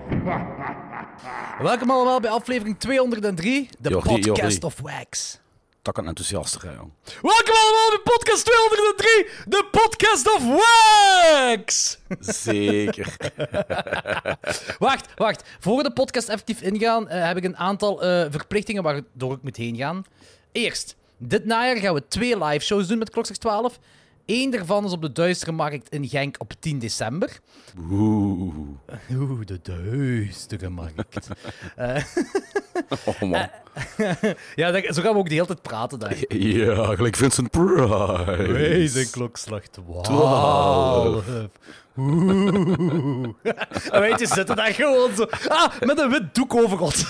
Welkom allemaal bij aflevering 203, de podcast of Wax. Dat kan enthousiaster, hè, jong. Welkom allemaal bij podcast 203, de podcast of Wax! Zeker. Wacht. Voor de podcast effectief ingaan, heb ik een aantal verplichtingen waardoor ik moet heen gaan. Eerst, dit najaar gaan we 2 live shows doen met Klokslag 12. Eén daarvan is op de Duistere Markt in Genk op 10 december. Oeh, de Duistere Markt. oh man. Ja, zo gaan we ook de hele tijd praten daar. Ja, gelijk Vincent Price. Wij zijn Klokslag 12. En weet je, zitten daar gewoon zo... met een wit doek over ons.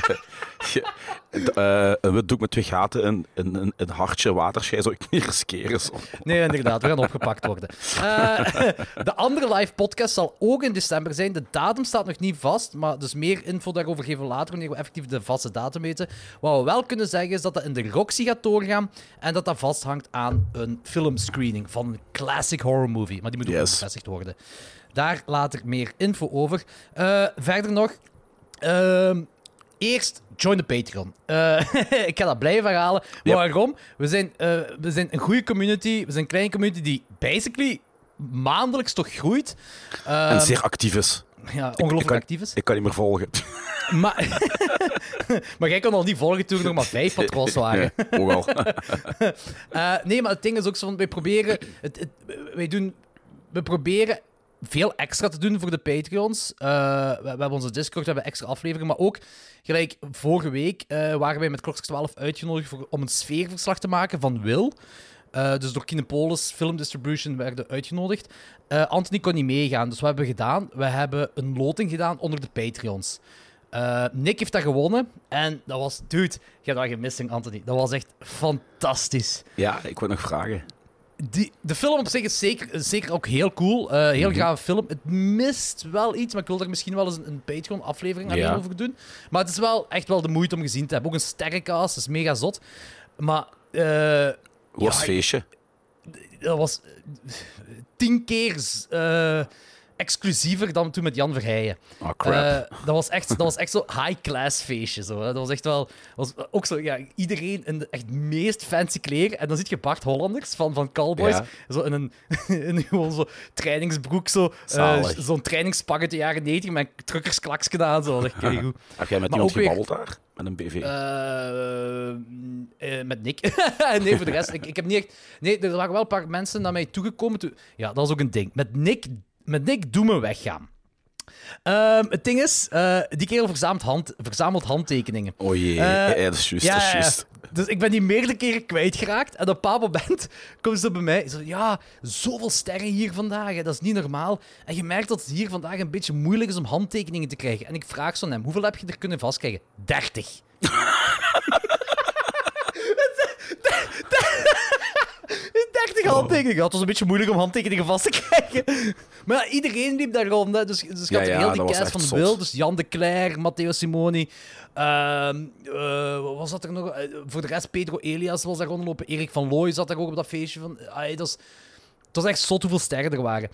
Een wit doek met 2 gaten en een hartje waterschei zou ik niet riskeren. Zo. Nee, inderdaad, we gaan opgepakt worden. De andere live podcast zal ook in december zijn. De datum staat nog niet vast, maar dus meer info daarover geven we later, wanneer we effectief de vaste datum weten. Wat we wel kunnen zeggen is dat dat in de Roxy gaat doorgaan en dat dat vasthangt aan een filmscreening van een classic horror movie. Maar die moet ook nog bevestigd worden. Daar later meer info over. Verder nog... Eerst, join de Patreon. Ik ga dat blijven herhalen. Yep. Waarom? We zijn een goede community. We zijn een kleine community die basically maandelijks toch groeit. En zeer actief is. Ja, ongelooflijk actief is. Ik kan niet meer volgen. Maar jij kon al niet volgen toen er nog maar 5 patrons waren. Nee, ook al. Nee, maar het ding is ook zo, wij proberen... We proberen veel extra te doen voor de Patreons. We hebben onze Discord, we hebben extra afleveringen, maar ook, gelijk vorige week, waren wij met Klokslag 12 uitgenodigd om een sfeerverslag te maken van Will. Dus door Kinepolis Film Distribution werden uitgenodigd. Anthony kon niet meegaan, dus wat hebben we gedaan? We hebben een loting gedaan onder de Patreons. Nick heeft dat gewonnen en dat was... Dude, je hebt dat gemist, Anthony. Dat was echt fantastisch. Ja, ik wil nog vragen. De film op zich is zeker ook heel cool. Heel grave film. Het mist wel iets, maar ik wil er misschien wel eens een Patreon-aflevering alleen over doen. Maar het is wel echt wel de moeite om gezien te hebben. Ook een sterrencast, dat is mega zot. Maar... Hoe was het feestje? Dat was 10 keer exclusiever dan toen met Jan Verheijen. Oh, crap. Dat was echt zo'n high-class feestje. Zo, hè. Dat was echt wel... Was ook zo, ja, iedereen in de echt meest fancy kleren. En dan zie je Bart Hollanders van Cowboys. Ja. Zo in gewoon zo trainingsbroek. Zo'n trainingspak uit de jaren 90 met een truckersklaksje aan. Zo. Dat is echt goed. Heb jij met iemand gebabbeld daar? Met een BV? Met Nick. Nee, voor de rest. Ik heb niet echt... Nee, er waren wel een paar mensen naar mij toegekomen. Ja, dat was ook een ding. Met Nick doen we weggaan. Het ding is, die kerel verzamelt handtekeningen. Oh jee, dat is juist, dat is juist. Dus ik ben die meerdere keren kwijtgeraakt. En op een bepaald moment komen ze bij mij. Zo, ja, zoveel sterren hier vandaag. Hè, dat is niet normaal. En je merkt dat het hier vandaag een beetje moeilijk is om handtekeningen te krijgen. En ik vraag zo aan hem, hoeveel heb je er kunnen vastkrijgen? 30. 30 handtekeningen. Het was een beetje moeilijk om handtekeningen vast te krijgen. Maar ja, iedereen liep daar rond. Hè. Dus je had heel die cast van de Wil. Dus Jan de Cler, Matteo Simoni. Wat was dat er nog? Voor de rest, Pedro Elias was daar rondlopen. Erik van Looy zat daar ook op dat feestje. Het was echt zot hoeveel sterren er waren.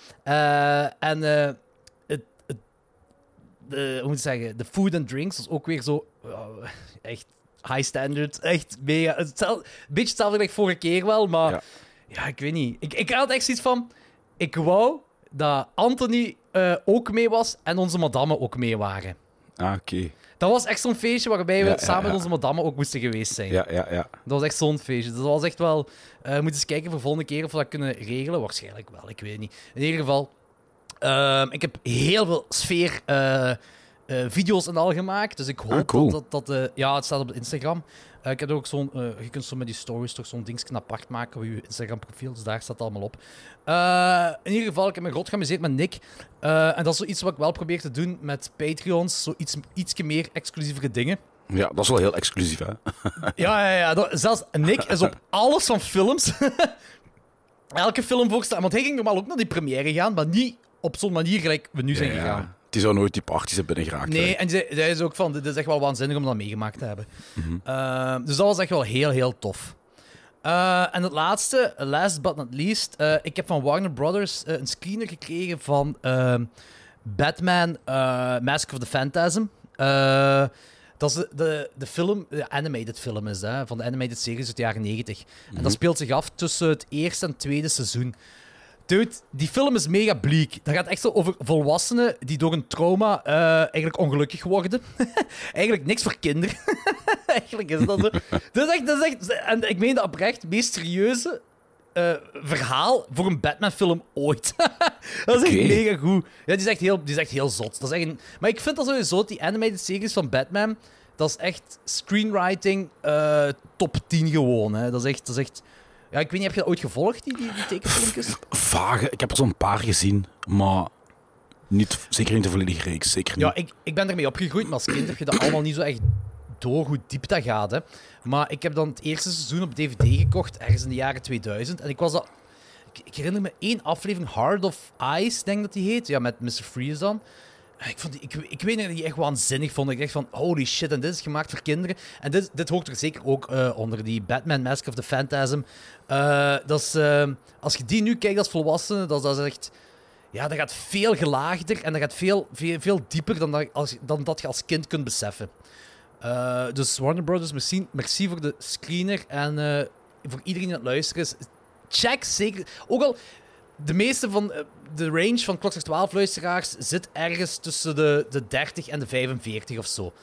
Hoe moet ik zeggen? De food and drinks was ook weer zo... echt high standard. Echt mega... Een beetje hetzelfde als vorige keer wel, maar... Ja, ik weet niet. Ik had echt zoiets van... Ik wou dat Anthony ook mee was en onze madammen ook mee waren. Ah, oké. Dat was echt zo'n feestje waarbij we samen met onze madammen ook moesten geweest zijn. Ja. Dat was echt zo'n feestje. Dus dat was echt wel... we moeten eens kijken voor de volgende keer of we dat kunnen regelen. Waarschijnlijk wel, ik weet het niet. In ieder geval... ik heb heel veel sfeer... video's en al gemaakt. Dus ik hoop dat ja, het staat op Instagram. Ik heb ook zo'n... je kunt zo met die stories toch zo'n dingetje apart maken op je Instagram-profiel. Dus daar staat het allemaal op. In ieder geval, ik heb me rot geamuseerd met Nick. En dat is zoiets wat ik wel probeer te doen met Patreons. Zo ietsje meer exclusievere dingen. Ja, dat is wel heel exclusief, hè? Ja. Zelfs Nick is op alles van films. Elke film voorstellen. Want hij ging normaal ook naar die première gaan, maar niet op zo'n manier gelijk we nu zijn gegaan. Die zou nooit die parties hebben binnengeraakt. Nee, en zij is ook van, dit is echt wel waanzinnig om dat meegemaakt te hebben. Mm-hmm. Dus dat was echt wel heel, heel tof. En het laatste, last but not least, ik heb van Warner Brothers een screener gekregen van Batman Mask of the Phantasm. Dat is de film, de animated film is, hè, van de animated series uit de jaren 90. En dat speelt zich af tussen het eerste en tweede seizoen. Dude, die film is mega bleak. Dat gaat echt zo over volwassenen die door een trauma eigenlijk ongelukkig worden. Eigenlijk niks voor kinderen. Eigenlijk is dat zo. Dat is echt, en ik meen dat oprecht, het meest serieuze verhaal voor een Batman-film ooit. Dat is echt mega goed. Ja, die is echt heel zot. Dat is echt maar ik vind dat sowieso, die animated series van Batman, dat is echt screenwriting top 10 gewoon. Hè. Dat is echt... Ja, ik weet niet, heb je dat ooit gevolgd, die tekenfilmpjes? Vage. Ik heb er zo'n paar gezien, maar zeker niet de volledige reeks. Zeker niet. Ja, ik ben ermee opgegroeid, maar als kind heb je dat allemaal niet zo echt door hoe diep dat gaat. Hè. Maar ik heb dan het eerste seizoen op DVD gekocht, ergens in de jaren 2000. En ik herinner me één aflevering, Heart of Ice, denk dat die heet. Ja, met Mr. Freeze dan. Ik weet niet dat die echt waanzinnig vond. Ik dacht van, holy shit, en dit is gemaakt voor kinderen. En dit hoort er zeker ook onder, die Batman Mask of the Phantasm. Dat is, als je die nu kijkt als volwassene, dat is echt... Ja, dat gaat veel gelaagder en dat gaat veel dieper dan dat je als kind kunt beseffen. Dus Warner Brothers, merci voor de screener. En voor iedereen die aan het luisteren is, check zeker... Ook al... De meeste van de range van Klokslag 12 luisteraars zit ergens tussen de 30 en de 45 of zo.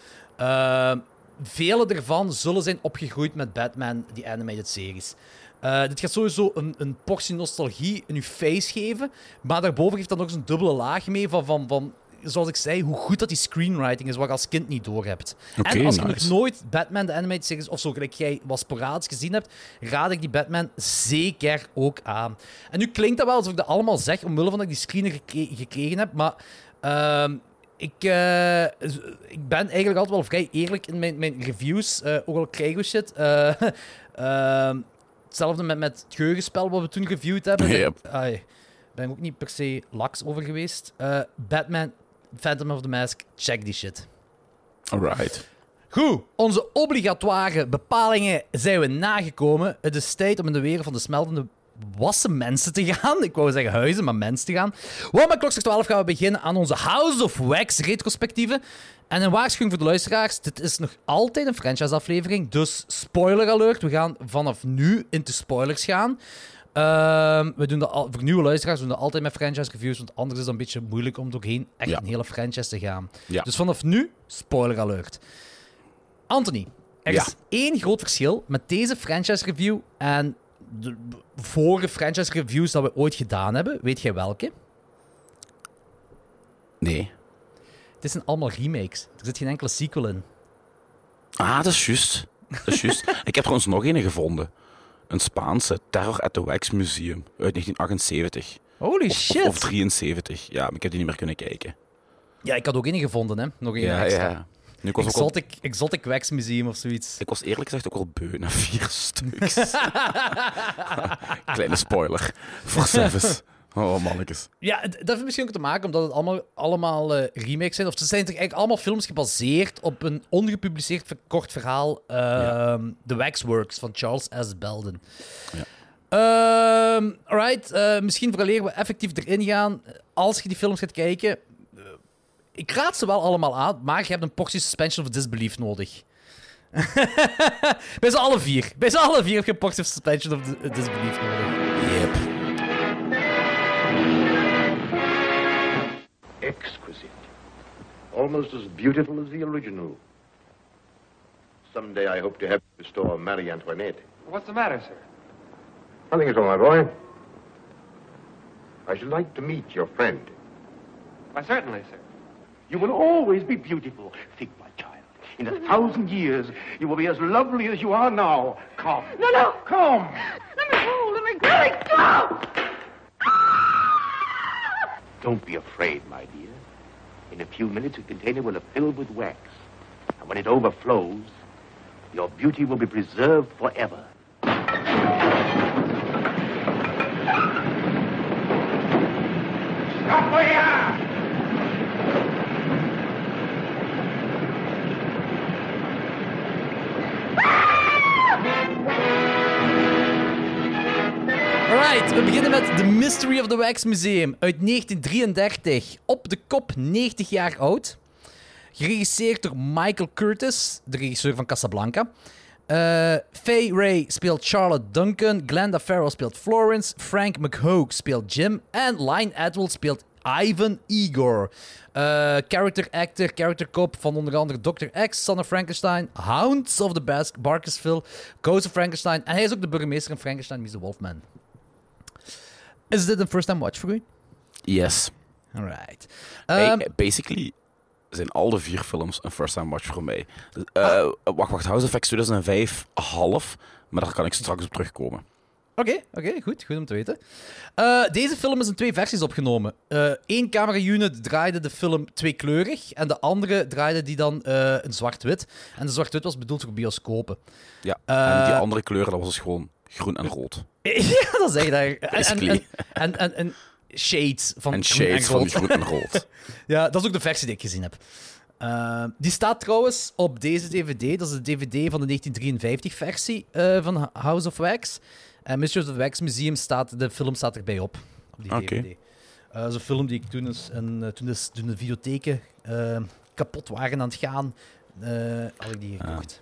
Vele ervan zullen zijn opgegroeid met Batman, die animated series. Dit gaat sowieso een portie nostalgie in je face geven, maar daarboven geeft dan nog eens een dubbele laag mee van zoals ik zei, hoe goed dat die screenwriting is, wat je als kind niet doorhebt. En als je nog nooit Batman, de animated series, of zo, gelijk jij wat sporadisch gezien hebt, raad ik die Batman zeker ook aan. En nu klinkt dat wel alsof ik dat allemaal zeg, omwille van dat ik die screener gekregen heb, maar ik ben eigenlijk altijd wel vrij eerlijk in mijn reviews, ook al krijgen we shit. Hetzelfde met het geheugenspel wat we toen reviewed hebben. Yep. Daar ben ik ook niet per se laks over geweest. Batman, Phantom of the Mask, check die shit. Alright. Goed, onze obligatoire bepalingen zijn we nagekomen. Het is tijd om in de wereld van de smeltende wassen mensen te gaan. Ik wou zeggen huizen, maar mensen te gaan. Want met Klokslag 12 gaan we beginnen aan onze House of Wax retrospectieve. En een waarschuwing voor de luisteraars, dit is nog altijd een franchise-aflevering, dus spoiler alert. We gaan vanaf nu into spoilers gaan. We doen dat voor nieuwe luisteraars, we doen dat altijd met franchise-reviews, want anders is het een beetje moeilijk om doorheen echt een hele franchise te gaan. Ja. Dus vanaf nu, spoiler alert. Anthony, er is één groot verschil met deze franchise-review en de vorige franchise-reviews dat we ooit gedaan hebben. Weet jij welke? Nee. Het zijn allemaal remakes. Er zit geen enkele sequel in. Ah, dat is juist. Ik heb trouwens nog een gevonden. Een Spaanse, Terror at the Wax Museum uit 1978. Holy shit. Of 73. Ja, maar ik heb die niet meer kunnen kijken. Ja, ik had ook één gevonden, hè. Nog één extra. Ja. Nu, ik Exotic Wax Museum of zoiets. Ik was eerlijk gezegd ook al beu na 4 stuks. Kleine spoiler voor Sevis. Oh, mannetjes. Ja, dat heeft misschien ook te maken omdat het allemaal remakes zijn. Of ze zijn toch eigenlijk allemaal films gebaseerd op een ongepubliceerd kort verhaal. The Waxworks van Charles S. Belden. Ja. Alright, misschien vooraleer we effectief erin gaan. Als je die films gaat kijken... ik raad ze wel allemaal aan, maar je hebt een portie suspension of disbelief nodig. Bij z'n alle vier heb je een portie suspension of disbelief nodig. Yep. Exquisite. Almost as beautiful as the original. Someday I hope to have to restore Marie Antoinette. What's the matter, sir? Nothing at all, my boy. I should like to meet your friend. Why, certainly, sir. You will always be beautiful. Think, my child. In 1,000 years, you will be as lovely as you are now. Come. No. Come. Let me go. Let me go. Don't be afraid, my dear. In a few minutes, the container will have filled with wax. And when it overflows, your beauty will be preserved forever. Stop here! Alright, we beginnen met The Mystery of the Wax Museum uit 1933. Op de kop 90 jaar oud. Geregisseerd door Michael Curtis, de regisseur van Casablanca. Fay Wray speelt Charlotte Duncan. Glenda Farrell speelt Florence. Frank McHugh speelt Jim. En Lynne Atwell speelt Ivan Igor. Character actor, character cop van onder andere Dr. X, Son of Frankenstein, Hounds of the Barkersville, Ghost of Frankenstein. En hij is ook de burgemeester in Frankenstein meets the Wolfman. Is dit een first-time watch voor u? Yes. Alright. Basically zijn al de 4 films een first-time watch voor mij. Wacht, House of X 2005, half. Maar daar kan ik straks op terugkomen. Oké, goed om te weten. Deze film is in 2 versies opgenomen. 1 camera-unit draaide de film 2-kleurig en de andere draaide die dan in zwart-wit. En de zwart-wit was bedoeld voor bioscopen. Ja, en die andere kleuren, dat was dus gewoon groen en rood. Ja, dat zeg je daar. Basically. En shades van En groen shades en rood. van groen en rood. Ja, dat is ook de versie die ik gezien heb. Die staat trouwens op deze DVD. Dat is de DVD van de 1953-versie van House of Wax. En Mystery of the Wax Museum de film staat erbij op die DVD. Dat is een film die ik toen de videotheken kapot waren aan het gaan, had ik die gekocht.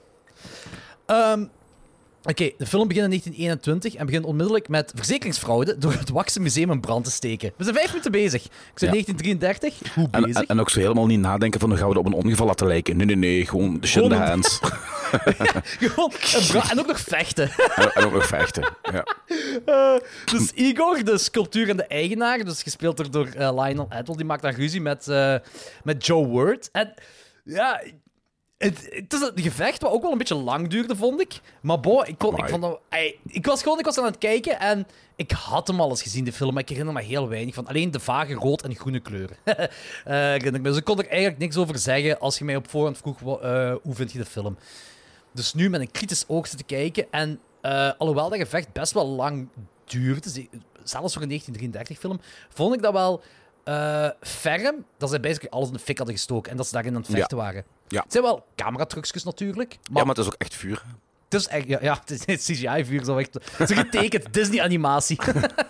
Oké, de film begint in 1921 en begint onmiddellijk met verzekeringsfraude door het Waxenmuseum in brand te steken. We zijn 5 minuten bezig. Ik zei 1933. Hoe bezig? En ook zo helemaal niet nadenken van, hoe gaan we dat op een ongeval laten lijken? Nee, gewoon de shit in de hands. Gewoon en ook nog vechten. En ook nog vechten, ja. Dus Igor, de sculptuur en de eigenaar, dus gespeeld door Lionel Atwell, die maakt dan ruzie met Joe Word. En ja... Het is een gevecht wat ook wel een beetje lang duurde, vond ik. Maar ik was aan het kijken en ik had hem al eens gezien, de film, maar ik herinner me heel weinig van. Alleen de vage rood en groene kleuren. Dus ik kon er eigenlijk niks over zeggen als je mij op voorhand vroeg, hoe vind je de film? Dus nu met een kritisch oog zitten kijken en alhoewel dat gevecht best wel lang duurde, zelfs voor een 1933-film, vond ik dat wel... ferm, dat zij basically alles in de fik hadden gestoken en dat ze daarin aan het vechten waren. Ja. Het zijn wel cameratrucjes natuurlijk. Maar het is ook echt vuur. Het is echt, het is CGI-vuur. Het is getekend, Disney-animatie.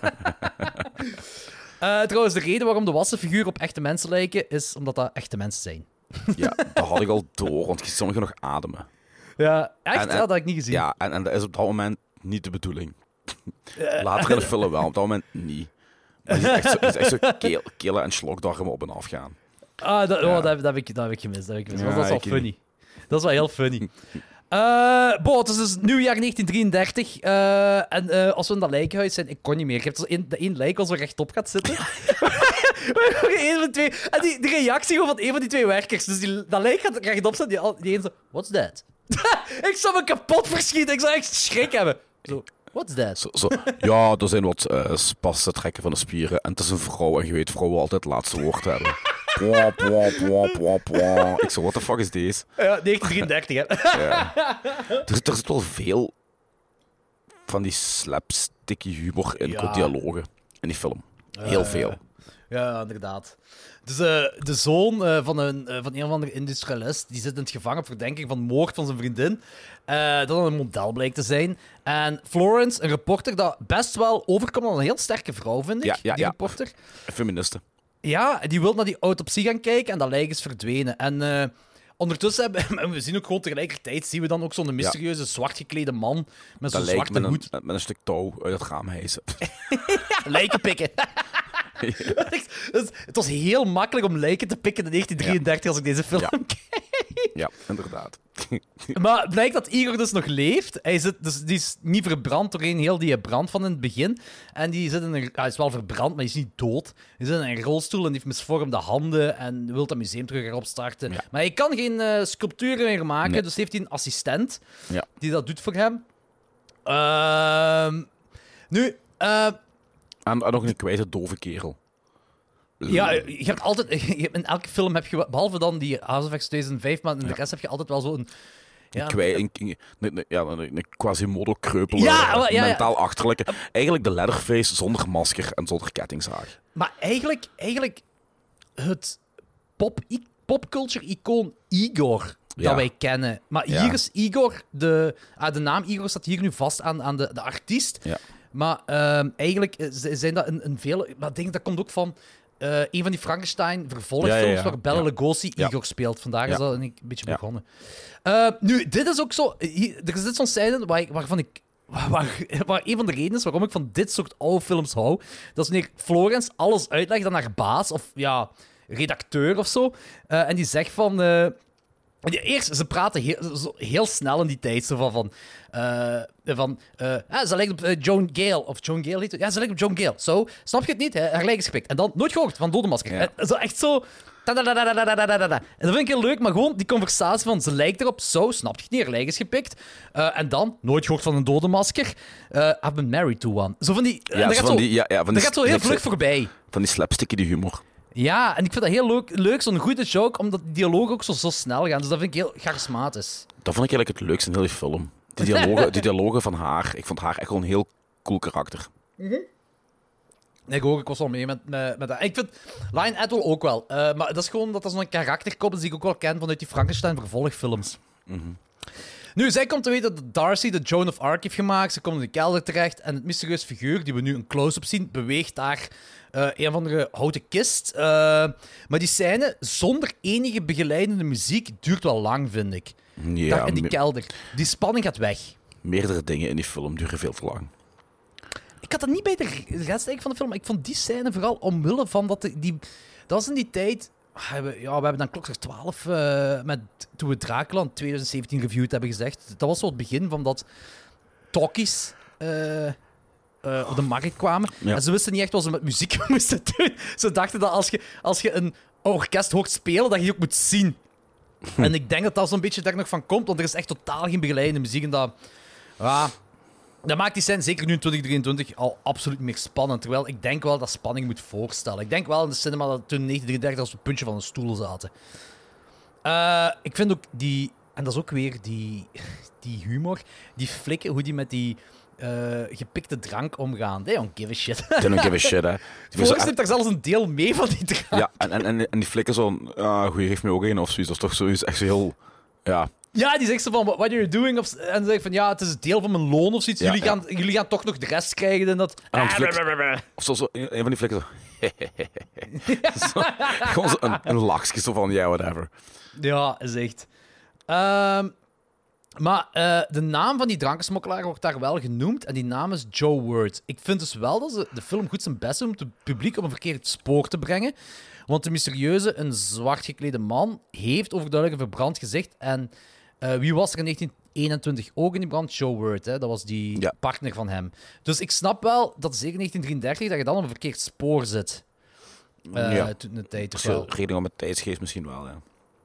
Trouwens, de reden waarom de wassenfiguren op echte mensen lijken, is omdat dat echte mensen zijn. Ja, dat had ik al door, want je ziet sommigen nog ademen. Ja, echt? Dat had ik niet gezien. Ja, en dat is op dat moment niet de bedoeling. Later in de film wel, op dat moment niet. Maar het is echt zo kelen en slokdarmen op en af gaan. Dat heb ik gemist. Dat was wel funny. Dat is wel heel funny. Het is dus nieuwjaar 1933. En als we in dat lijkenhuis zijn, ik kon niet meer. Ik heb dus één lijk als we rechtop gaat zitten. Eén van twee. En die reactie van een van die 2 werkers. Dus dat lijk gaat rechtop zitten. Die een zo, what's that? Ik zou me kapot verschieten. Ik zou echt schrik hebben. Zo, what's that? Ja, er zijn wat spassen trekken van de spieren. En het is een vrouw. En je weet, vrouwen altijd het laatste woord hebben. Ik zo, what the fuck is deze? Ja, 1933, hè. Ja. Er zit wel veel van die slapsticky humor in qua dialogen in die film. Heel veel. Ja, inderdaad. Dus de zoon van een of andere industrialist, die zit in het gevangen op verdenking van moord van zijn vriendin. Dat een model blijkt te zijn. En Florence, een reporter, dat best wel overkomt als een heel sterke vrouw, vind ik. Die reporter. Een feministe. Ja, die wil naar die autopsie gaan kijken en dat lijk is verdwenen. En ondertussen we zien ook gewoon tegelijkertijd, zien we dan ook zo'n mysterieuze zwart geklede man met zo'n zwarte hoed. Met een stuk touw uit het raam hijsen. Lijken pikken. Het was heel makkelijk om lijken te pikken in 1933 als ik deze film kijk. Ja, inderdaad. Maar het blijkt dat Igor dus nog leeft. Die is niet verbrand doorheen heel die brand van in het begin. En die zit hij is wel verbrand, maar hij is niet dood. Hij zit in een rolstoel en die heeft misvormde handen en wil dat museum terug erop starten. Ja. Maar hij kan geen sculpturen meer maken, dus heeft hij een assistent die dat doet voor hem. En nog een kwijte dove kerel. Ja, je hebt altijd... In elke film heb je... Behalve dan die House of X 2005, maar in de rest heb je altijd wel zo'n... Een Quasimodo-kreupel, mentaal achterlijke. Eigenlijk de Leatherface zonder masker en zonder kettingzaag. Maar eigenlijk het popculture-icoon Igor dat wij kennen. Maar hier is Igor... De naam Igor staat hier nu vast aan de artiest. Ja. Maar eigenlijk zijn dat een vele... Maar ik denk dat komt ook van een van die Frankenstein-vervolgfilms waar Bela Lugosi Igor speelt. Vandaar is dat een beetje begonnen. Nu, dit is ook zo... Er zit zo'n scène waarvan ik... Waar een van de redenen is waarom ik van dit soort oude films hou, dat is wanneer Florence alles uitlegt aan haar baas, of redacteur of zo, en die zegt van... Eerst, ze praten heel snel in die tijd, zo ze lijkt op Joan Gale, of Joan Gale heet het? Ja, ze lijkt op Joan Gale. Zo, snap je het niet? Haar lijk is gepikt. En dan, nooit gehoord van Dodenmasker. Ja. Zo echt zo... En dat vind ik heel leuk, maar gewoon die conversatie van ze lijkt erop, zo, snap je het niet, haar lijk is gepikt. En dan, nooit gehoord van een dodenmasker, I've been married to one. Zo van die... dat gaat zo heel vlug voorbij. Van die slapsticky die humor. Ja, en ik vind dat heel leuk zo'n goede joke, omdat die dialogen ook zo snel gaan. Dus dat vind ik heel charismatisch. Dat vond ik eigenlijk het leukste in heel die film. Die dialogen van haar. Ik vond haar echt gewoon een heel cool karakter. Nee, ik was wel mee met dat. Ik vind Lion Atwell ook wel. Maar dat is gewoon dat zo'n karakter komt die ik ook wel ken vanuit die Frankenstein-vervolgfilms. Nu, zij komt te weten dat Darcy de Joan of Arc heeft gemaakt. Ze komt in de kelder terecht. En het mysterieuze figuur, die we nu een close-up zien, beweegt daar een of andere houten kist. Maar die scène, zonder enige begeleidende muziek, duurt wel lang, vind ik. Ja, daar in die kelder. Die spanning gaat weg. Meerdere dingen in die film duren veel te lang. Ik had dat niet bij de rest eigenlijk van de film, maar ik vond die scène vooral omwille van dat dat was in die tijd... we hebben dan klokslag 12 toen we Dracula in 2017 reviewed hebben gezegd. Dat was zo het begin van dat talkies op de markt kwamen. Ja. En ze wisten niet echt wat ze met muziek moesten doen. Ze dachten dat als je een orkest hoort spelen, dat je die ook moet zien. En ik denk dat dat zo'n beetje daar nog van komt, want er is echt totaal geen begeleidende muziek. En dat maakt die scène, zeker nu in 2023, al absoluut meer spannend. Terwijl ik denk wel dat spanning moet voorstellen. Ik denk wel in de cinema dat toen in 1933 als op het puntje van een stoel zaten. Ik vind ook die... En dat is ook weer die humor. Die flikken, hoe die met die gepikte drank omgaan. They don't give a shit. They don't give a shit, hè. Volgens neemt daar zelfs een deel mee van die drank. Ja, en die flikken zo... Goeie, geef me ook een of zoiets. Dat is toch zoiets echt zo heel... Ja... Ja, die zegt zo van, what are you doing? En dan zeg ik van, ja, het is een deel van mijn loon of zoiets. Ja, jullie gaan toch nog de rest krijgen en dat... En dan of zo, een van die flikken zo... Zo, gewoon zo een lachje zo van, yeah, whatever. Ja, is echt. Maar de naam van die drankensmokkelaar wordt daar wel genoemd. En die naam is Joe Word. Ik vind dus wel dat ze de film goed zijn best doen om het publiek op een verkeerd spoor te brengen. Want de mysterieuze, een zwart geklede man, heeft overduidelijk een verbrand gezicht. En wie was er in 1921 ook in die brand? Joe Word, hè? Dat was die partner van hem. Dus ik snap wel dat zeker in 1933 dat je dan op een verkeerd spoor zit. Toen de tijd toch wel. Rekening met tijdsgeest misschien wel, ja.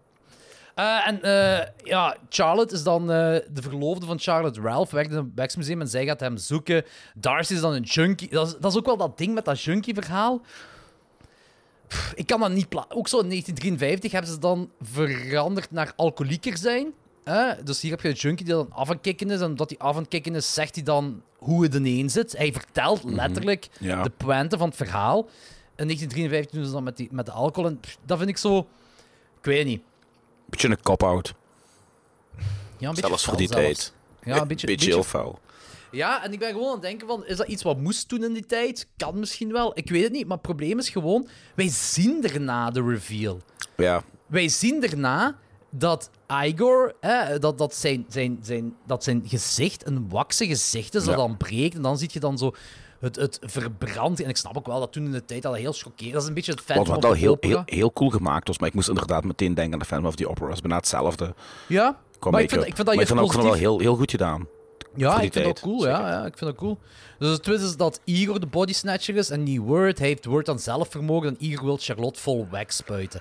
Charlotte is dan de verloofde van Charlotte Ralph, werkt in het Waxmuseum en zij gaat hem zoeken. Darcy is dan een junkie. Dat is ook wel dat ding met dat junkie-verhaal. Ik kan dat niet ook zo in 1953 hebben ze dan veranderd naar alcoholieker zijn. Dus hier heb je een junkie die dan af aan kicken is. En omdat hij af aan kicken is, zegt hij dan hoe het ineen zit. Hij vertelt letterlijk de pointe van het verhaal. In 1953 doen ze dan met de alcohol. En dat vind ik zo... Ik weet niet. Beetje een cop-out. Ja, een zelfs voor die tijd. Ja, een beetje heel foul. Ja, en ik ben gewoon aan het denken van... Is dat iets wat moest doen in die tijd? Kan misschien wel. Ik weet het niet. Maar het probleem is gewoon... Wij zien daarna de reveal. Ja. Wij zien daarna dat Igor... dat zijn gezicht een wakse gezicht is dat dan breekt. En dan zie je dan zo... Het verbrandt. En ik snap ook wel dat toen in de tijd al heel chockerend. Dat is een beetje het Phantom of the Opera. Wat wel heel cool gemaakt was, maar ik moest inderdaad meteen denken aan de Phantom of the Opera. Dat is bijna hetzelfde. Ja, maar ik vind dat juist ook wel heel goed gedaan. Ja, ik vind dat cool. Ja, ik vind dat cool. Dus het twist is dat Igor de body snatcher is en niet Word. Hij heeft Word dan zelf vermogen en Igor wil Charlotte vol wax spuiten.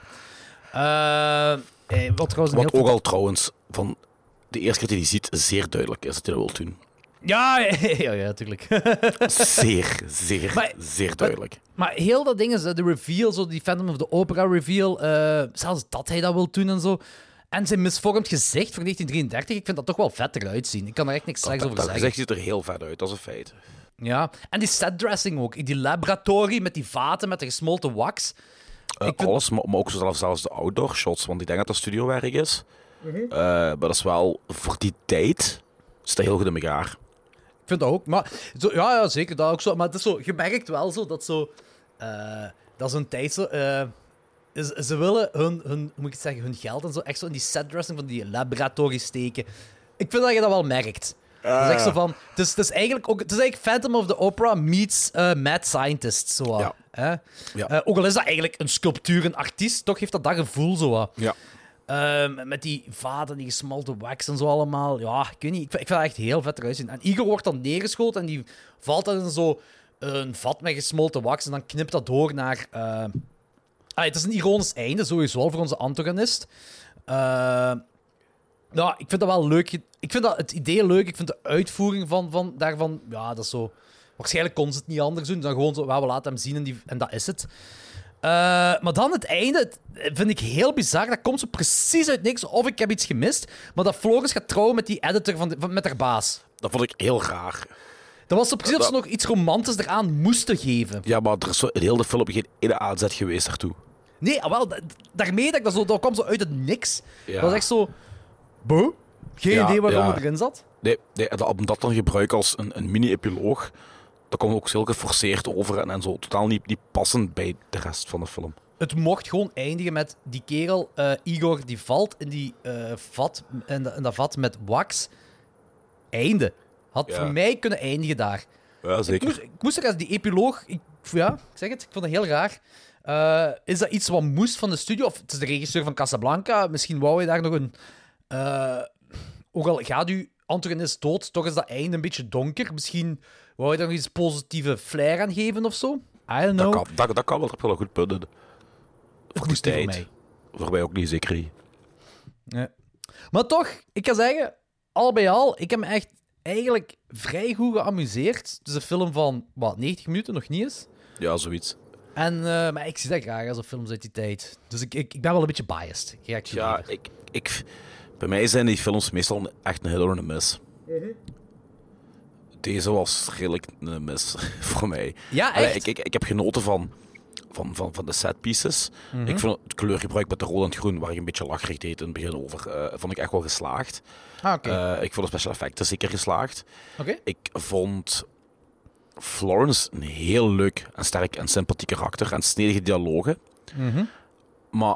Wat ook al trouwens, van de eerste keer die hij ziet, zeer duidelijk is dat hij dat wil doen. Ja, natuurlijk. Zeer duidelijk. Maar heel dat ding is, de reveal, zo die Phantom of the Opera reveal, zelfs dat hij dat wil doen en zo. En zijn misvormd gezicht voor 1933, ik vind dat toch wel vet eruit zien. Ik kan er echt niks slechts over zeggen. Dat gezicht ziet er heel vet uit, dat is een feit. Ja, en die setdressing ook. Die laboratorie met die vaten met de gesmolten wax. Alles, maar ook zelfs de outdoor shots, want ik denk dat dat studiowerk is. Maar dat is wel, voor die tijd, is dat heel goed in elkaar. Ik vind dat ook. Maar zo, ja, zeker dat ook zo. Maar het is zo, je merkt wel zo dat zo... dat is een tijd zo... ze willen hun, hoe moet ik het zeggen, hun geld en zo echt zo in die setdressing van die laboratorie steken. Ik vind dat je dat wel merkt. Het is echt zo van... Het is eigenlijk Phantom of the Opera meets Mad Scientist. Zo, Ja. hè? Ja. Ook al is dat eigenlijk een sculptuur, een artiest, toch heeft dat gevoel zo. Ja. Met die vaten, die gesmolten wax en zo allemaal. Ja, ik weet niet. Ik vind dat echt heel vet eruit zien. En Igor wordt dan neergeschoten en die valt dan in zo een vat met gesmolten wax en dan knipt dat door naar... het is een ironisch einde, sowieso al voor onze antagonist. Ja, ik vind dat wel leuk. Ik vind dat het idee leuk. Ik vind de uitvoering daarvan... Ja, dat is zo... Waarschijnlijk kon ze het niet anders doen. Dan gewoon zo, we laten hem zien en dat is het. Maar dan het einde vind ik heel bizar. Dat komt zo precies uit niks. Of ik heb iets gemist. Maar dat Florence gaat trouwen met die editor met haar baas. Dat vond ik heel raar. Dat was zo precies of ze nog iets romantisch eraan moesten geven. Ja, maar er is zo in heel de film geen ene aanzet geweest daartoe. Nee, daarmee dat kwam zo uit het niks. Ja. Dat was echt zo... Boh? Geen idee waarom het erin zat. Nee, om dat dan gebruiken als een mini-epiloog, dat komt ook heel geforceerd over en zo totaal niet passend bij de rest van de film. Het mocht gewoon eindigen met die kerel, Igor, die valt in die in dat vat met wax. Einde. Had voor mij kunnen eindigen daar. Ja, zeker. Ik moest er als die epiloog... Ik zeg het, ik vond het heel raar. Is dat iets wat moest van de studio? Of het is de regisseur van Casablanca. Misschien wou je daar nog een... ook al gaat uw antagonist dood, toch is dat einde een beetje donker. Misschien wou je daar nog iets positieve flair aan geven of zo? I don't know. Dat kan wel, dat wel een goed punt. Het moest niet voor mij. Voor mij ook niet, zeker niet. Nee. Maar toch, ik kan zeggen, al bij al, ik heb me echt eigenlijk vrij goed geamuseerd. Het is een film van, 90 minuten, nog niet eens. Ja, zoiets. Maar ik zie dat graag als een films uit die tijd. Dus ik ben wel een beetje biased. Ja, bij mij zijn die films meestal echt een hit or a miss. Deze was redelijk een miss voor mij. Ja, echt? Ik heb genoten van de setpieces. Ik vond het kleurgebruik met de rood en het groen, waar ik een beetje lacherig deed in het begin over, vond ik echt wel geslaagd. Ik vond de special effecten zeker geslaagd. Ik vond Florence een heel leuk en sterk en sympathiek karakter en snedige dialogen. Maar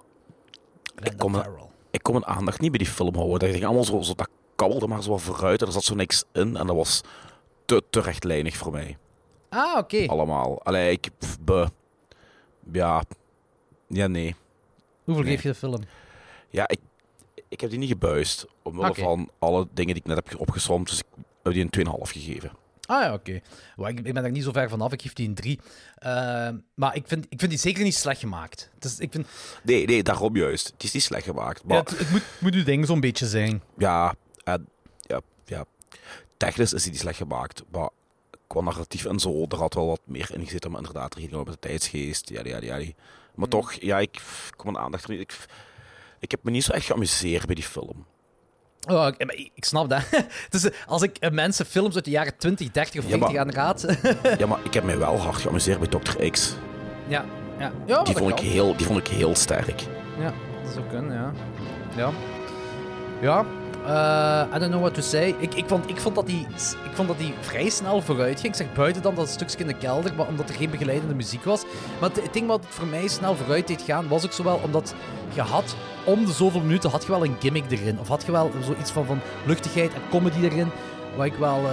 ik kon mijn aandacht niet bij die film houden. Dat ging allemaal zo dat kabbelde maar zo wat vooruit en er zat zo niks in en dat was te rechtlijnig voor mij. Allemaal. Allee, nee. Hoeveel geef je de film? Ja, ik heb die niet gebuist. Omwille van alle dingen die ik net heb opgesomd. Dus ik heb die een 2,5 gegeven. Oké. Ik ben er niet zo ver vanaf. Ik geef die een 3. Maar ik vind die zeker niet slecht gemaakt. Dus ik vind... Nee, daarom juist. Het is niet slecht gemaakt. Maar... Ja, het moet uw ding zo'n beetje zijn. Ja. Technisch is die niet slecht gemaakt. Maar qua narratief en zo, er had wel wat meer in gezeten. Maar inderdaad, er ging wel met de tijdsgeest. Ja. Maar toch, ik kom mijn aandacht er niet. Ik heb me niet zo echt geamuseerd bij die film. Ik snap dat. Dus als ik mensen films uit de jaren 20, 30 of 40 aan raad... Ja, maar ik heb mij wel hard geamuseerd bij Dr. X. Ja, die vond ik heel sterk. Ja, dat zou kunnen, ja. I don't know what to say. Ik vond dat die vrij snel vooruit ging. Ik zeg buiten dan dat stukje in de kelder, maar omdat er geen begeleidende muziek was. Maar het ding wat het voor mij snel vooruit deed gaan, was ook zowel omdat je had, om de zoveel minuten, had je wel een gimmick erin. Of had je wel zoiets van luchtigheid en comedy erin, wat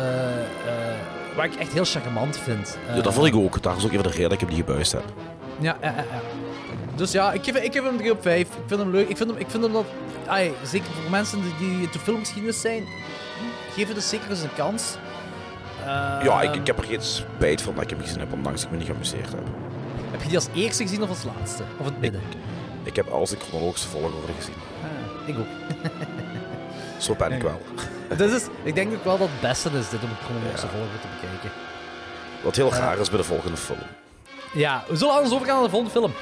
ik echt heel charmant vind. Ja, dat vond ik ook. Daar is ook even de reden dat ik hem niet gebuist heb. Ja. Dus ja, ik geef hem 3 op 5. Ik vind hem leuk. Ik vind hem dat... zeker voor mensen die te filmgeschiedenis zijn, geven dus zeker eens een kans. Ik heb er geen spijt van dat ik hem gezien heb, ondanks dat ik me niet geamuseerd heb. Heb je die als eerste gezien of als laatste? Of het midden? Ik heb alles in chronologische volgorde gezien. Ik ook. Zo ben ik wel. Dus ik denk ook wel dat het beste is dit om het chronologische volgorde te bekijken. Wat heel raar is bij de volgende film. Ja, we zullen anders overgaan naar de volgende film.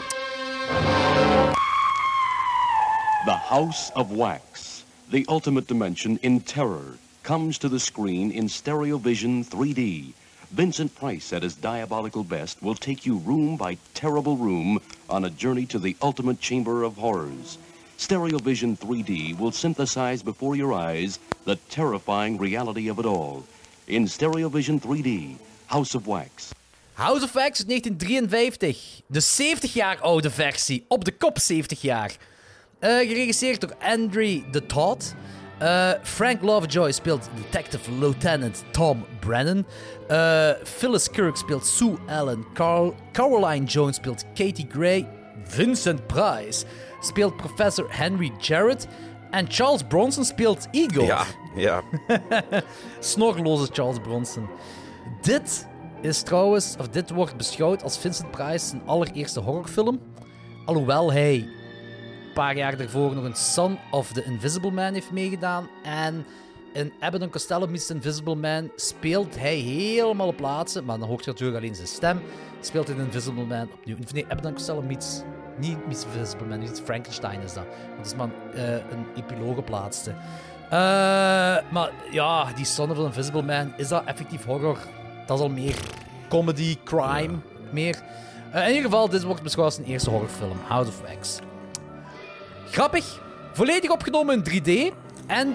The House of Wax, the ultimate dimension in terror, comes to the screen in Stereovision 3D. Vincent Price, at his diabolical best, will take you room by terrible room on a journey to the ultimate chamber of horrors. Stereovision 3D will synthesize before your eyes the terrifying reality of it all. in Stereovision 3D. House of Wax. House of Wax uit 1953. De 70 jaar oude versie. Op de kop 70 jaar. Geregisseerd door Andre de Todd. Frank Lovejoy speelt Detective Lieutenant Tom Brennan. Phyllis Kirk speelt Sue Ellen. Caroline Jones speelt Katie Gray. Vincent Price speelt Professor Henry Jarrett. En Charles Bronson speelt Igor. Ja. Snorloze Charles Bronson. Dit wordt beschouwd als Vincent Price zijn allereerste horrorfilm. Alhoewel hij een paar jaar daarvoor nog een Son of the Invisible Man heeft meegedaan. En in Abbott and Costello meets the Invisible Man speelt hij helemaal op plaatsen. Maar dan hoort je natuurlijk alleen zijn stem. Speelt hij de Invisible Man opnieuw. Nee, Abbott and Costello meets... Niet meets Invisible Man, niet Frankenstein is dat. Dat is maar een epiloog geplaatste. Maar ja, die Son of the Invisible Man, is dat effectief horror? Dat is al meer comedy, crime, meer. In ieder geval, dit wordt beschouwd als een eerste horrorfilm, House of Wax. Grappig, volledig opgenomen in 3D. En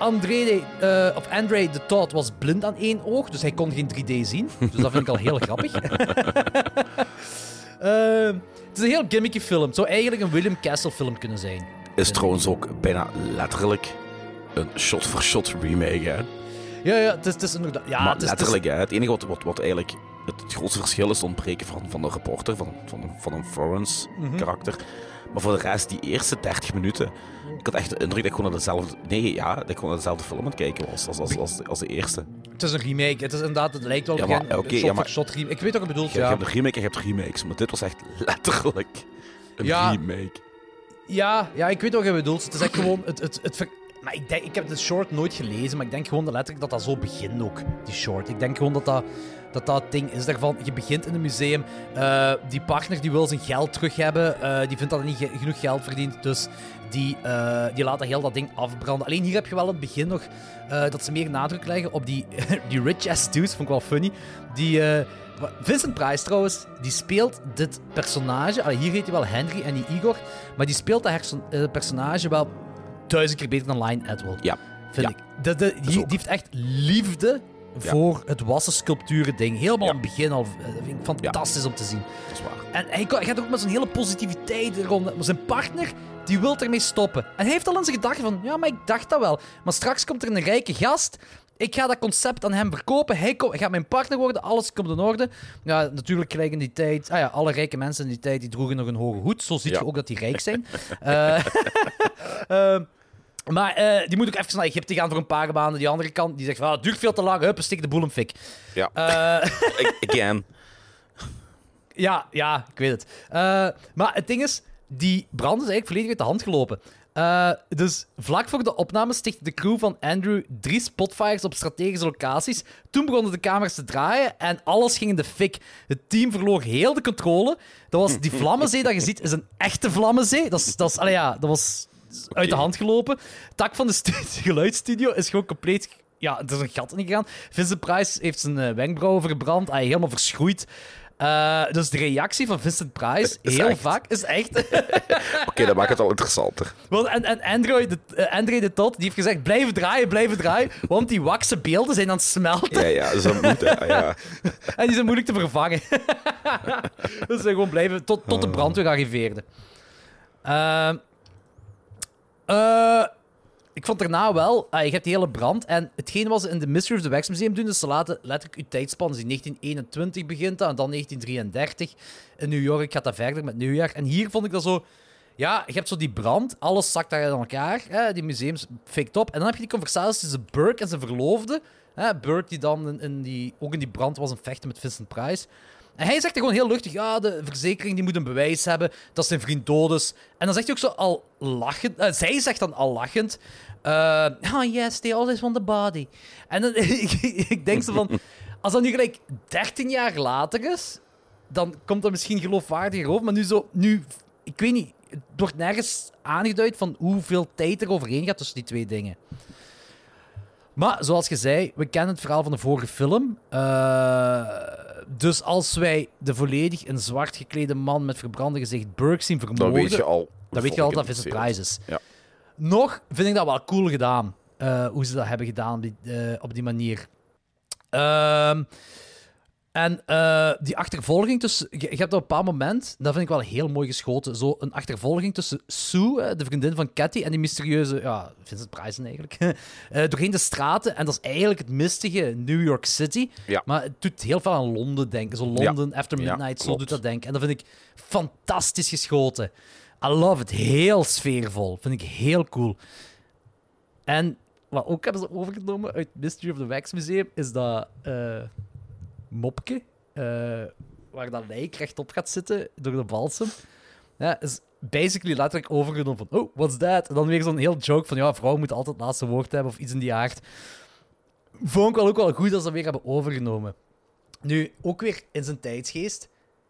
Andre de Todd was blind aan één oog, dus hij kon geen 3D zien. Dus dat vind ik al heel grappig. Het is een heel gimmicky film. Het zou eigenlijk een William Castle film kunnen zijn. Is trouwens ook bijna letterlijk een shot-for-shot remake, hè? Ja, het is inderdaad... Ja, maar letterlijk, hè. Het enige wat eigenlijk het grootste verschil is het ontbreken van de reporter, van een Florence karakter. Maar voor de rest, die eerste 30 minuten... Ik had echt de indruk dat ik gewoon naar dezelfde film aan het kijken was als de eerste. Het is een remake. Het is inderdaad, het lijkt wel een shot-for-shot remake. Ik weet wat je bedoelt, Je hebt een remake en je hebt remakes, maar dit was echt letterlijk een remake. Ja, ik weet wat je bedoelt. Het is echt gewoon... Maar ik heb de short nooit gelezen, maar ik denk gewoon letterlijk dat zo begint ook, die short. Ik denk gewoon dat het ding is daarvan. Je begint in een museum, die partner die wil zijn geld terug hebben, die vindt dat hij niet genoeg geld verdient, dus die laat heel dat ding afbranden. Alleen hier heb je wel in het begin nog dat ze meer nadruk leggen op die rich-ass dudes, vond ik wel funny. Vincent Price trouwens, die speelt dit personage, hier heet hij wel Henry en niet Igor, maar die speelt dat personage wel 1000 keer beter dan Lion Atwell. Ja. Vind ik. Die heeft echt liefde voor het wassen sculpturen ding. Helemaal aan het begin al. Dat vind ik fantastisch om te zien. Dat is waar. En hij gaat ook met zo'n hele positiviteit rond. Maar zijn partner, die wil ermee stoppen. En hij heeft al in zijn gedachten van, ja, maar ik dacht dat wel. Maar straks komt er een rijke gast. Ik ga dat concept aan hem verkopen. Hij gaat mijn partner worden. Alles komt in orde. Ja, natuurlijk gelijk in die tijd... alle rijke mensen in die tijd die droegen nog een hoge hoed. Zo zie je ook dat die rijk zijn. Maar die moet ook even naar Egypte gaan voor een paar maanden. Die andere kant, die zegt van, het duurt veel te lang. Hup, stik de boel in fik. Ja. Again. Ja, ik weet het. Maar het ding is, die brand is eigenlijk volledig uit de hand gelopen. Dus vlak voor de opnames stichtte de crew van Andrew 3 spotfires op strategische locaties. Toen begonnen de camera's te draaien en alles ging in de fik. Het team verloor heel de controle. Die vlammenzee dat je ziet, is een echte vlammenzee. Dat was uit de hand gelopen. Het dak van de geluidsstudio is gewoon compleet... Ja, er is een gat in gegaan. Vincent Price heeft zijn wenkbrauwen verbrand. Helemaal verschroeid. Dus de reactie van Vincent Price vaak is echt... Oké, dat maakt het al interessanter. En Andre de Todd die heeft gezegd, blijven draaien, want die waksen beelden zijn aan het smelten. Ja, dus dat moet, ja. En die zijn moeilijk te vervangen. Dus ze gewoon blijven tot de brandweer arriveerde. Ik vond daarna wel... je hebt die hele brand. En hetgeen wat ze in de Mystery of the Wax Museum doen, is ze laten letterlijk je tijdspan. Dus in 1921 begint dat, en dan 1933. In New York gaat dat verder met nieuwjaar. En hier vond ik dat zo... Ja, je hebt zo die brand. Alles zakt daar in elkaar. Die museums fikt op. En dan heb je die conversatie tussen Burke en zijn verloofde. Burke die dan ook in die brand was aan het vechten met Vincent Price. En hij zegt er gewoon heel luchtig, de verzekering die moet een bewijs hebben dat zijn vriend dood is. En dan zegt hij ook zo al lachend, zij zegt dan al lachend, yes, they always want the body. En dan, ik denk zo van, als dat nu gelijk 13 jaar later is, dan komt dat misschien geloofwaardiger over. Maar nu, ik weet niet, het wordt nergens aangeduid van hoeveel tijd er overheen gaat tussen die twee dingen. Maar, zoals je zei, we kennen het verhaal van de vorige film. Dus als wij de volledig in zwart geklede man met verbrande gezicht Burke zien vermoorden... Dan weet je al dat Vincent Price is. Ja. Nog vind ik dat wel cool gedaan. Hoe ze dat hebben gedaan op die manier. En die achtervolging tussen... Je hebt op een bepaald moment, dat vind ik wel heel mooi geschoten, zo een achtervolging tussen Sue, de vriendin van Cathy, en die mysterieuze... Vincent Price eigenlijk. Doorheen de straten. En dat is eigenlijk het mistige New York City. Ja. Maar het doet heel veel aan Londen denken. Zo Londen, After Midnight, zo doet dat denken. En dat vind ik fantastisch geschoten. I love it. Heel sfeervol. Vind ik heel cool. En wat ook hebben ze overgenomen uit Mystery of the Wax Museum, is dat mopke, waar dat lijk rechtop gaat zitten door de balsem. Ja, is basically letterlijk overgenomen van, oh, what's that? En dan weer zo'n heel joke van, ja, vrouwen moeten altijd het laatste woord hebben, of iets in die aard. Vond ik wel ook wel goed dat ze dat weer hebben overgenomen. Nu, ook weer in zijn tijdsgeest.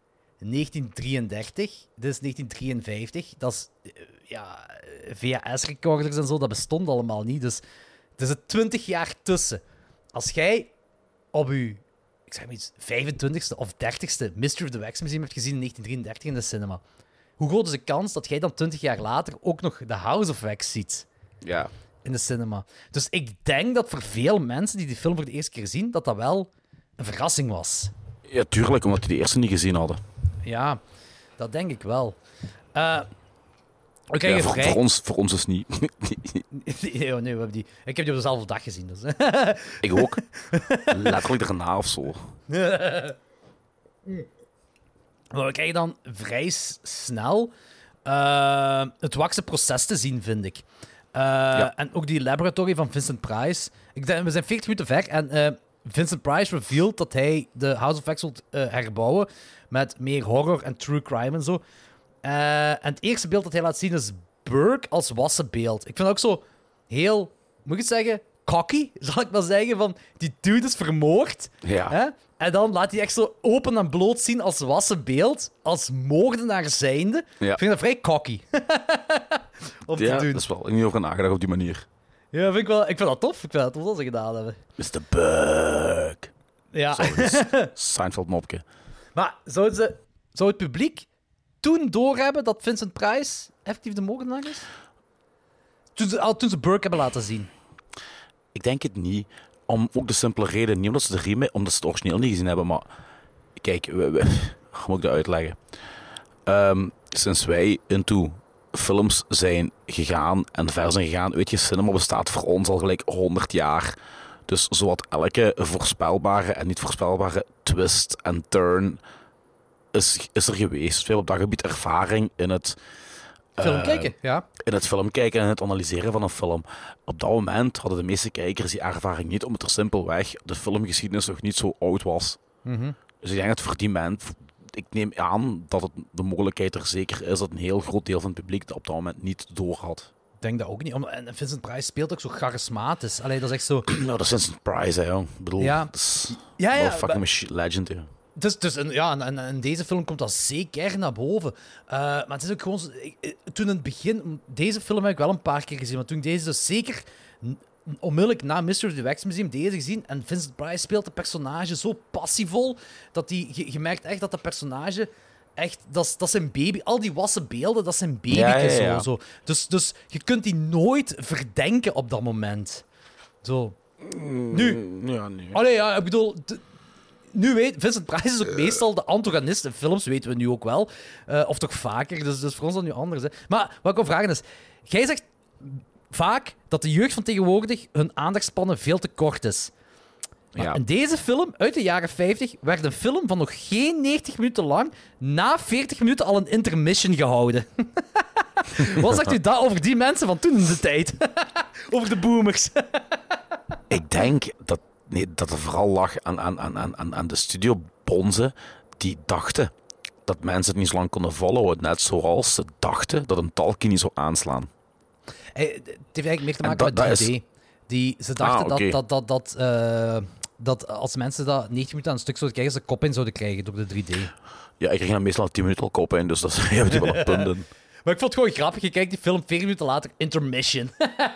1933, dit is 1953. Dat is, VHS-recorders en zo, dat bestond allemaal niet. Dus er zit 20 jaar tussen. Als jij op je, ik zeg maar iets, 25ste of 30ste Mystery of the Wax Museum hebt gezien in 1933 in de cinema, hoe groot is de kans dat jij dan 20 jaar later ook nog The House of Wax ziet? Ja. In de cinema. Dus ik denk dat voor veel mensen die film voor de eerste keer zien, dat een verrassing was. Ja, tuurlijk, omdat die de eerste niet gezien hadden. Ja, dat denk ik wel. Voor ons is niet. Nee, we hebben die. Ik heb die op dezelfde dag gezien. Dus. Ik ook. Letterlijk daarna of zo. Maar we krijgen dan vrij snel het waxenproces te zien, vind ik. En ook die laboratory van Vincent Price. We zijn 40 minuten ver en Vincent Price revealed dat hij de House of Wax wil herbouwen met meer horror en true crime en zo. En het eerste beeld dat hij laat zien is Burke als wassenbeeld. Ik vind het ook zo heel, moet ik het zeggen, cocky, zal ik maar zeggen, van die dude is vermoord. Ja. Hè? En dan laat hij echt zo open en bloot zien als wassenbeeld, als moordenaar zijnde. Ja. Ik vind dat vrij cocky. Om te doen. Dat is wel niet over nagedacht op die manier. Ja, ik vind dat tof. Ik vind dat tof dat ze gedaan hebben. Mr. Burke. Ja. Seinfeld-mopje. Maar zou het publiek toen doorhebben dat Vincent Price effectief de moordenaar is? Toen ze Burke hebben laten zien. Ik denk het niet. Om ook de simpele reden, niet omdat ze de remake, omdat ze het origineel niet gezien hebben, maar kijk, hoe moet ik dat uitleggen? Sinds wij into films zijn gegaan en ver zijn gegaan, weet je, cinema bestaat voor ons al gelijk 100 jaar. Dus zowat elke voorspelbare en niet voorspelbare twist en turn is er geweest. We hebben op dat gebied ervaring in het Film kijken, ja. In het film kijken en het analyseren van een film. Op dat moment hadden de meeste kijkers die ervaring niet, omdat er simpelweg de filmgeschiedenis nog niet zo oud was. Mm-hmm. Dus ik denk dat voor die mensen, ik neem aan dat het de mogelijkheid er zeker is dat een heel groot deel van het publiek dat op dat moment niet door had. Ik denk dat ook niet. En Vincent Price speelt ook zo charismatisch. Allee, dat is echt zo... Nou, dat is Vincent Price, hè, jong. Ik bedoel, dat is fucking legend, hè. En deze film komt dat zeker naar boven. Maar het is ook gewoon... Toen in het begin... Deze film heb ik wel een paar keer gezien, maar toen ik deze dus zeker onmiddellijk na Mystery of the Wax Museum deze gezien, en Vincent Price speelt de personage zo passievol, dat je merkt echt dat personage... Echt, dat is zijn baby. Al die wassen beelden, dat zijn baby's. Ja. Zo. Dus je kunt die nooit verdenken op dat moment. Zo. Nu. Ja, nee. Allee, ja, ik bedoel... Nu weet Vincent Price is ook meestal de antagonist in films, weten we nu ook wel. Of toch vaker, dus voor ons is dat nu anders. Hè. Maar wat ik wil vragen is... Jij zegt vaak dat de jeugd van tegenwoordig hun aandachtspannen veel te kort is. Maar in deze film, uit de jaren 50, werd een film van nog geen 90 minuten lang na 40 minuten al een intermission gehouden. Wat zegt u dat over die mensen van toen in de tijd? Over de boomers. Ik denk dat er vooral lag aan de studiobonzen die dachten dat mensen het niet zo lang konden volhouden. Net zoals ze dachten dat een talkie niet zou aanslaan. Het heeft eigenlijk meer te maken met 3D. Ze dachten dat als mensen dat 90 minuten aan een stuk zouden krijgen, ze kop in zouden krijgen door de 3D. Ja, ik kreeg dan meestal 10 minuten al kop in, dus dat hebben die wel op punten. Maar ik vond het gewoon grappig. Je kijkt die film 4 minuten later, intermission.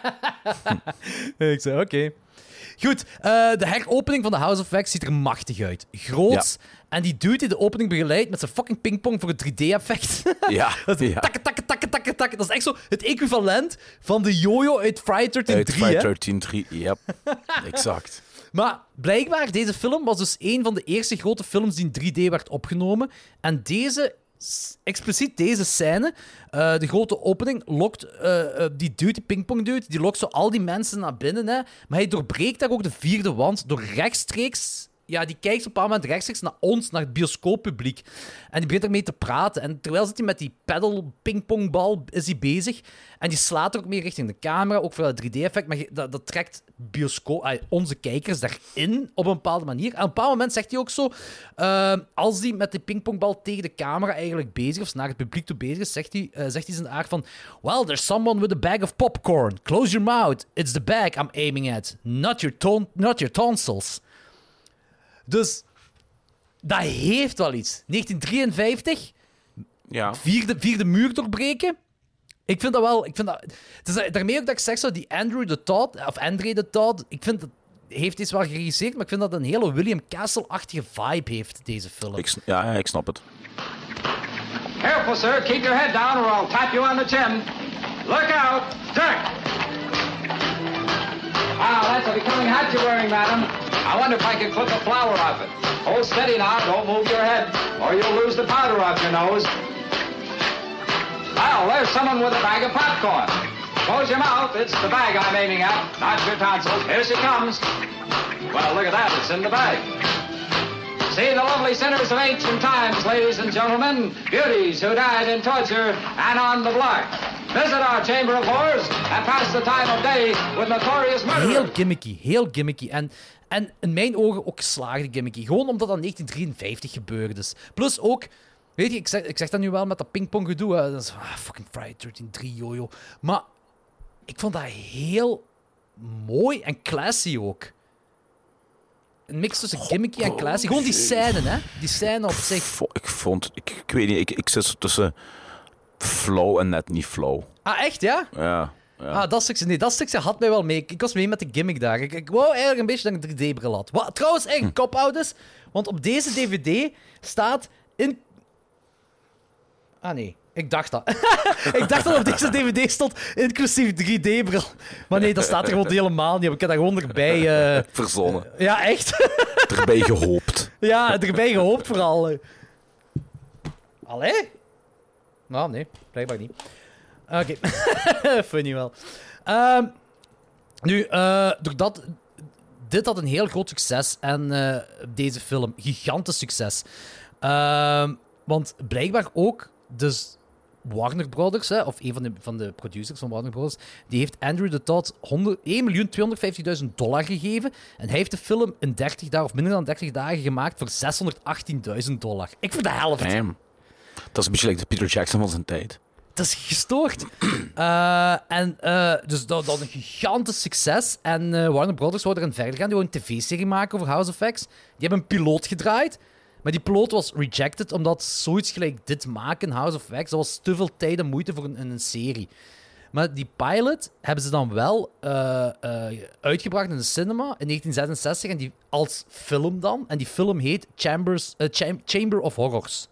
Ik zei, oké. Goed, de heropening van de House of Wax ziet er machtig uit. Groot. Ja. En die dude die de opening begeleidt met zijn fucking pingpong voor het 3D-effect. Ja. Takken, takken, takken, takken, takken. Dat is echt zo het equivalent van de jojo uit Friday 13 3. Uit Friday 13 3, yep. Exact. Maar blijkbaar, deze film was dus een van de eerste grote films die in 3D werd opgenomen. En expliciet deze scène, de grote opening, lokt die dude, die pingpongdude, die lokt zo al die mensen naar binnen. Hè. Maar hij doorbreekt daar ook de vierde wand door rechtstreeks... Ja, die kijkt op een bepaald moment rechtstreeks naar ons, naar het bioscooppubliek. En die begint ermee te praten. En terwijl zit hij met die paddle-pingpongbal is hij bezig. En die slaat er ook mee richting de camera, ook voor dat 3D-effect. Maar dat trekt onze kijkers daarin op een bepaalde manier. En op een bepaald moment zegt hij ook zo... als hij met die pingpongbal tegen de camera eigenlijk bezig is, of naar het publiek toe bezig is, zegt hij zijn aard van... Well, there's someone with a bag of popcorn. Close your mouth. It's the bag I'm aiming at. Not your tonsils. Dus dat heeft wel iets. 1953, vierde muur doorbreken. Ik vind dat wel... Het is daarmee ook dat ik zeg zo, die André de Todd, ik vind dat heeft iets wel geregisseerd, maar ik vind dat een hele William Castle-achtige vibe heeft, deze film. Ik snap het. Careful, sir. Keep your head down or I'll tap you on the chin. Look out. Duck! Wow, that's a becoming hat you're wearing, madam. I wonder if I can clip a flower off it. Hold steady now, don't move your head, or you'll lose the powder off your nose. Well, there's someone with a bag of popcorn. Close your mouth, it's the bag I'm aiming at, not your tonsils. Here she comes. Well, look at that, it's in the bag. See the lovely sinners of ancient times, ladies and gentlemen, beauties who died in torture and on the block. Visit our Chamber of Horrors and pass the time of day with notorious murderers. Heel gimmicky. En in mijn ogen ook geslaagde gimmicky. Gewoon omdat dat in 1953 gebeurd is. Plus ook, weet je, ik zeg dat nu wel met dat pingponggedoe. Dat is fucking Friday 13-3, jojo. Maar ik vond dat heel mooi en classy ook. Een mix tussen gimmicky en classy. Gewoon die scène, hè. Die scène op zich. Ik weet niet, ik zit zo tussen flow en net niet flow. Ah, echt, ja? Ja. Dat stukje had mij wel mee. Ik was mee met de gimmick daar. Ik wou eigenlijk een beetje dat ik een 3D-bril had. Wat trouwens echt een cop-out is, want op deze DVD staat in... Ah nee, ik dacht dat. Ik dacht dat op deze DVD stond inclusief 3D-bril. Maar nee, dat staat er gewoon helemaal niet. Ik heb dat gewoon erbij... Verzonnen. Ja, echt. Erbij gehoopt. Ja, erbij gehoopt vooral. Allee? Nou, nee, blijkbaar niet. Oké. Funny wel. Doordat... Dit had een heel groot succes. En deze film, gigantisch succes. Want blijkbaar ook... Dus Warner Brothers, of een van de producers van Warner Brothers, die heeft Andrew de Todd $1.250.000 gegeven. En hij heeft de film in 30 dagen, of minder dan 30 dagen, gemaakt voor $618.000. Ik voor de helft. Damn. Dat is een beetje like de Peter Jackson van zijn tijd. Dat is gestoord. Dus dat een gigantisch succes. En Warner Brothers wou erin verder gaan. Die wou een tv-serie maken over House of X. Die hebben een piloot gedraaid. Maar die piloot was rejected, omdat zoiets gelijk dit maken, House of X, dat was te veel tijd en moeite voor een serie. Maar die pilot hebben ze dan wel uitgebracht in de cinema in 1966, en die als film dan. En die film heet Chamber of Horrors.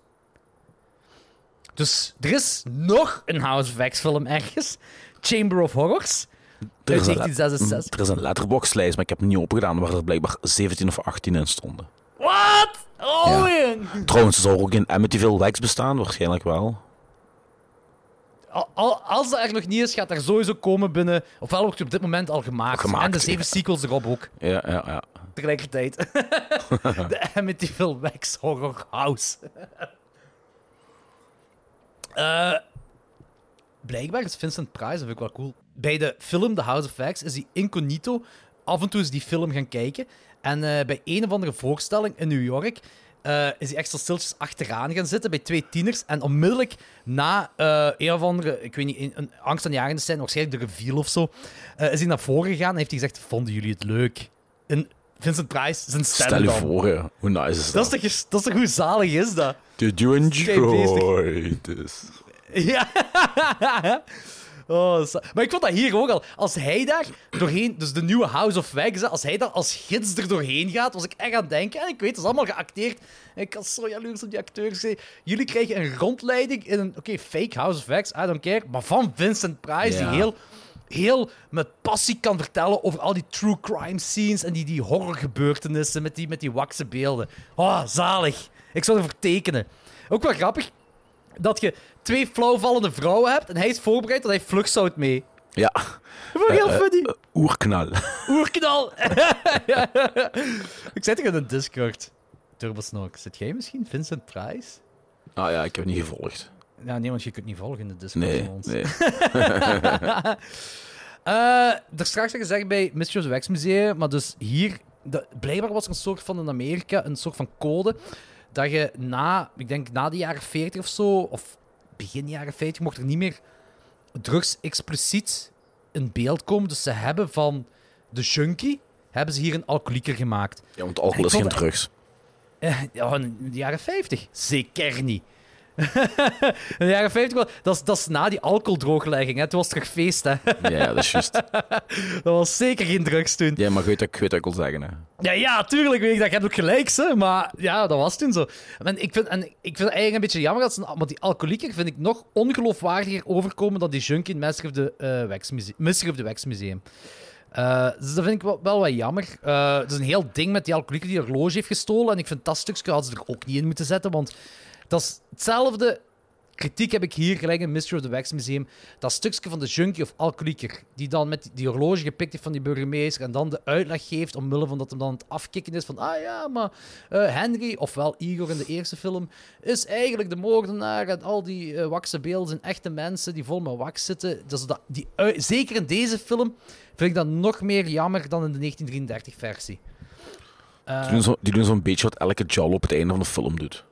Dus er is nog een House of X film ergens. Chamber of Horrors. Uit 1966. Er is een letterboxlijst, maar ik heb het niet opengedaan, waar er blijkbaar 17 of 18 in stonden. Wat? Oh, ja. Trouwens, zou er ook in Amityville Wax bestaan? Waarschijnlijk wel. Als dat er nog niet is, gaat er sowieso komen binnen... Ofwel wordt het op dit moment al gemaakt. En de 7 sequels erop ook. Ja. Tegelijkertijd. De Amityville Wax Horror House. Blijkbaar is Vincent Price, dat vind ik wel cool. Bij de film The House of X is hij incognito. Af en toe is die film gaan kijken. En bij een of andere voorstelling in New York is hij extra stiltjes achteraan gaan zitten bij 2 tieners. En onmiddellijk na een of andere, ik weet niet, een angst aan de jagende scène, waarschijnlijk de reveal of zo, is hij naar voren gegaan en heeft hij gezegd: vonden jullie het leuk? En Vincent Price zijn stem. Stel je voor, ja. Hoe nice is dat? Dat is toch hoe zalig is dat? Did you enjoy this? Ja. Oh, maar ik vond dat hier ook al. Als hij daar doorheen, dus de nieuwe House of Wax, als hij daar als gids er doorheen gaat, was ik echt aan het denken. En ik weet, het is allemaal geacteerd. Ik was zo jaloers op die acteurs. Jullie krijgen een rondleiding in een fake House of Wax, I don't care. Maar van Vincent Price, die heel met passie kan vertellen over al die true crime scenes en die horrorgebeurtenissen met die wakse beelden. Oh, zalig. Ik zou ervoor tekenen. Ook wel grappig dat je 2 flauwvallende vrouwen hebt en hij is voorbereid dat hij vlugzout mee. Ja. Dat vond ik heel funny. Oerknal. Oerknal. Ja. Ik zit er in een Discord. Turbosnog, zit jij misschien Vincent Price? Ah ja, ik heb het niet gevolgd. Ja, nee, want je kunt niet volgen in de Discord van ons. Nee. Er straks gezegd bij Mystery of the Wax Museum, maar dus hier... blijkbaar was er een soort van in Amerika, een soort van code, dat je ik denk na de jaren 40 of zo, of begin jaren 50, mocht er niet meer drugs expliciet in beeld komen. Dus ze hebben van de junkie, hebben ze hier een alcoholieker gemaakt. Ja, want alcohol is geen drugs. Ja, in de jaren 50. Zeker niet. In de jaren 50 wel. Dat is na die alcoholdrooglegging. Hè. Toen was het terug feest. Hè. Ja, dat is juist. Dat was zeker geen drugs toen. Ja, maar ik weet wat ik wil zeggen. Hè. Ja, tuurlijk weet ik dat. Je hebt ook gelijk, hè. Maar ja, dat was toen zo. Ik vind het eigenlijk een beetje jammer dat want die alcoholieker vind ik nog ongeloofwaardiger overkomen dan die junkie in Mystery of the Wax Museum. Dus dat vind ik wel wat jammer. Het is een heel ding met die alcoholieker die een horloge heeft gestolen. En ik vind dat stukje hadden ze er ook niet in moeten zetten. Want dat is hetzelfde kritiek heb ik hier gelijk in Mystery of the Wax Museum. Dat stukje van de junkie of alcoholieker die dan met die horloge gepikt heeft van die burgemeester en dan de uitleg geeft omwille van dat hem dan het afkicken is van maar Henry, ofwel Igor in de eerste film, is eigenlijk de moordenaar en al die wakse beelden zijn echte mensen die vol met wax zitten. Dus zeker in deze film vind ik dat nog meer jammer dan in de 1933-versie. Die doen zo'n beetje wat elke Jal op het einde van de film doet.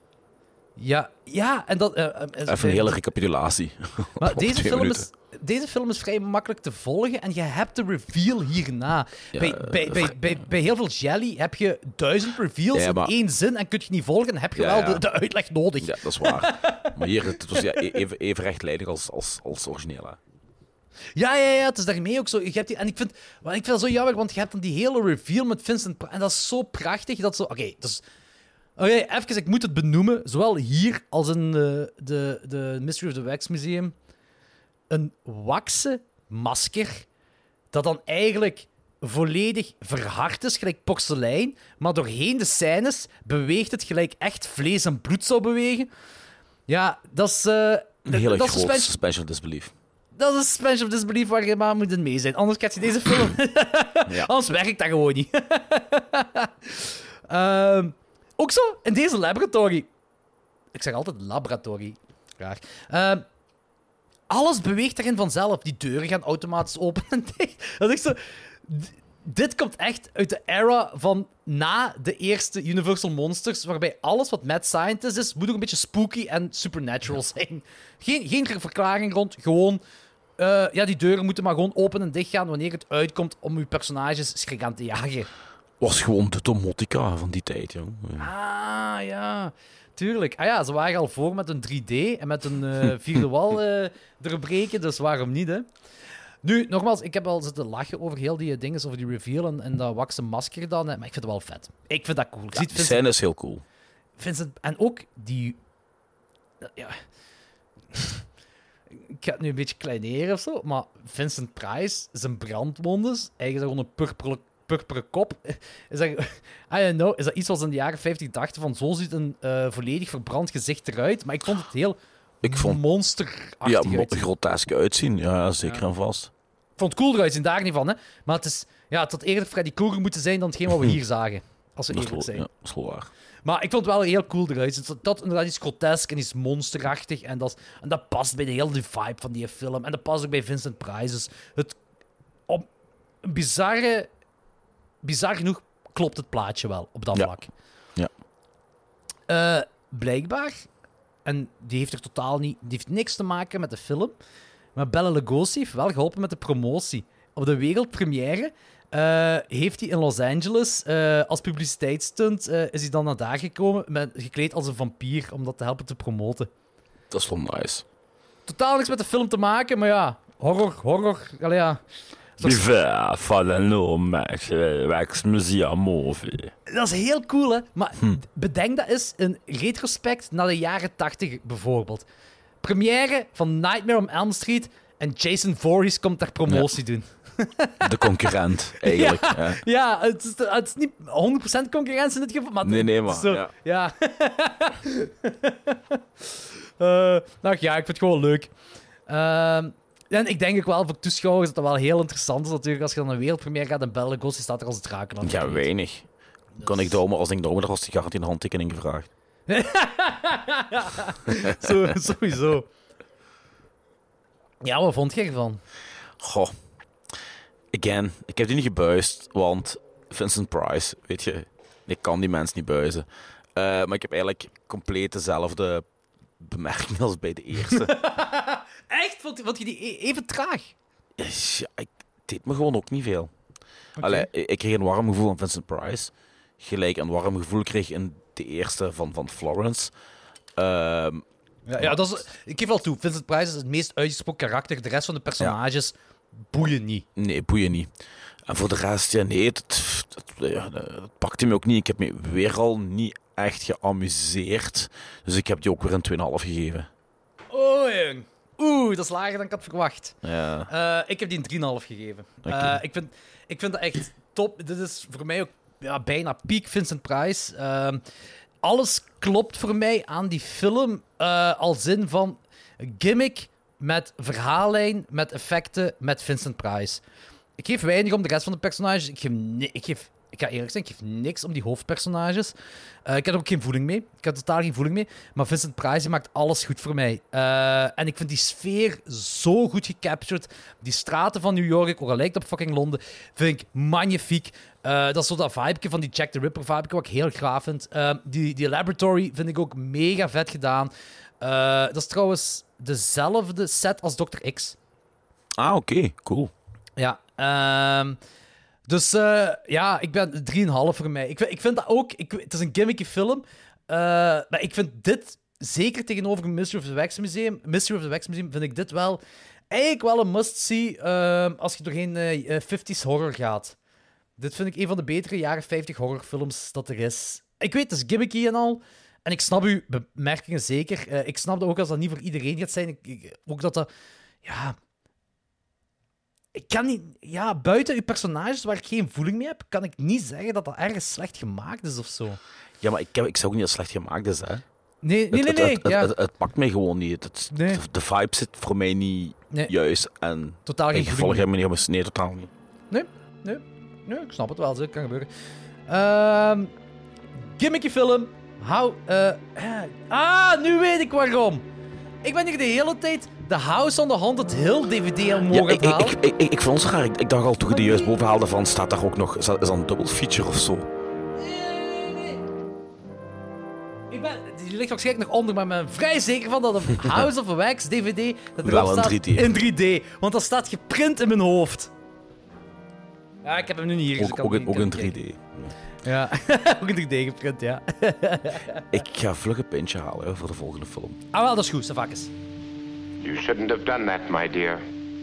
Ja, en dat... Even een hele recapitulatie. Maar deze film is vrij makkelijk te volgen en je hebt de reveal hierna. Ja, bij heel veel Jelly heb je 1000 reveals in 1 zin en kun je niet volgen en heb je wel de uitleg nodig. Ja, dat is waar. Maar hier het was even rechtlijnig als origineel. Hè. Ja, het is daarmee ook zo. Je hebt en ik vind dat zo jammer, want je hebt dan die hele reveal met Vincent en dat is zo prachtig. Dat zo... Oké, even, ik moet het benoemen. Zowel hier als in de Mystery of the Wax Museum. Een wakse masker dat dan eigenlijk volledig verhard is, gelijk porselein, maar doorheen de scènes beweegt het gelijk echt vlees en bloed zou bewegen. Ja, dat is... een hele grote suspension of disbelief. Dat is een suspension of disbelief waar je maar moet in mee zijn. Anders krijg je deze film. Ja. Anders werkt dat gewoon niet. Ook zo, in deze laboratory. Ik zeg altijd laboratory. Raar. Alles beweegt erin vanzelf. Die deuren gaan automatisch open en dicht. Dat is echt zo... Dit komt echt uit de era van na de eerste Universal Monsters, waarbij alles wat mad scientist is, moet ook een beetje spooky en supernatural zijn. Geen verklaring rond, gewoon... die deuren moeten maar gewoon open en dicht gaan wanneer het uitkomt om uw personages schrik aan te jagen. Was gewoon de domotica van die tijd, joh. Ja. Ja, tuurlijk. Ze waren al voor met een 3D en met een vierde wal doorbreken, dus waarom niet, hè? Nu, nogmaals, ik heb al zitten lachen over heel die dingen, over die reveal en dat wakse masker dan, maar ik vind het wel vet. Ik vind dat cool. Ja, die scène is heel cool. Vincent, en ook die... Ja... Ik ga het nu een beetje kleineren of zo, maar Vincent Price, zijn brandwondes, eigenlijk gewoon een purperen kop. Is dat, I don't know, is dat iets wat ze in de jaren 50 dachten van zo ziet een volledig verbrand gezicht eruit? Maar ik vond het heel monsterachtig uitzien. Grotesk uitzien, ja, zeker en vast. Ik vond het cool eruit zien, daar niet van, hè. Maar het had eerder Freddy Krueger moeten zijn dan hetgeen wat we hier zagen. Als we eerlijk zijn. Ja, dat is wel waar. Maar ik vond het wel heel cool eruit. Dat inderdaad is grotesk en is monsterachtig. En dat past bij de hele vibe van die film. En dat past ook bij Vincent Price. Dus op een bizar genoeg klopt het plaatje wel op dat vlak. Ja. Blijkbaar, en die heeft er totaal niet... Die heeft niks te maken met de film. Maar Bela Lugosi heeft wel geholpen met de promotie. Op de wereldpremière... heeft hij in Los Angeles als publiciteitsstunt is hij dan naar daar gekomen gekleed als een vampier om dat te helpen te promoten. Dat is wel nice. Totaal niks met de film te maken, maar ja, horror, allee, ja. Bizar van een Wax Museum movie. Dat is heel cool, hè? Maar bedenk dat eens in retrospect naar de jaren 80 bijvoorbeeld. Première van Nightmare on Elm Street En Jason Voorhees komt daar promotie doen. De concurrent, eigenlijk. Ja, het is niet 100% concurrentie in dit geval. Maar nee, maar... Zo, ja. Nou ja, ik vind het gewoon leuk. En ik denk ook wel voor toeschouwers dat het wel heel interessant is natuurlijk als je dan een wereldpremière gaat in Bela Lugosi staat er als Dracula. Ja, weinig. Dus... Kon ik als ik daar was die garantie een handtekening gevraagd. Sowieso. Ja, wat vond je ervan? Goh. Again, ik heb die niet gebuist, want Vincent Price, weet je, ik kan die mensen niet buizen. Maar ik heb eigenlijk compleet dezelfde bemerking als bij de eerste. Echt? Vond je die even traag? Ja, het deed me gewoon ook niet veel. Okay. Allee, ik kreeg een warm gevoel van Vincent Price. Gelijk een warm gevoel kreeg in de eerste van Florence. Ja, dat is, ik geef wel toe, Vincent Price is het meest uitgesproken karakter. De rest van de personages boeien niet. Nee, boeien niet. En voor de rest, ja, nee, dat pakte me ook niet. Ik heb me weer al niet echt geamuseerd. Dus ik heb die ook weer een 2,5 gegeven. Oh, jong. Oeh, dat is lager dan ik had verwacht. Ja. Ik heb die een 3,5 gegeven. Okay. Ik vind dat echt top. Dit is voor mij ook bijna peak Vincent Price. Alles klopt voor mij aan die film. Als zin van gimmick met verhaallijn, met effecten, met Vincent Price. Ik geef weinig om de rest van de personages. Ik ga eerlijk zijn, ik geef niks om die hoofdpersonages. Ik heb er ook geen voeling mee. Ik heb totaal geen voeling mee. Maar Vincent Price maakt alles goed voor mij. En ik vind die sfeer zo goed gecaptured. Die straten van New York, ook al lijkt op fucking Londen, vind ik magnifiek. Dat is zo dat vibe van die Jack the Ripper vibe, wat ik heel graag vind. Die laboratory vind ik ook mega vet gedaan. Dat is trouwens dezelfde set als Dr. X. Ah, oké. Cool. Ja, dus ik ben 3,5 voor mij. Ik vind dat ook... het is een gimmicky film. Maar ik vind dit, zeker tegenover Mystery of the Wax Museum, vind ik dit wel eigenlijk wel een must-see als je doorheen 50s horror gaat. Dit vind ik een van de betere jaren 50 horrorfilms dat er is. Ik weet, het is gimmicky en al. En ik snap uw bemerkingen zeker. Ik snap dat ook als dat niet voor iedereen gaat zijn. Ook dat... Ja... Ik kan niet... Ja, buiten uw personages waar ik geen voeling mee heb, kan ik niet zeggen dat dat ergens slecht gemaakt is of zo. Ja, maar ik zou ook niet dat slecht gemaakt is, hè. Nee. Het pakt mij gewoon niet. De vibe zit voor mij niet juist. En totaal geen gevolg hebben me niet... Nee, totaal niet. Nee, ik snap het wel. Dat kan gebeuren. Gimmicky film. Nu weet ik waarom. Ik ben hier de hele tijd The House on the Haunted Hill DVD al mogen halen. Ik vond het raar. Ik dacht al, toen je die juist boven haalde van, staat daar ook nog... Is dat een double feature of zo? Nee. Die ligt waarschijnlijk nog onder, maar ik ben vrij zeker van dat een House of Wax DVD... Dat wel staat in 3D. In 3D. Want dat staat geprint in mijn hoofd. Ja, ik heb hem nu niet hier. Ook in 3D. Ja, ook in 3D geprint, ja. Ik ga vlug een pintje halen voor de volgende film. Ah, wel, dat is goed, Savakis. You shouldn't have done that, my dear.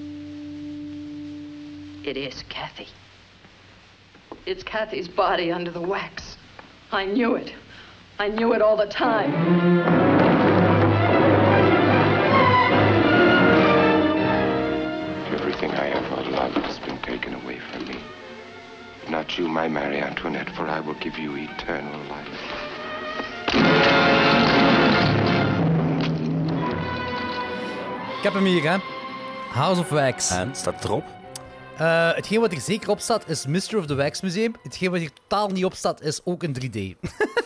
It is Kathy. It's Kathy's body under the wax. I knew it. I knew it all the time. Everything I ever loved has been taken away from me. Not you, my Marie Antoinette, for I will give you eternal life. Ik heb hem hier, hè. House of Wax. En, staat het erop? Hetgeen wat er zeker op staat is Mystery of the Wax Museum. Hetgeen wat hier totaal niet op staat is ook in 3D.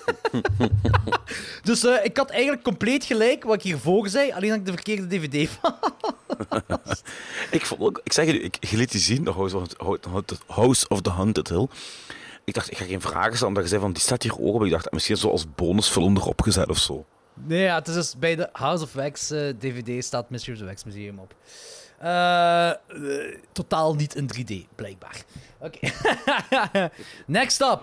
Dus ik had eigenlijk compleet gelijk wat ik hiervoor zei, alleen dat ik de verkeerde DVD van. Ik zeg je, je liet die zien, de House of the Haunted Hill. Ik dacht, ik ga geen vragen stellen, omdat je zei van, die staat hier ook op. Ik dacht, misschien zo als bonusfilm erop gezet of zo. Nee, ja, het is dus bij de House of Wax DVD staat Mystery of the Wax Museum op. Totaal niet in 3D, blijkbaar. Oké. Next up.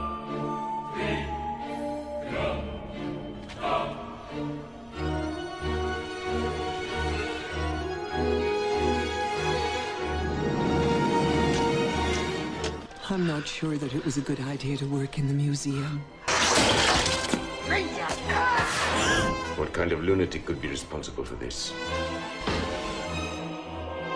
I'm not sure that it was a good idea to work in the museum. What kind of lunatic could be responsible for this?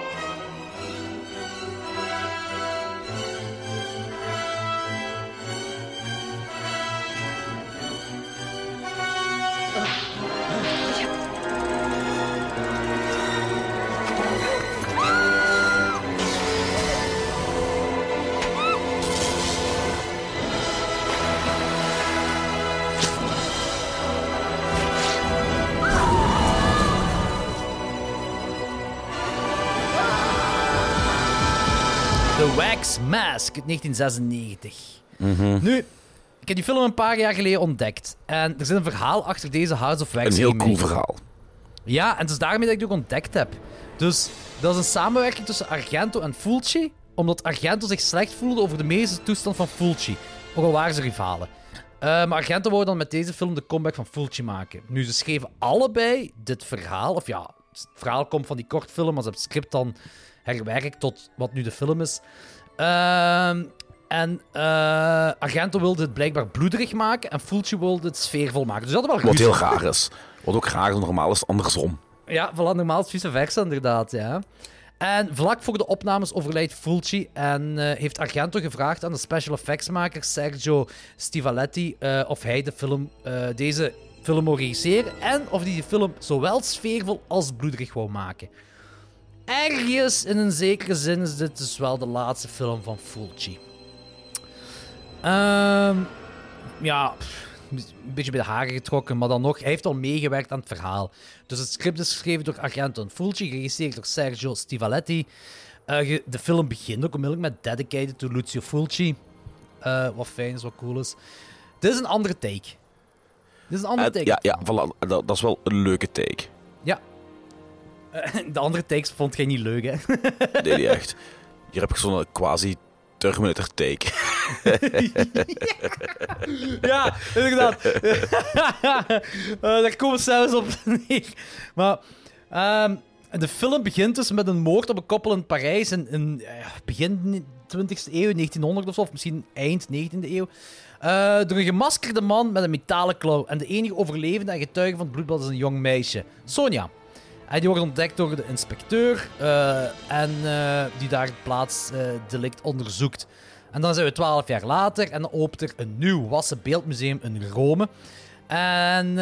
The Wax Mask uit 1996. Nu, ik heb die film een paar jaar geleden ontdekt. En er zit een verhaal achter deze House of Wax. Een heel cool verhaal. Ja, en het is daarmee dat ik het ook ontdekt heb. Dus dat is een samenwerking tussen Argento en Fulci, omdat Argento zich slecht voelde over de medische toestand van Fulci. Ook al waren ze rivalen. Maar Argento wou dan met deze film de comeback van Fulci maken. Nu, ze schreven allebei dit verhaal. Of ja, het verhaal komt van die kortfilm, maar ze hebben het script dan herwerkt tot wat nu de film is. Argento wilde het blijkbaar bloederig maken en Fulci wilde het sfeervol maken. Dus dat hadden wel Wat heel raar is. Wat ook raar is, normaal is andersom. Ja, voilà, normaal is vice versa inderdaad, ja. En vlak voor de opnames overlijdt Fulci en heeft Argento gevraagd aan de special effectsmaker Sergio Stivaletti of hij deze film wou regisseren en of hij de film zowel sfeervol als bloederig wou maken. Ergens in een zekere zin is dit dus wel de laatste film van Fulci. Ja, een beetje bij de haren getrokken, maar dan nog, hij heeft al meegewerkt aan het verhaal. Dus het script is geschreven door Argento en Fulci, geregisseerd door Sergio Stivaletti. De film begint ook onmiddellijk met Dedicated to Lucio Fulci. Wat fijn is, wat cool is. Dit is een andere take. Ja, voilà, dat is wel een leuke take. Ja. De andere takes vond jij niet leuk, hè? Nee, niet echt. Hier heb ik zo'n quasi-Terminator take. Ja, inderdaad. Daar komen we zelfs op neer. Maar de film begint dus met een moord op een koppel in Parijs in begin 20e eeuw, 1900 of misschien eind 19e eeuw. Door een gemaskerde man met een metalen klauw. En de enige overlevende en getuige van het bloedbad is een jong meisje, Sonja. En die wordt ontdekt door de inspecteur die daar het plaatsdelict onderzoekt. En dan zijn we 12 jaar later en dan opent er een nieuw wassen beeldmuseum in Rome. En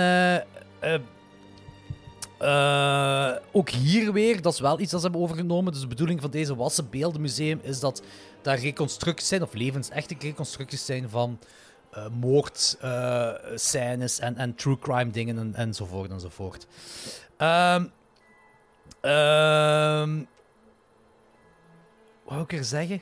ook hier weer, dat is wel iets dat ze hebben overgenomen. Dus de bedoeling van deze wassen beeldenmuseum is dat daar reconstructies zijn, of levensechte reconstructies zijn van moordscènes en true crime dingen enzovoort enzovoort. Wat wil ik er zeggen?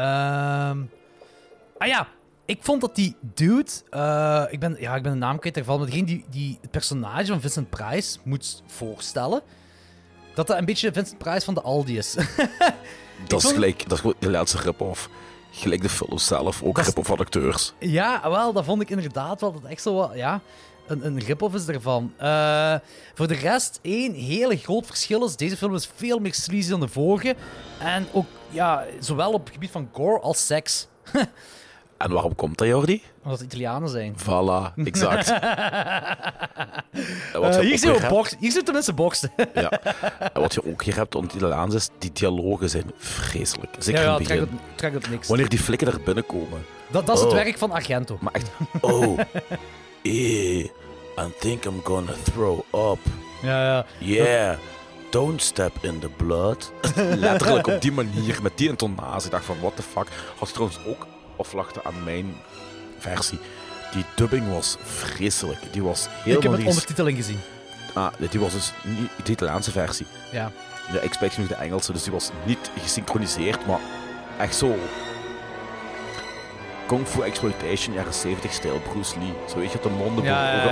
Ik vond dat die dude... ik ben de naam kwijt daarvan, maar degene die het personage van Vincent Price moet voorstellen, dat een beetje Vincent Price van de Aldi is. Dat is gewoon de laatste rip-off. Gelijk de film zelf, ook rip-off van acteurs. Ja, wel, dat vond ik inderdaad wel. Dat echt zo wat... Ja, een rip-off is ervan. Voor de rest, één heel groot verschil is... Deze film is veel meer sleazy dan de vorige. En ook, ja, zowel op het gebied van gore als seks. En waarom komt dat, Jordi? Omdat het Italianen zijn. Voilà, exact. Hier zit tenminste boksen. Ja. En wat je ook hier hebt om het Italiaans is, die dialogen zijn vreselijk. Zeker in het begin. Trek op niks. Wanneer die flikken er binnenkomen. Dat is het werk van Argento. Maar echt, I think I'm gonna throw up. Ja. Yeah, don't step in the blood. Letterlijk op die manier, met die intonatie. Ik dacht van, what the fuck. Had je trouwens ook aflachten aan mijn versie. Die dubbing was vreselijk. Die was helemaal... Ik heb het ondertiteling gezien. Die was dus niet de Italiaanse versie. Ja. Ja, ik spreek nu de Engelse, dus die was niet gesynchroniseerd, maar echt zo... Kung Fu Exploitation, jaren 70 stijl, Bruce Lee. Zo weet je, de monden...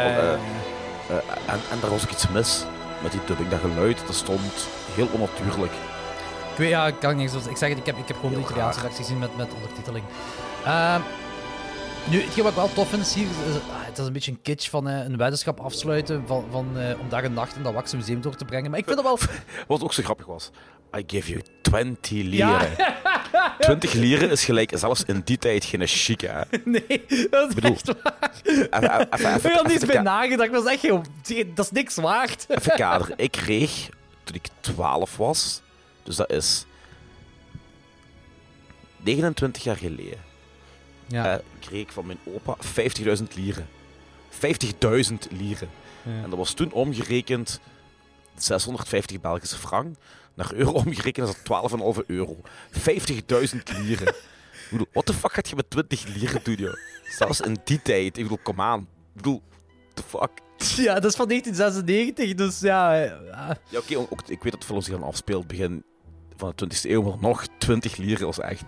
En daar was ook iets mis met die dubbing. Dat geluid, dat stond heel onnatuurlijk. Ik kan niks. Ik zeg het, ik heb gewoon de Italiaanse versie gezien met ondertiteling. Nu, hetgeen wat ik wel tof vind is hier, het is een beetje een kitsch van een weddenschap afsluiten om daar een nacht in dat Wakse museum door te brengen. Maar ik vind dat wel... Wat ook zo grappig was, I give you 20 lieren. Ja. 20 lieren is gelijk, zelfs in die tijd, geen chic, hè? Nee, dat is echt waar. Ik had niets bij nagedacht, dat is echt dat is niks waard. Even kader, ik kreeg, toen ik 12 was, dus dat is 29 jaar geleden, kreeg ik van mijn opa 50.000 lieren. 50.000 lieren. Ja. En dat was toen omgerekend 650 Belgische frank. Naar euro omgerekend is dat 12,5 euro. 50.000 lieren. Ik bedoel, what the fuck gaat je met 20 lieren doen, joh? Zelfs in die tijd. Ik bedoel, come on. Ik bedoel, the fuck. Ja, dat is van 1996, dus ja... Ja, oké, ik weet dat de film zich dan afspeelt begin van de 20e eeuw, maar nog 20 lieren was echt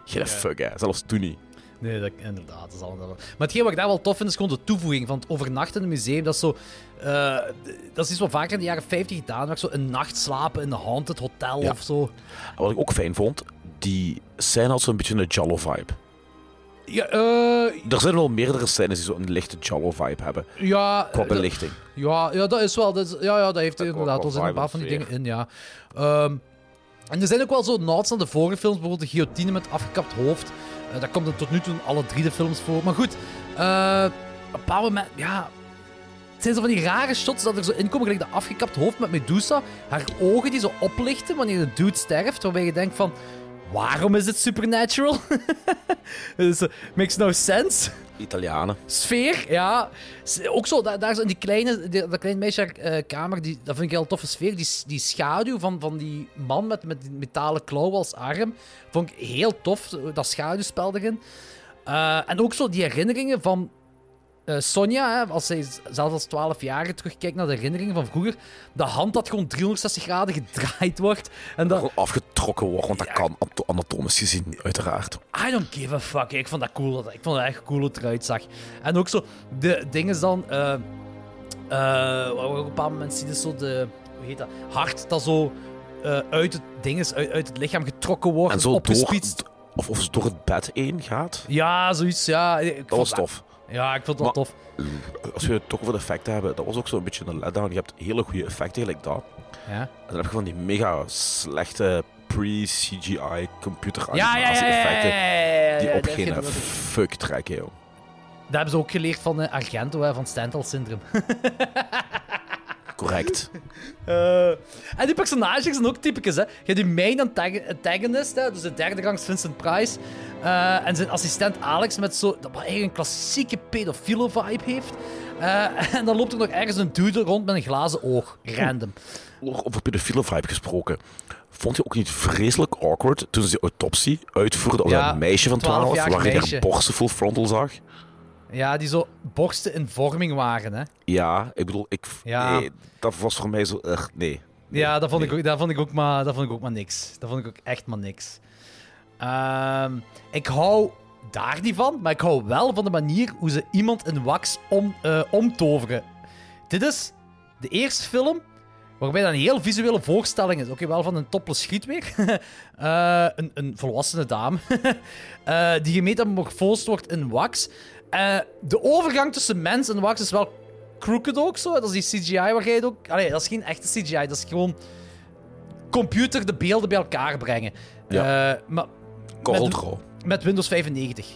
Geen fuck, hè. Zelfs toen niet. Nee, inderdaad. Dat is allemaal... Maar hetgeen wat ik daar wel tof vind, is gewoon de toevoeging van het overnachten in het museum. Dat is zo... dat is iets wat vaker in de jaren 50 gedaan werd. Zo een nacht slapen in een haunted hotel of zo. En wat ik ook fijn vond, die scène had zo'n beetje een Giallo-vibe. Ja, er zijn wel meerdere scènes die zo'n lichte Giallo-vibe hebben. Ja, qua belichting. Ja, dat is wel... Dat heeft inderdaad wel een paar van die dingen in, ja. En er zijn ook wel zo nods aan de vorige films, bijvoorbeeld de guillotine met afgekapt hoofd. Dat komt er tot nu toe in alle 3 de films voor. Maar goed, op een bepaald moment, ja... Het zijn zo van die rare shots dat er zo inkomen, gelijk dat afgekapt hoofd met Medusa. Haar ogen die zo oplichten wanneer de dude sterft, waarbij je denkt van... Waarom is dit supernatural? Dus, makes no sense. Italianen. Sfeer, ja. Ook zo, daar zo in dat kleine meisje haar kamer, dat vind ik een heel toffe sfeer. Die schaduw van die man met die metalen klauw als arm, vond ik heel tof. Dat schaduwspel erin. En ook zo die herinneringen van Sonja, als zij zelfs als 12-jarige terugkijkt naar de herinneringen van vroeger, de hand dat gewoon 360 graden gedraaid wordt. En dat gewoon afgetrokken wordt, want dat kan anatomisch gezien, uiteraard. I don't give a fuck. Ik vond dat cool. Ik vond het echt cool hoe het eruit zag. En ook zo, de dingen dan... op een bepaald moment zie je zo de... Hoe heet dat? Hart dat zo uit het dinges, uit het lichaam getrokken wordt. En zo opgespietst. Of ze door het bed heen gaat. Ja, zoiets, ja. Dat was tof. Ja, ik vond het wel tof. Als we het toch over de effecten hebben, dat was ook zo'n beetje een letdown. Je hebt hele goede effecten, gelijk dat. Ja. En dan heb je van die mega slechte pre-CGI computer-animatie-effecten die op geen fuck trekken, joh. Dat hebben ze ook geleerd van Argento, van Stendhal-syndroom. Correct. En die personages zijn ook typicus, hè. Je hebt die main antagonist, hè, dus de derde rangs Vincent Price. En zijn assistent Alex met zo... Dat wat eigenlijk een klassieke pedofiele-vibe heeft. En dan loopt er nog ergens een dude rond met een glazen oog. Random. Over pedofiele-vibe gesproken. Vond je ook niet vreselijk awkward toen ze die autopsie uitvoerden op dat meisje van 12, waar je haar borsten full frontal zag? Ja, die zo borsten in vorming waren, hè. Ja, ik bedoel, nee, dat was voor mij zo... nee. Ja, dat vond ik ook maar niks. Dat vond ik ook echt maar niks. Ik hou daar niet van, maar ik hou wel van de manier hoe ze iemand in wax omtoveren. Dit is de eerste film waarbij dat een heel visuele voorstelling is. Oké, wel van een topless schiet weer. Een volwassene dame. Die gemetamorfosed wordt in wax. De overgang tussen mens en wax is wel crooked ook zo. Dat is die CGI waar jij het ook... Allee, dat is geen echte CGI. Dat is gewoon computer de beelden bij elkaar brengen. Ja. Met Windows 95.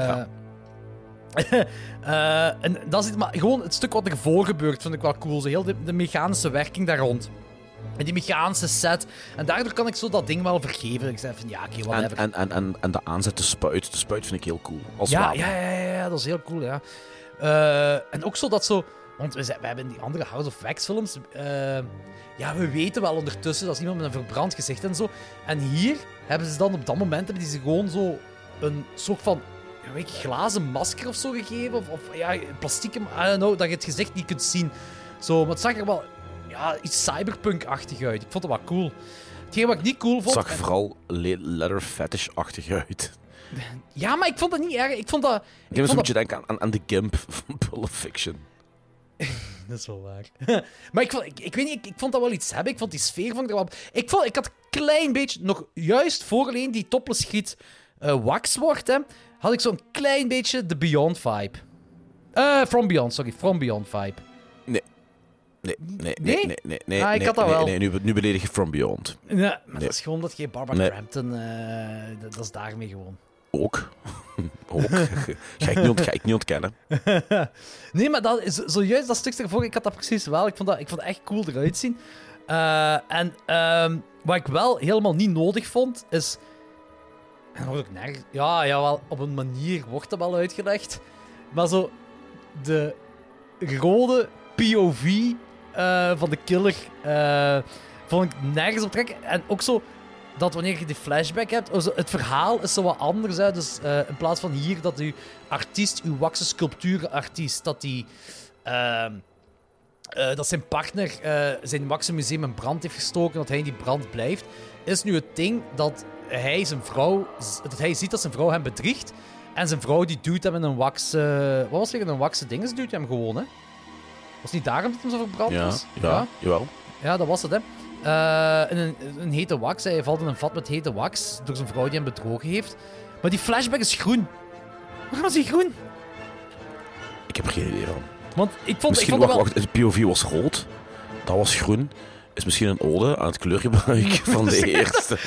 En dat is het, maar gewoon het stuk wat ervoor gebeurt vind ik wel cool. Zo heel de mechanische werking daar rond. En die mechanische set. En daardoor kan ik zo dat ding wel vergeven. Ik zei van ja, oké, whatever. En de aanzet, de spuit. De spuit vind ik heel cool. Als ja, dat is heel cool, ja. En ook zo dat zo... Want we hebben in die andere House of Wax films... we weten wel ondertussen, dat is iemand met een verbrand gezicht en zo. En hier hebben ze dan op dat moment hebben die ze gewoon zo een soort van glazen masker of zo gegeven. Of plastieke, I don't know, dat je het gezicht niet kunt zien. Zo, maar het zag er wel iets cyberpunk-achtig uit. Ik vond het wel cool. Hetgeen wat ik niet cool vond... Het zag vooral leather fetish-achtig uit. Ja, maar ik vond dat niet erg. Ik vond dat... Ik moet een beetje denken aan de Gimp van Pulp Fiction. Dat is wel waar. Maar ik weet niet, ik vond dat wel iets hebben. Ik vond die sfeer van er wel... Ik had een klein beetje, nog juist voor alleen die topless schiet wax wordt, hè, had ik zo'n klein beetje de Beyond vibe. From Beyond vibe. Nee. Ik had dat wel. Nee, nu beledig je From Beyond. Ja, maar dat is gewoon dat je Barbara Crampton... dat is daarmee gewoon. Ook. Ga ik niet ontkennen. Nee, maar dat is zojuist dat stukje ervoor, ik had dat precies wel. Ik vond dat echt cool eruit zien. Wat ik wel helemaal niet nodig vond, is... En dat wordt ook nergens... Ja, wel, op een manier wordt dat wel uitgelegd. Maar zo... De rode POV van de killer vond ik nergens op trekken. En ook zo... Dat wanneer je die flashback hebt, het verhaal is zo wat anders. Hè? Dus in plaats van hier dat uw artiest, uw waxen sculpturenartiest, dat die dat zijn partner zijn waxmuseum in brand heeft gestoken, dat hij in die brand blijft, is nu het ding dat hij ziet dat zijn vrouw hem bedriegt. En zijn vrouw die duwt hem in een wax... wat was het? Een waxen ding? Ze duwt hem gewoon, hè? Was het niet daarom dat hij zo verbrand was? Ja, jawel. Ja, dat was het, hè. In een hete wax. Hij valt in een vat met hete wax door zijn vrouw die hem bedrogen heeft. Maar die flashback is groen. Waarom was hij groen? Ik heb er geen idee van. Want ik vond... Misschien, wacht, het POV was rood. Dat was groen. Is misschien een ode aan het kleurgebruik van de eerste.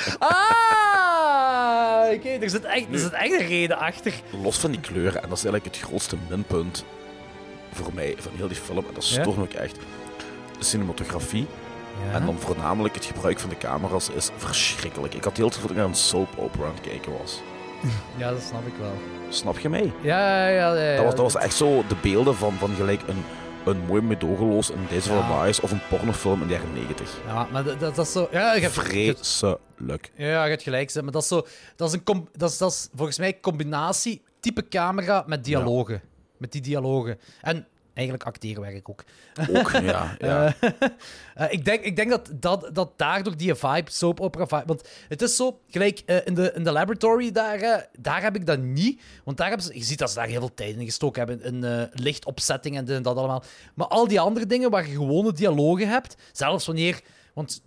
Oké, er zit echt een reden achter. Los van die kleuren, en dat is eigenlijk het grootste minpunt voor mij van heel die film, en dat stoort me ook echt. De cinematografie, en dan voornamelijk het gebruik van de camera's, is verschrikkelijk. Ik had heel veel dat ik naar een soap opera aan het kijken was. Ja, dat snap ik wel. Snap je mij? Ja. Dat was echt zo de beelden van gelijk een mooi meedogenloos in Days of Our Lives of een pornofilm in de jaren 90. Ja, maar dat is zo... Ja, vreselijk. Ja, je hebt gelijk. Maar dat is zo... Dat is volgens mij een combinatie type camera met dialogen. Ja. Met die dialogen. En eigenlijk acteerwerk ook. Ook, ja. Ik denk dat daardoor die vibe, soap opera vibe... Want het is zo, gelijk in de laboratory, daar heb ik dat niet. Want daar hebben je ziet dat ze daar heel veel tijd in gestoken hebben. In lichtopzetting en dit en dat allemaal. Maar al die andere dingen waar je gewone dialogen hebt, zelfs wanneer... Want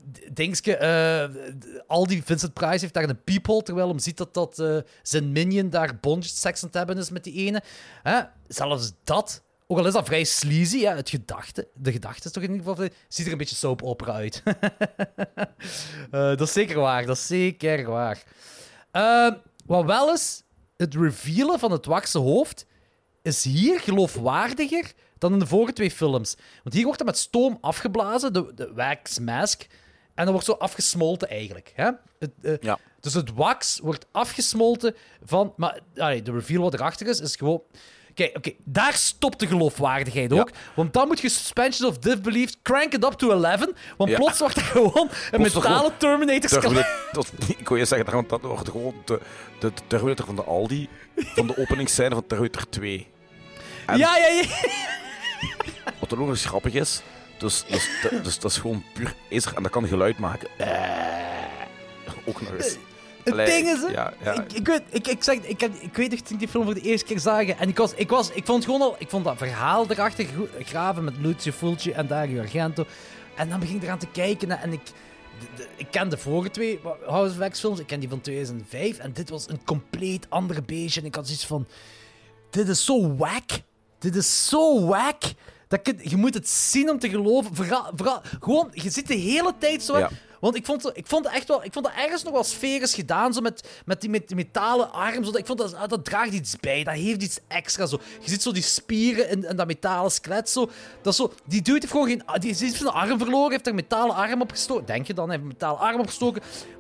al die Vincent Price heeft daar een peephole, terwijl hem ziet dat zijn minion daar bondage seks aan het hebben is met die ene. Zelfs dat... Ook al is dat vrij sleazy, ja, de gedachte is toch in ieder geval... Ziet er een beetje soap opera uit. Dat is zeker waar, wat wel is, het revealen van het wakse hoofd is hier geloofwaardiger dan in de vorige 2 films. Want hier wordt dat met stoom afgeblazen, de wax mask, en dat wordt zo afgesmolten eigenlijk. Hè? Dus het wax wordt afgesmolten van... Maar de reveal wat erachter is gewoon... Oké, daar stopt de geloofwaardigheid ook. Want dan moet je suspension of disbelief crank it up to 11. Want plots wordt er gewoon een metalen Terminator... Ik wil je zeggen, dat wordt gewoon de Terminator van de Aldi, van de openingsscène van Terminator 2. En ja. Wat er ook nog eens grappig is, dus dat is gewoon puur ijzer en dat kan geluid maken. Ook nog eens. Het ding is, ja. Ik weet dat ik die film voor de eerste keer zag. En ik vond dat verhaal erachter graven met Lucio Fulci en Dario Argento. En dan begin ik eraan te kijken. En ik ken de vorige 2 House of X films. Ik ken die van 2005. En dit was een compleet andere beestje. En ik had zoiets van... Dit is zo wack. Je moet het zien om te geloven. Vooral, gewoon, je zit de hele tijd zo... Ja. Want ik vond dat ergens nog wel sferisch gedaan, zo met die metalen arm. Zo, ik vond dat draagt iets bij, dat heeft iets extra. Zo. Je ziet zo die spieren in dat metalen skelet. Zo. Dat is zo, die dude heeft gewoon die heeft zijn arm verloren, heeft er een metalen arm opgestoken. Denk je dan, hij heeft een metalen arm opgestoken.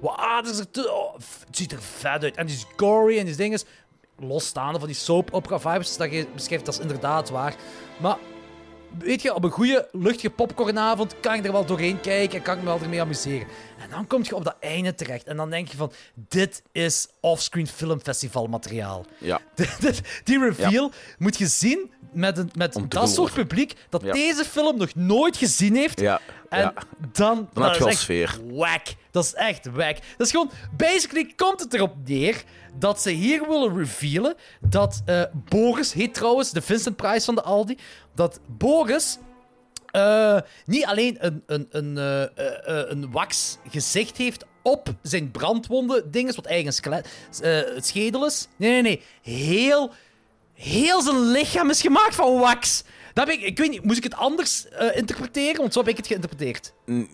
Het ziet er vet uit. En die is gory en die dingen. Losstaande van die soap opera vibes dat je beschrijft, dat is inderdaad waar. Maar... Weet je, op een goede, luchtige popcornavond kan ik er wel doorheen kijken en kan ik me wel ermee amuseren. En dan kom je op dat einde terecht en dan denk je van, dit is offscreen filmfestivalmateriaal. Ja. Die reveal moet je zien met dat soort publiek dat deze film nog nooit gezien heeft. Ja. En dan heb je al sfeer. Wack. Dat is echt wack. Dat is gewoon... Basically komt het erop neer dat ze hier willen revealen dat Boris heet trouwens de Vincent Price van de Aldi. Dat Boris niet alleen een wax gezicht heeft op zijn brandwonden dinges, wat eigenlijk een schedel is. Nee. Heel zijn lichaam is gemaakt van wax. Ik weet niet, moest ik het anders interpreteren? Want zo heb ik het geïnterpreteerd.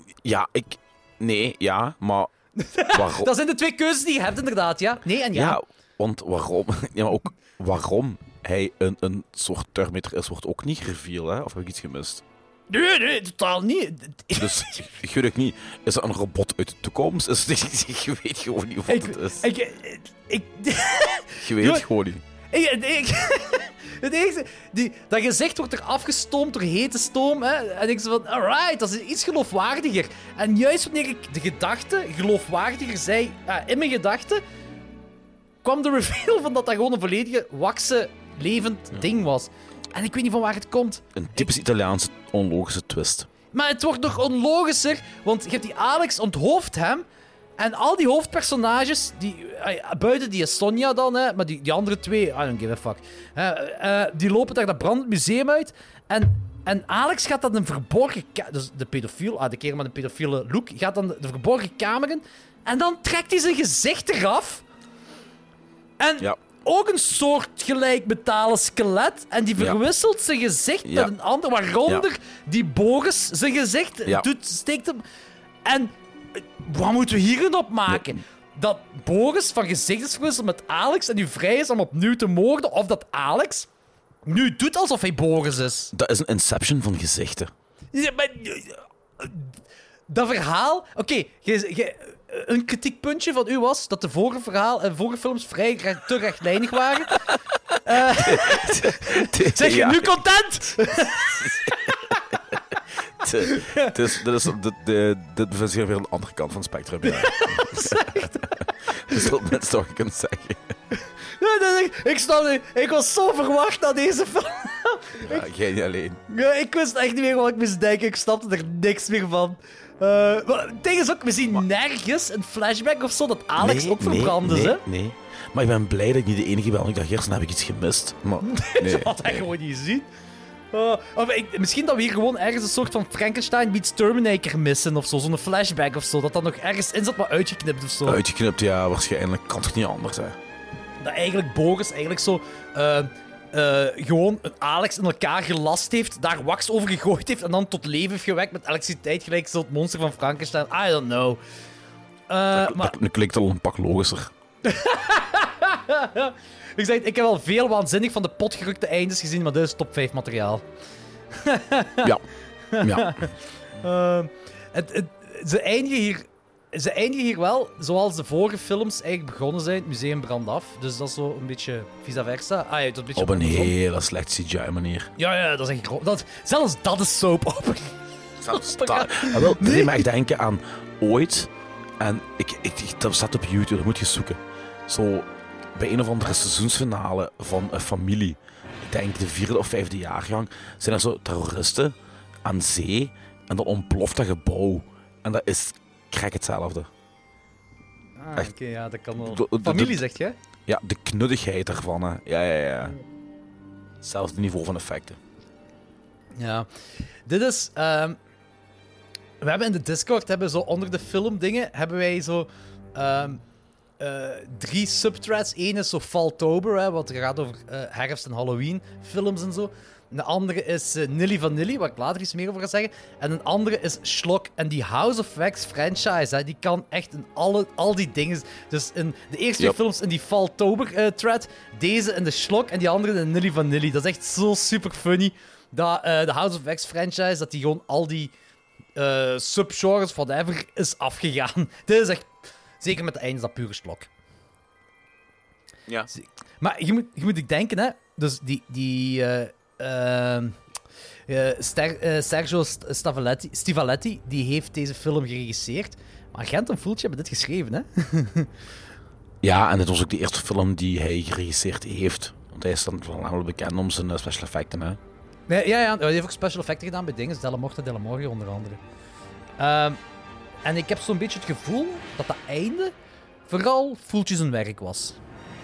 Maar waarom? Dat zijn de 2 keuzes die je hebt, inderdaad, ja? Nee en ja. Ja, want waarom? Ja, maar ook waarom hij een soort Terminator is, wordt ook niet reveal, hè? Of heb ik iets gemist? Nee, totaal niet. Dus, ik weet ook niet. Is er een robot uit de toekomst? Je weet gewoon niet wat het is. Je weet het gewoon niet. Het enige, dat gezicht wordt er afgestoomd door hete stoom. Hè? En ik zei van, alright, dat is iets geloofwaardiger. En juist wanneer ik de gedachte geloofwaardiger zei, in mijn gedachten, kwam de reveal van dat gewoon een volledige wakse, levend ding was. En ik weet niet van waar het komt. Een typisch Italiaanse onlogische twist. Maar het wordt nog onlogischer, want je hebt die Alex onthoofd hem. En al die hoofdpersonages, buiten die Sonja dan, hè, maar die andere twee, I don't give a fuck. Die lopen daar dat brandend museum uit. En Alex gaat dan een verborgen dus de pedofiel, de kerel met een pedofiele look, gaat dan de verborgen kamer in. En dan trekt hij zijn gezicht eraf. En ook een soort gelijk metalen skelet. En die verwisselt zijn gezicht met een ander, waaronder die Boris zijn gezicht doet, steekt hem. En wat moeten we hierin opmaken? Nee. Dat Boris van gezicht is verwisseld met Alex en nu vrij is om opnieuw te moorden, of dat Alex nu doet alsof hij Boris is. Dat is een inception van gezichten. Ja, maar dat verhaal... Oké, een kritiekpuntje van u was dat de vorige films vrij te rechtlijnig waren. Zeg je nu content? Dit bevindt zich weer aan de andere kant van het spectrum. Ja. Dat is wat mensen toch kunnen zeggen. Ik snap niet. Ik was zo verwacht naar deze film. Ja, jij niet alleen. Ik wist echt niet meer wat ik moest denken. Ik snapte er niks meer van. Maar het ding is ook, we zien nergens een flashback of zo dat Alex ook verbrand is. Nee. Maar ik ben blij dat ik niet de enige ben. Ik dacht eerst, dan heb ik iets gemist. Maar nee. Dat had hij gewoon niet gezien. Misschien dat we hier gewoon ergens een soort van Frankenstein meets Terminator missen of zo. Zo'n flashback of zo. Dat dat nog ergens in zat, maar uitgeknipt of zo. Uitgeknipt, ja, waarschijnlijk. Kan toch niet anders, hè? Dat eigenlijk Boris eigenlijk zo... gewoon een Alex in elkaar gelast heeft, daar wax over gegooid heeft en dan tot leven heeft gewekt met elektriciteit, gelijk zo het monster van Frankenstein. I don't know. Dat klinkt al een pak logischer. Ik heb al veel waanzinnig van de potgerukte eindes gezien, maar dit is top 5 materiaal. Ja. Ze eindigen hier wel, zoals de vorige films eigenlijk begonnen zijn. Het museum brandt af, dus dat is zo een beetje vice versa. Dat een beetje op een hele slechte CGI-manier. Ja, dat is echt groot. Zelfs dat is soap opera. Zelfs dat. Dat deed me echt denken aan ooit, en dat staat op YouTube, dat moet je zoeken. Zo, bij een of andere seizoensfinale van een familie, ik denk de 4e of 5e jaargang, zijn er zo terroristen aan zee en dan ontploft dat gebouw. En dat is krijg hetzelfde. Oké, ja, dat kan wel. Familie, zegt je? Ja, de knuddigheid ervan, hè. Ja. Hetzelfde niveau van effecten. Ja. Dit is... we hebben in de Discord, zo onder de filmdingen, hebben wij zo... 3 subthreads. Eén is zo Falltober, hè, wat gaat over herfst- en Halloween films en zo. De andere is Nilly Vanilli, waar ik later iets meer over ga zeggen. En een andere is Schlock. En die House of Wax franchise, hè, die kan echt in al die dingen... Dus in de eerste 2 films in die Falltober-thread, deze in de Schlock en die andere in Nilly Vanilli. Dat is echt zo super funny. Dat de House of Wax franchise, dat die gewoon al die subgenres, whatever, is afgegaan. Dit is echt... Zeker met het einde is dat pure Schlock. Ja. Maar je moet denken, hè. Dus Sergio Stivaletti, die heeft deze film geregisseerd. Maar Gent en Fulci hebben dit geschreven, hè? Ja, en het was ook de eerste film die hij geregisseerd heeft. Want hij is dan voornamelijk bekend om zijn special effecten, hè? Ja, hij heeft ook special effecten gedaan bij dingen. Della Morte Della Morgue, onder andere. En ik heb zo'n beetje het gevoel dat dat einde vooral Fulci zijn werk was.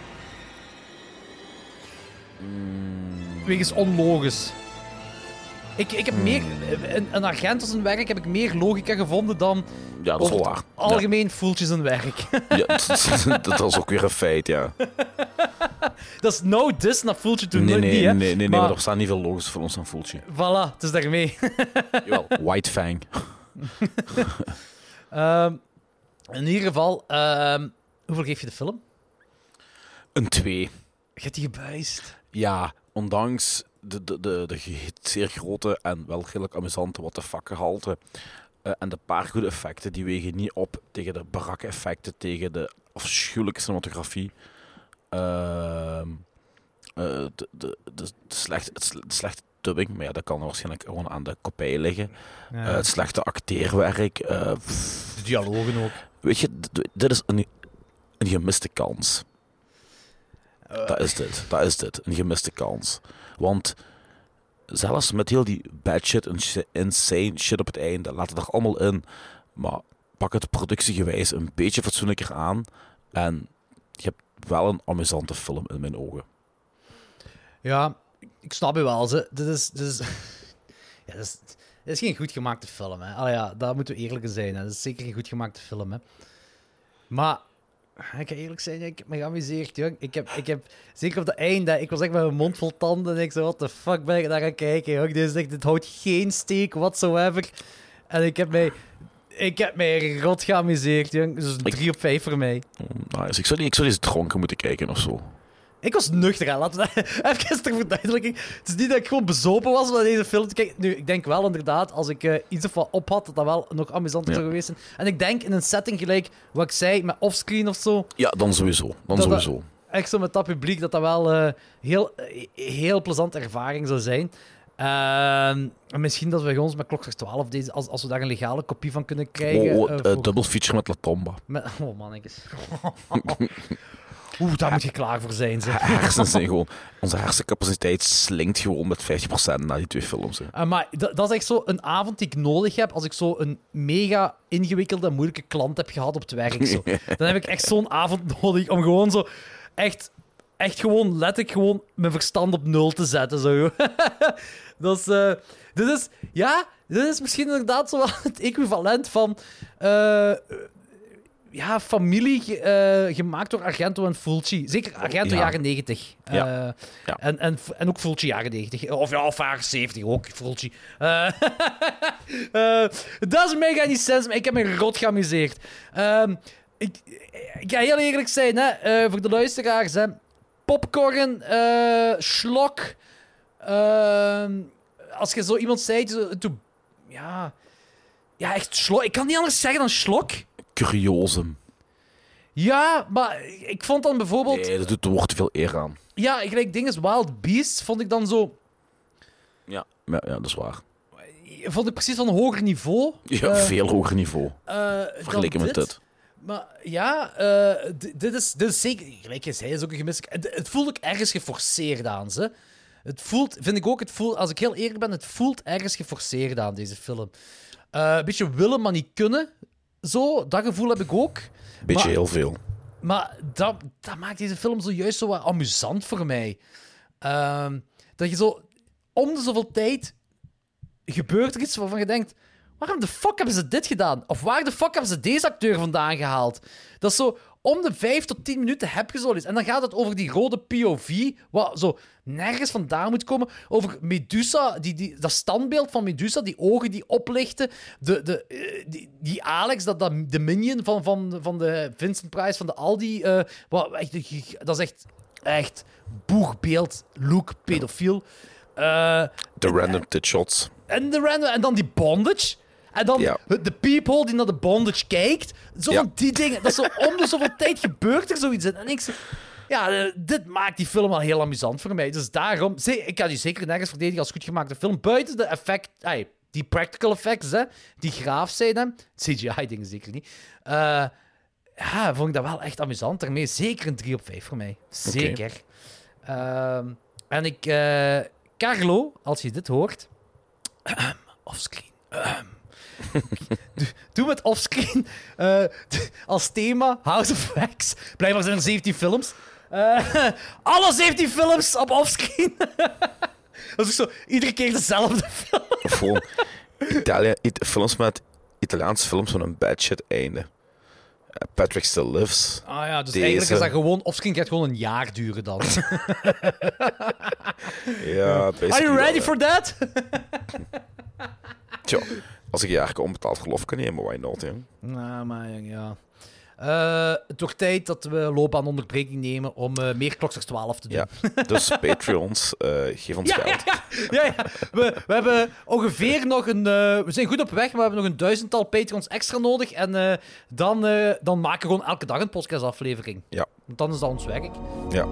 Wegens onlogisch. Ik heb meer... Een agent als een werk heb ik meer logica gevonden dan... Ja, dat is wel waar. Algemeen Fulci zijn werk. Ja, dat was ook weer een feit, ja. Dat is no diss naar Fulci toen niet, hè? Nee, maar er staan niet veel logische films aan Fulci. Voilà, het is daarmee. Jawel, White Fang. In ieder geval, hoeveel geef je de film? Een 2. Je hebt die gebuist. Ja, ondanks de zeer grote en wel redelijk amusante what the fuck gehalte en de paar goede effecten, die wegen niet op tegen de barakke effecten, tegen de afschuwelijke cinematografie. De slechte dubbing, maar ja, dat kan waarschijnlijk gewoon aan de kopij liggen. Ja. Het slechte acteerwerk. De dialogen ook. Weet je, dit is een gemiste kans. Dat is dit. Een gemiste kans. Want zelfs met heel die bad shit en insane shit op het einde, laat het er allemaal in. Maar pak het productiegewijs een beetje fatsoenlijker aan. En je hebt wel een amusante film in mijn ogen. Ja, ik snap je wel. Dit is geen goed gemaakte film. Hè. Allee, ja, daar moeten we eerlijk in zijn. Hè. Dat is zeker geen goed gemaakte film. Hè. Maar, ik ga eerlijk zijn, ik heb me geamuseerd. Jong. Ik heb zeker op het einde, ik was echt met mijn mond vol tanden. En ik zei, what the fuck ben ik daar gaan kijken? Jong. Dit houdt geen steek whatsoever. En ik heb mij rot geamuseerd. Jong. Dus 3 op 5 voor mij. Nice. Ik zou deze dronken moeten kijken of zo. Ik was nuchter, hè. Laten we dat even ter verduidelijking. Het is niet dat ik gewoon bezopen was om deze film te kijken. Nu, ik denk wel inderdaad, als ik iets of wat op had, dat wel nog amusanter zou geweest zijn. En ik denk in een setting gelijk wat ik zei, met offscreen of zo. Ja, dan sowieso. Echt zo met dat publiek, dat wel heel plezante ervaring zou zijn. En misschien dat we ons met Klokslag 12, als we daar een legale kopie van kunnen krijgen. Double feature met La Tomba. Oh, mannetjes. Daar moet je klaar voor zijn. Onze hersencapaciteit slinkt gewoon met 50% na die 2 films. Maar dat is echt zo een avond die ik nodig heb als ik zo een mega ingewikkelde en moeilijke klant heb gehad op het werk. Zo. Dan heb ik echt zo'n avond nodig om gewoon zo echt gewoon letterlijk gewoon mijn verstand op 0 te zetten. Zo. Dit is misschien inderdaad zo wel het equivalent van... familie gemaakt door Argento en Fulci. Zeker Argento jaren 90. En ook Fulci jaren 90. Of jaren 70 ook, Fulci. Dat is mega niet sens, maar ik heb me rot geamuseerd. Ik ga heel eerlijk zijn, hè, voor de luisteraars. Hè. Popcorn, slok. Als je zo iemand zei... echt slok. Ik kan niet anders zeggen dan slok. Curiosum. Ja, maar ik vond dan bijvoorbeeld... Nee, dat doet er wordt te veel eer aan. Ja, gelijk dinges Wild Beast vond ik dan zo... Ja, dat is waar. Vond ik precies van een hoger niveau. Ja, veel hoger niveau. Vergeleken met dit. Maar ja, dit is zeker... Gelijk je zei, is ook een gemis. Het voelt ook ergens geforceerd aan ze. Het voelt, vind ik ook, als ik heel eerlijk ben, het voelt ergens geforceerd aan, deze film. Een beetje willen, maar niet kunnen. Zo, dat gevoel heb ik ook. Beetje heel veel. Maar dat maakt deze film zojuist zo wat amusant voor mij. Dat je zo... Om de zoveel tijd gebeurt er iets waarvan je denkt... Waarom de fuck hebben ze dit gedaan? Of waar de fuck hebben ze deze acteur vandaan gehaald? Dat is zo... Om de 5 tot 10 minuten heb je zoiets. En dan gaat het over die rode POV, wat zo nergens vandaan moet komen. Over Medusa, dat standbeeld van Medusa, die ogen die oplichten. Die Alex, de minion van de Vincent Price, van de Aldi. Dat is echt boegbeeld, look, pedofiel. De random titshots. En dan die bondage. En dan de peephole die naar de bondage kijkt. Zo van die dingen. Dat is zo, om de zoveel tijd gebeurt er zoiets. En ik zeg... Ja, dit maakt die film al heel amusant voor mij. Dus daarom... Ik kan die zeker nergens verdedigen als goed gemaakte film. Buiten de effect... die practical effects, hè, die graaf zijn. Hè. CGI-dingen zeker niet. Vond ik dat wel echt amusant. Daarmee zeker een 3 op 5 voor mij. Zeker. En ik... Carlo, als je dit hoort... offscreen. Doe met offscreen als thema House of Wax. Blijkbaar zijn er 17 films. Alle 17 films op offscreen. Dat is zo iedere keer dezelfde film. Gewoon Italiaanse films met een bad shit einde. Patrick Still Lives. Dus eigenlijk is dat gewoon... Offscreen gaat gewoon een jaar duren dan. Are you ready for that? Tja, als ik een onbetaald verlof kan nemen, why not, hè? Nou, maar ja. Het wordt tijd dat we loopbaanonderbreking nemen om meer Klokslag 12 te doen. Ja, dus Patreons, geef ons geld. Ja. We hebben ongeveer nog een... we zijn goed op weg, maar we hebben nog een 1000-tal Patreons extra nodig. En dan maken we gewoon elke dag een podcastaflevering. Ja. Want dan is dat ons werk. Ja.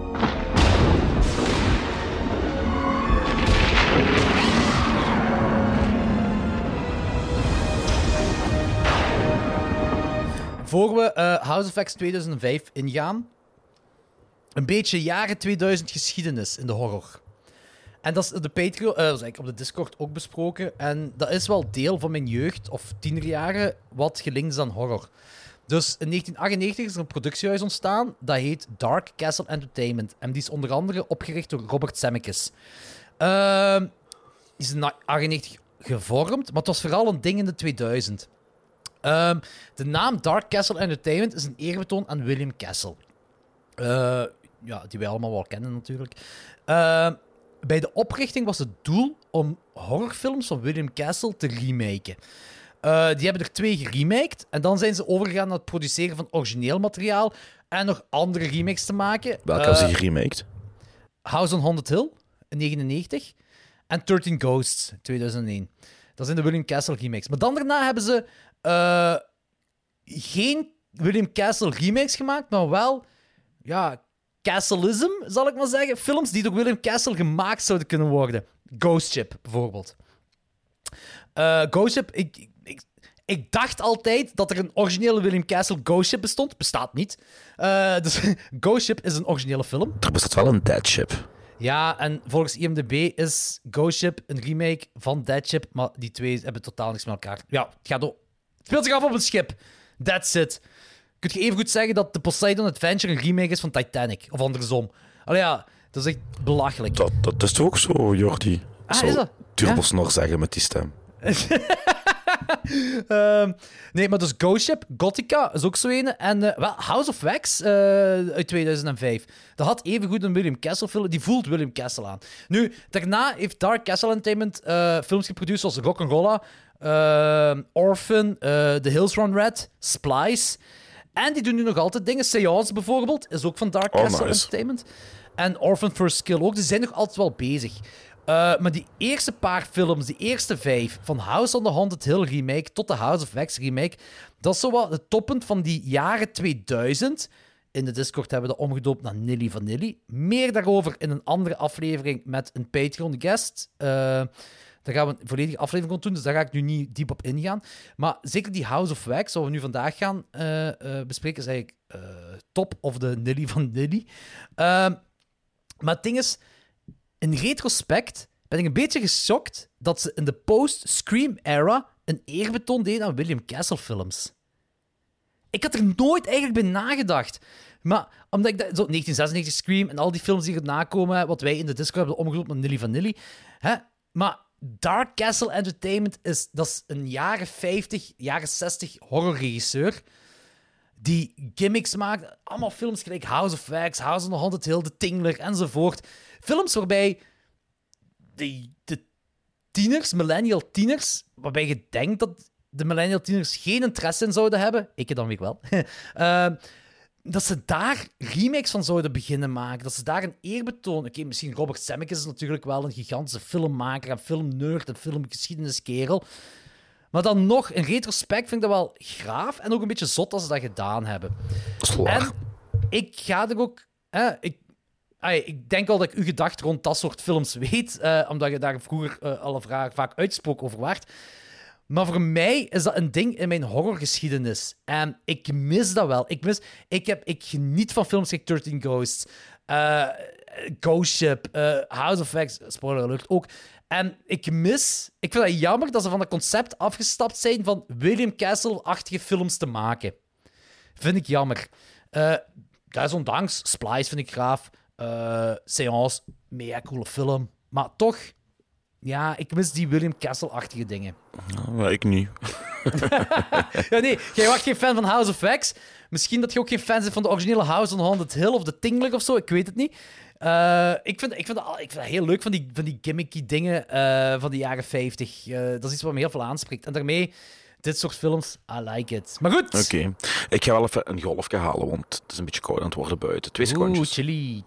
Voor we House of X 2005 ingaan, een beetje jaren 2000 geschiedenis in de horror. En dat is op de Patreon, dat is eigenlijk op de Discord ook besproken. En dat is wel deel van mijn jeugd, of tienerjaren, wat gelinkt is aan horror. Dus in 1998 is er een productiehuis ontstaan, dat heet Dark Castle Entertainment. En die is onder andere opgericht door Robert Zemeckis. Die is in 1998 gevormd, maar het was vooral een ding in de 2000. De naam Dark Castle Entertainment is een eerbetoon aan William Castle. Die wij allemaal wel kennen natuurlijk. Bij de oprichting was het doel om horrorfilms van William Castle te remaken. Die hebben er 2 geremaked en dan zijn ze overgegaan naar het produceren van origineel materiaal en nog andere remakes te maken. Welke hebben ze geremaked? House on Haunted Hill in 1999 en 13 Ghosts in 2001. Dat zijn de William Castle remakes. Maar dan daarna hebben ze geen William Castle remakes gemaakt, maar wel Castleism, zal ik maar zeggen. Films die door William Castle gemaakt zouden kunnen worden. Ghost Ship, bijvoorbeeld. Ghost Ship, ik dacht altijd dat er een originele William Castle Ghost Ship bestond. Bestaat niet. Dus Ghost Ship is een originele film. Er bestaat wel een Dead Ship. Ja, en volgens IMDb is Ghost Ship een remake van Dead Ship, maar die 2 hebben totaal niks met elkaar. Ja, het speelt zich af op een schip. That's it. Kun je even goed zeggen dat The Poseidon Adventure een remake is van Titanic? Of andersom. Allee ja, dat is echt belachelijk. Dat is toch ook zo, Jordi? Is dat? Turbosnor zeggen met die stem. Nee, maar dus Ghost Ship, Gothica is ook zo een. En House of Wax uit 2005. Dat had evengoed een William Castle film. Die voelt William Castle aan. Nu, daarna heeft Dark Castle Entertainment films geproduceerd zoals Rock'n'Rolla, Orphan, The Hills Run Red, Splice. En die doen nu nog altijd dingen. Seance bijvoorbeeld is ook van Dark Castle Entertainment. En Orphan First Kill ook. Die zijn nog altijd wel bezig. Maar die eerste paar films, die eerste 5, van House on the Haunted Hill remake tot de House of Wax remake, dat is zo wat het toppunt van die jaren 2000. In de Discord hebben we dat omgedoopt naar Nilly Vanilli. Meer daarover in een andere aflevering met een Patreon-guest. Daar gaan we een volledige aflevering van doen, dus daar ga ik nu niet diep op ingaan. Maar zeker die House of Wax, wat we nu vandaag gaan bespreken, is eigenlijk top of de Nilly van Nilly. Maar het ding is, in retrospect ben ik een beetje geschokt dat ze in de post-Scream-era een eerbetoon deden aan William Castle-films. Ik had er nooit eigenlijk bij nagedacht. Maar omdat ik 1996 Scream en al die films die erna komen, wat wij in de Discord hebben omgeroepen met Nilly Vanilli. Maar Dark Castle Entertainment dat is een jaren 50, jaren 60 horrorregisseur die gimmicks maakt. Allemaal films gelijk House of Wax, House on the Haunted Hill, The Tingler enzovoort. Films waarbij de tieners, millennial tieners, waarbij je denkt dat de millennial tieners geen interesse in zouden hebben, ik dan weer wel, dat ze daar remakes van zouden beginnen maken. Dat ze daar een eerbetoon... Oké, misschien Robert Zemeckis is natuurlijk wel een gigantische filmmaker en filmnerd en filmgeschiedeniskerel. Maar dan nog, in retrospect vind ik dat wel graaf en ook een beetje zot als ze dat gedaan hebben. En ik ga er ook... Ik denk wel dat ik uw gedachten rond dat soort films weet, omdat je daar vroeger al vaak uitgesproken over waart. Maar voor mij is dat een ding in mijn horrorgeschiedenis. En ik mis dat wel. Ik geniet van films like 13 Ghosts, Ghost Ship, House of Wax, spoiler alert ook. En ik vind het jammer dat ze van het concept afgestapt zijn van William Castle-achtige films te maken. Vind ik jammer. Desondanks, Splice vind ik graaf. Seance, mega coole film. Maar toch, ja, ik mis die William Castle-achtige dingen. Ja, ik niet. Ja, nee, jij was geen fan van House of Wax. Misschien dat je ook geen fan bent van de originele House on Haunted Hill of The Tingler of zo, ik weet het niet. Ik vind dat heel leuk van die gimmicky dingen van de jaren 50. Dat is iets wat me heel veel aanspreekt. En daarmee, dit soort films, I like it. Maar goed. Oké. Ik ga wel even een golfje halen, want het is een beetje koud aan het worden buiten. 2 secondjes. Chili.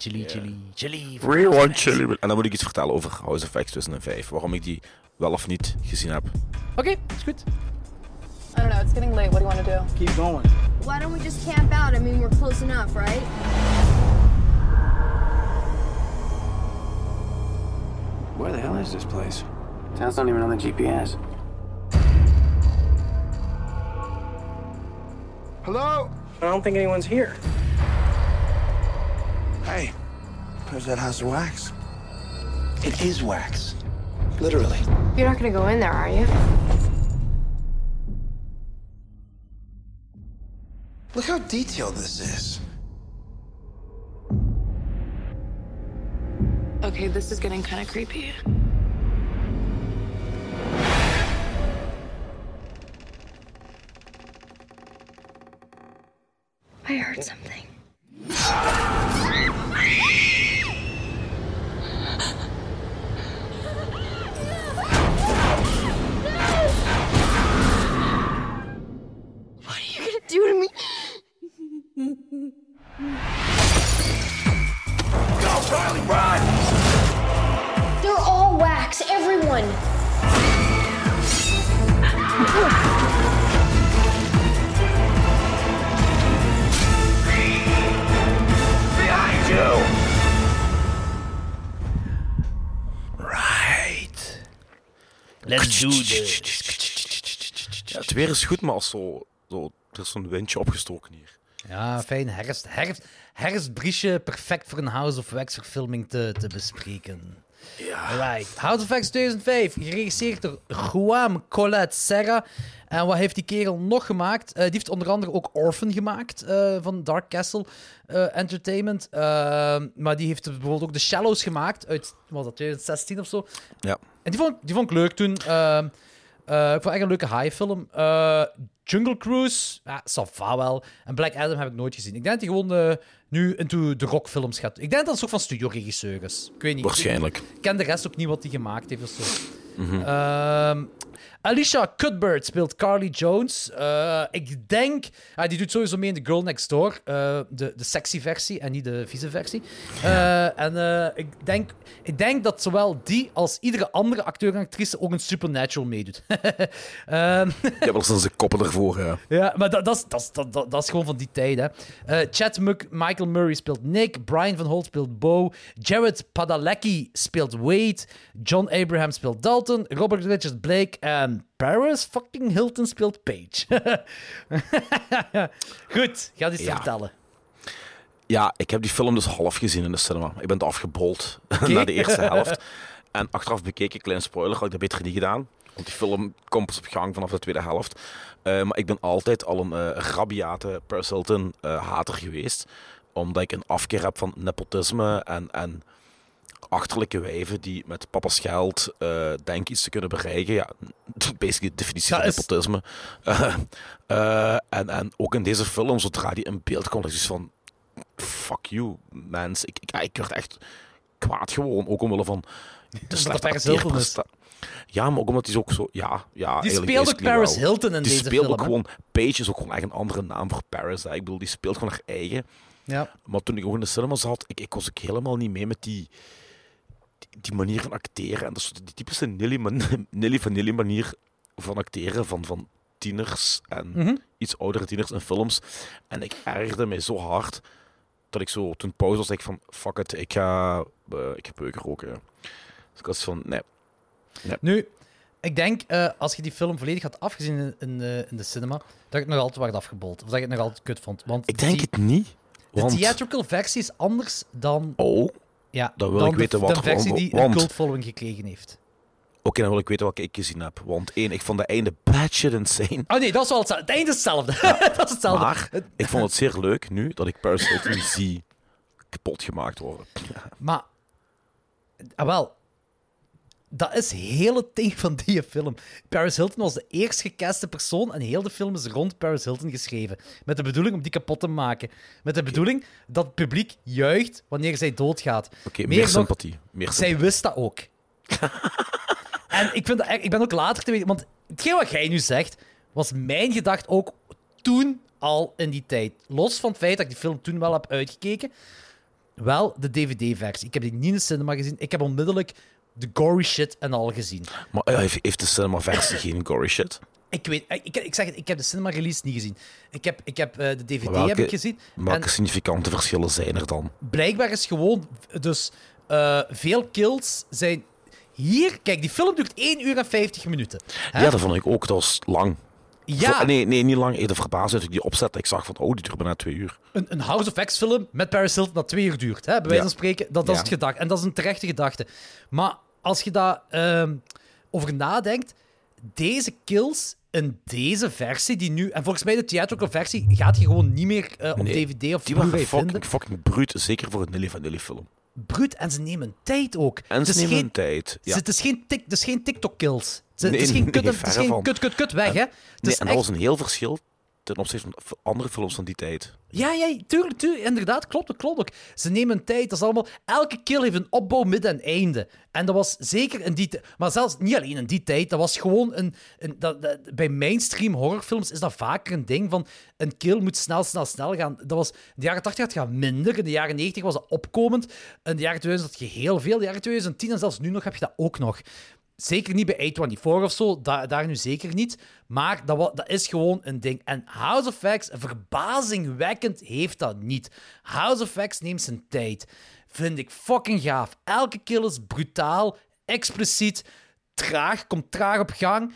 Real chili. En dan moet ik iets vertellen over House of Wax 2005. Waarom ik die wel of niet gezien heb. Oké, is goed. I don't know, it's getting late. What do you want to do? Keep going. Why don't we just camp out? I mean, we're close enough, right? Where the hell is this place? Town's not even on the GPS. Hello? I don't think anyone's here. Hey, where's that House of Wax? It is wax. Literally. You're not gonna go in there, are you? Look how detailed this is. Okay, this is getting kind of creepy. I heard something. What are you gonna do to me? Go, Riley, run! They're all wax, everyone. Behind you! Right. Let's do this. Ja, het weer is goed, maar als zo, er is zo'n windje opgestoken hier. Ja, fijn. Herfstbriesje, perfect voor een House of Wax verfilming te bespreken. Ja. Right. House of Wax 2005, geregisseerd door Juan Collet Serra. En wat heeft die kerel nog gemaakt? Die heeft onder andere ook Orphan gemaakt van Dark Castle Entertainment. Maar die heeft bijvoorbeeld ook The Shallows gemaakt uit, wat was dat, 2016 of zo. Ja. En die vond ik leuk toen. Ik vond echt een leuke high-film. Jungle Cruise, ja, ça va wel. En Black Adam heb ik nooit gezien. Ik denk dat hij gewoon nu into de rockfilms gaat. Ik denk dat het een soort van studioregisseur is. Ik weet niet. Waarschijnlijk. Ik ken de rest ook niet wat hij gemaakt heeft of zo. Alicia Cuthbert speelt Carly Jones. Ik denk... die doet sowieso mee in The Girl Next Door. De sexy versie en niet de vieze versie. Ik denk dat zowel die als iedere andere acteur en actrice ook een Supernatural meedoet. Ik heb wel eens een koppen ervoor, ja. Ja, maar dat is gewoon van die tijd, hè. Chad Michael Murray speelt Nick. Brian Van Holt speelt Bo. Jared Padalecki speelt Wade. John Abraham speelt Dalton. Robert Richard Blake en Paris fucking Hilton speelt Paige. Goed, ga eens vertellen. Ja, ik heb die film dus half gezien in de cinema. Ik ben het afgebold na de eerste helft. En achteraf bekeken, kleine spoiler, had ik dat beter niet gedaan. Want die film komt pas op gang vanaf de tweede helft. Maar ik ben altijd al een rabiate Paris Hilton hater geweest. Omdat ik een afkeer heb van nepotisme en achterlijke wijven die met papa's geld denken iets te kunnen bereiken. Ja, basically de definitie van nepotisme. En ook in deze film, zodra die in beeld komt, is het van... Fuck you, mens. Ik werd echt kwaad gewoon. Ook omwille van... de slechte acteerprestatie. Ja, maar ook omdat hij ook zo... die speelt ook Paris Hilton in deze film. Die speelt ook gewoon... Paige is ook gewoon echt een andere naam voor Paris. Hè. Ik bedoel, die speelt gewoon haar eigen. Ja. Maar toen ik ook in de cinema zat, ik was ook helemaal niet mee met die manier van acteren. En dat is die typische Nelly Vanilli manier van acteren van tieners en iets oudere tieners in films. En ik ergerde mij zo hard dat ik zo toen pauze was, zei ik van fuck it, ik ga peuken roken. Dus ik was van nee. Nu, ik denk als je die film volledig had afgezien in de cinema, dat ik het nog altijd werd afgebold. Of dat je het nog altijd kut vond. Want ik denk het niet. Want... De theatrical versie is anders dan... Oh, ja, dan wil ik weten wat... De versie die een cultfollowing gekregen heeft. Oké, dan wil ik weten wat ik gezien heb. Want ik vond het einde batshit insane. Oh nee, dat is wel hetzelfde. Het einde is hetzelfde. Ja. Dat is hetzelfde. Maar ik vond het zeer leuk nu dat ik Paris Hilton zie kapot gemaakt worden. Ja. Maar, wel, dat is het hele ding van die film. Paris Hilton was de eerst gecaste persoon en heel de film is rond Paris Hilton geschreven. Met de bedoeling om die kapot te maken. Met de bedoeling dat het publiek juicht wanneer zij doodgaat. Oké, meer sympathie. Zij wist dat ook. En ik ben ook later te weten, want hetgeen wat jij nu zegt, was mijn gedachte ook toen al in die tijd. Los van het feit dat ik die film toen wel heb uitgekeken, wel de DVD-versie. Ik heb die niet in de cinema gezien. Ik heb onmiddellijk de gory shit en al gezien. Maar heeft de cinema-versie geen gory shit? Ik zeg het, ik heb de cinema-release niet gezien. Ik heb de DVD heb ik gezien. Welke significante verschillen zijn er dan? Blijkbaar is gewoon... Dus veel kills zijn... Hier, kijk, die film duurt 1 uur en 50 minuten. Hè? Ja, dat vond ik ook. Dat was lang. Ja. Nee, niet lang. De verbaasd dat ik die opzet. Ik zag van, die duurt bijna 2 uur. Een House of X film met Paris Hilton dat 2 uur duurt. Hè? Bij wijze van spreken, dat is het gedachte. En dat is een terechte gedachte. Maar als je daar over nadenkt, deze kills in deze versie die nu... En volgens mij de theatrical versie gaat je gewoon niet meer op DVD of Blu-ray vinden. Die fucking bruut, zeker voor een Milli Vanilli film. Bruut, en ze nemen tijd ook. En ze nemen tijd. Ja. Het is geen TikTok-kills. Het is geen kut weg, hè. En dat was een heel verschil ten opzichte van andere films van die tijd. Ja, tuurlijk, inderdaad, klopt ook. Ze nemen tijd, dat is allemaal... Elke kill heeft een opbouw, midden en einde. En dat was zeker in die tijd... Maar zelfs niet alleen in die tijd, dat was gewoon bij mainstream horrorfilms is dat vaker een ding van... Een kill moet snel gaan. Dat was... In de jaren 80 had het minder, in de jaren 90 was dat opkomend. In de jaren 2000 had je heel veel, in de jaren 2010 en zelfs nu nog heb je dat ook nog. Zeker niet bij A24 of zo, daar nu zeker niet. Maar dat is gewoon een ding. En House of X, verbazingwekkend, heeft dat niet. House of X neemt zijn tijd. Vind ik fucking gaaf. Elke kill is brutaal, expliciet, komt traag op gang.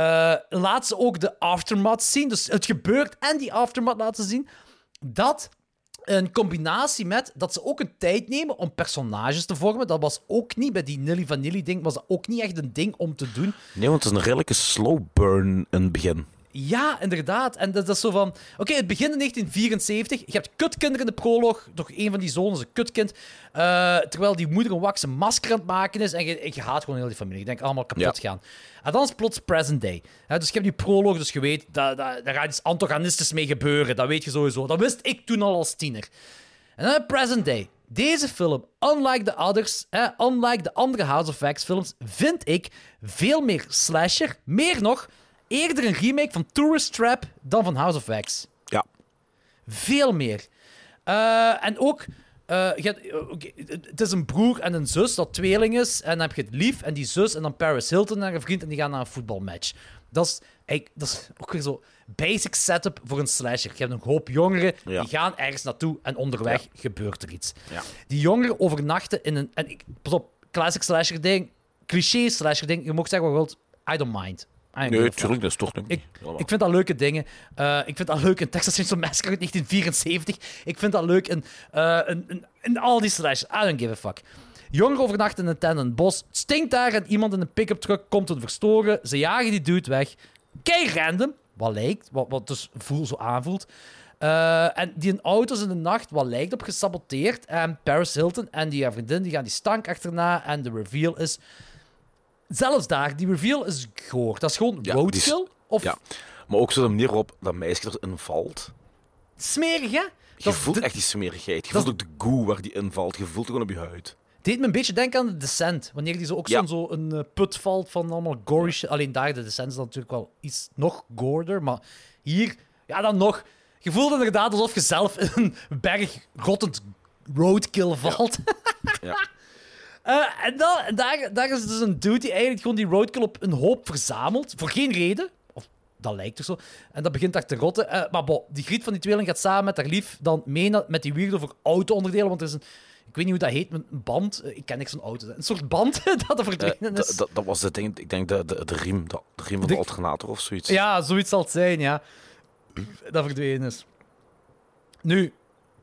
Laat ze ook de aftermath zien. Dus het gebeurt en die aftermath laten zien. Dat... In combinatie met dat ze ook een tijd nemen om personages te vormen. Dat was ook niet bij die Milli Vanilli-ding. Was dat ook niet echt een ding om te doen. Nee, want het is een redelijke slow burn in het begin. Ja, inderdaad. En dat is zo van... Oké, het begint in 1974. Je hebt kutkinderen in de proloog. Toch een van die zonen is een kutkind. Terwijl die moeder een wakse masker aan het maken is. En je haat gewoon heel die familie. Je denkt allemaal kapot gaan. En dan is plots present day. Dus je hebt die proloog, dus je weet... Daar gaat iets antagonistisch mee gebeuren. Dat weet je sowieso. Dat wist ik toen al als tiener. En dan present day. Deze film, unlike the others, unlike de andere House of X films, vind ik veel meer slasher. Meer nog... Eerder een remake van Tourist Trap dan van House of X. Ja. Veel meer. En ook... het is een broer en een zus dat tweeling is. En dan heb je het lief en die zus en dan Paris Hilton en haar vriend en die gaan naar een voetbalmatch. Dat is ook weer zo basic setup voor een slasher. Je hebt een hoop jongeren die gaan ergens naartoe en onderweg gebeurt er iets. Ja. Die jongeren overnachten in een... Pas op, classic slasher ding, cliché slasher ding. Je mag zeggen wat je wilt. I don't mind. Nee, tuurlijk, dat is toch niet. Ik vind dat leuke dingen. Ik vind dat leuk in Texas Chainsaw Massacre uit 1974. Ik vind dat leuk in al die slashers. I don't give a fuck. Jongeren overnachten in een tent in het bos. Het stinkt daar en iemand in een pick-up truck komt het verstoren. Ze jagen die dude weg. Kei random. Wat lijkt. Wat dus zo aanvoelt. En die auto's in de nacht, wat lijkt op gesaboteerd. En Paris Hilton en die vriendin die gaan die stank achterna. En de reveal is... Zelfs daar, die reveal is goor. Dat is gewoon roadkill. Ja, maar ook zo de manier waarop dat meisje erin valt. Smerig, hè? Je voelt echt die smerigheid. Je voelt ook de goo waar die invalt. Je voelt het gewoon op je huid. Het deed me een beetje denken aan The Descent. Wanneer die zo ook zo een put valt van allemaal gory shit. Alleen daar, The Descent is dan natuurlijk wel iets nog gorder. Maar hier, ja, dan nog. Je voelt inderdaad alsof je zelf in een berg rottend roadkill valt. Ja. En daar is dus een dude die eigenlijk gewoon die roadkill op een hoop verzamelt. Voor geen reden. Of dat lijkt er zo. En dat begint daar te rotten. Maar die griet van die tweeling gaat samen met haar lief dan mee met die weirdo voor auto-onderdelen. Want er is een... Ik weet niet hoe dat heet, een band. Ik ken niks van auto's. Een soort band dat er verdwenen is. Dat was het ding. Ik denk de riem. De riem van de alternator of zoiets. Ja, zoiets zal het zijn, ja. Dat verdwenen is. Nu...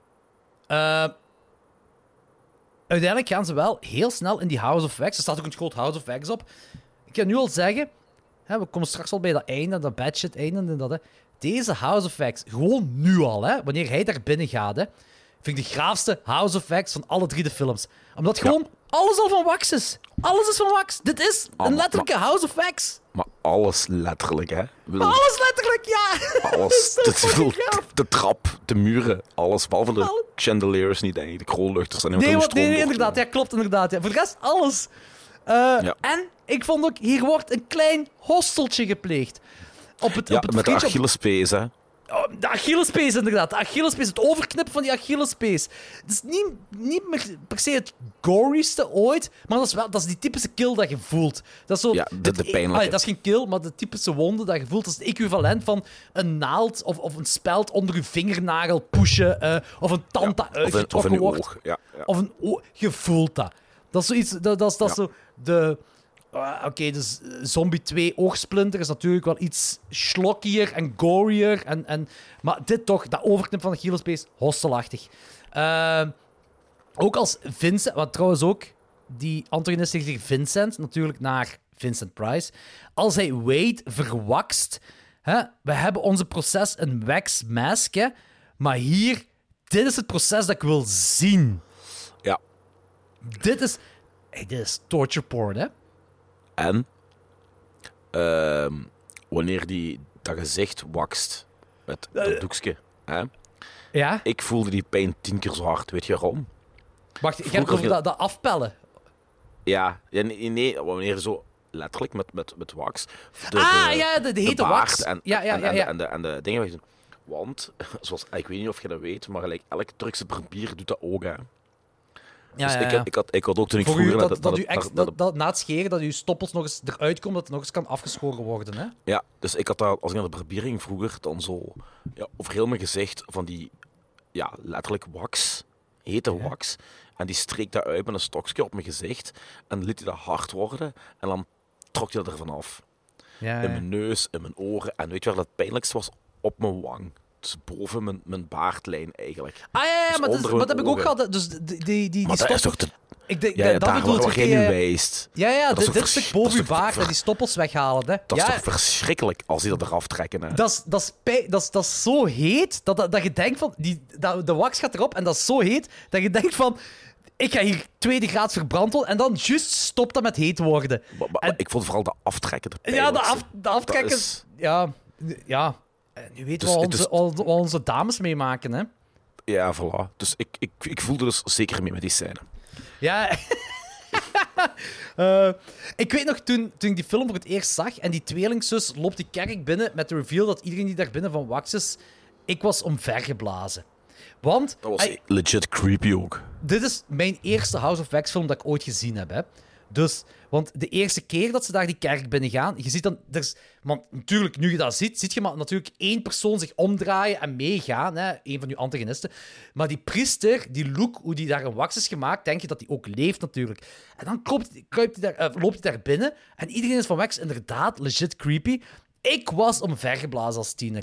Uiteindelijk gaan ze wel heel snel in die House of Wax. Er staat ook een groot House of Wax op. Ik kan nu al zeggen... we komen straks al bij dat einde, dat bad shit einde en dat. Hè. Deze House of Wax, gewoon nu al, hè, wanneer hij daar binnen gaat, hè, vind ik de gaafste House of Wax van alle 3 de films. Omdat gewoon alles al van wax is. Alles is van wax. Dit is een letterlijke House of Wax. Maar alles letterlijk, hè? Alles letterlijk, ja! Alles. De trap, de muren, alles. Behalve de chandeliers niet, denk ik. De kroonluchters. Nee, inderdaad. Ja, klopt, inderdaad. Ja. Voor de rest, alles. En ik vond ook, hier wordt een klein hosteltje gepleegd. Op het met de Achillespees, hè? De Achillespees, inderdaad. De Achillespees, het overknippen van die Achillespees. Het is niet meer per se het goryste ooit, maar dat is die typische kill dat je voelt. Dat is zo, de pijnlijke. Dat is geen kill, maar de typische wonde dat je voelt. Dat is het equivalent van een naald of een speld onder je vingernagel pushen, of een tand dat uitgetrokken wordt. Oog. Ja. Of een oog. Je voelt dat. Dat is zoiets... Dat is zo de Oké, dus Zombie 2 Oogsplinter is natuurlijk wel iets slokkier en gorier. Maar dit toch, dat overknip van de Gilospace, hostelachtig. Ook als Vincent, wat trouwens ook, die antagonist zegt zich Vincent, natuurlijk naar Vincent Price. Als hij Wade verwakst, we hebben onze proces een wax mask, hè, maar hier, dit is het proces dat ik wil zien. Ja. Dit is torture porn, hè? En wanneer die dat gezicht wakst met dat doekje, hè? Ja? Ik voelde die pijn 10 keer zo hard. Weet je waarom? Wacht, je hebt het over dat afpellen. Ja, nee, wanneer zo letterlijk met wax. De hete wax. En de dingen wegdoen. Want, zoals, ik weet niet of je dat weet, maar gelijk elke Turkse barbier doet dat ook, hè. Ik had ook toen ik vroeger... Dat na het scheren, dat je stoppels nog eens eruit komen, dat het nog eens kan afgeschoren worden, hè? Ja, dus ik had dat, als ik naar de barbier ging vroeger, dan zo over heel mijn gezicht van die, letterlijk wax, hete wax. En die streek dat uit met een stokje op mijn gezicht en liet hij dat hard worden en dan trok hij dat ervan af. Ja. In mijn neus, in mijn oren. En weet je waar dat het pijnlijkste was? Op mijn wang. Dus boven mijn baardlijn eigenlijk. Dus maar dat heb ik ook gehad. Dus die maar dat is toch daar waar jij nu wijst. Ja, dit stuk boven je baard en die stoppels weghalen. Hè. Dat is toch verschrikkelijk als die dat eraf trekken. Hè? Dat is zo heet dat je denkt van... de wax gaat erop en dat is zo heet dat je denkt van... Ik ga hier 2 graden verbrand worden en dan juist stopt dat met heet worden. Maar ik vond vooral de aftrekken er Ja, de aftrekken... Ja. Nu weten we wat onze dames meemaken, hè? Ja, voilà. Dus ik voelde dus zeker mee met die scène. Ja. Ik weet nog, toen ik die film voor het eerst zag en die tweelingzus loopt die kerk binnen met de reveal dat iedereen die daar binnen van wax is, ik was omvergeblazen. Want... Dat was legit creepy ook. Dit is mijn eerste House of Wax film dat ik ooit gezien heb, hè. Dus, want de eerste keer dat ze daar die kerk binnen gaan, je ziet dan... Want natuurlijk, nu je dat ziet je maar natuurlijk 1 persoon zich omdraaien en meegaan, hè, een van uw antagonisten. Maar die priester, die look, hoe die daar een wax is gemaakt, denk je dat die ook leeft natuurlijk. En dan loopt hij daar binnen en iedereen is van wax inderdaad legit creepy. Ik was omvergeblazen als tiener.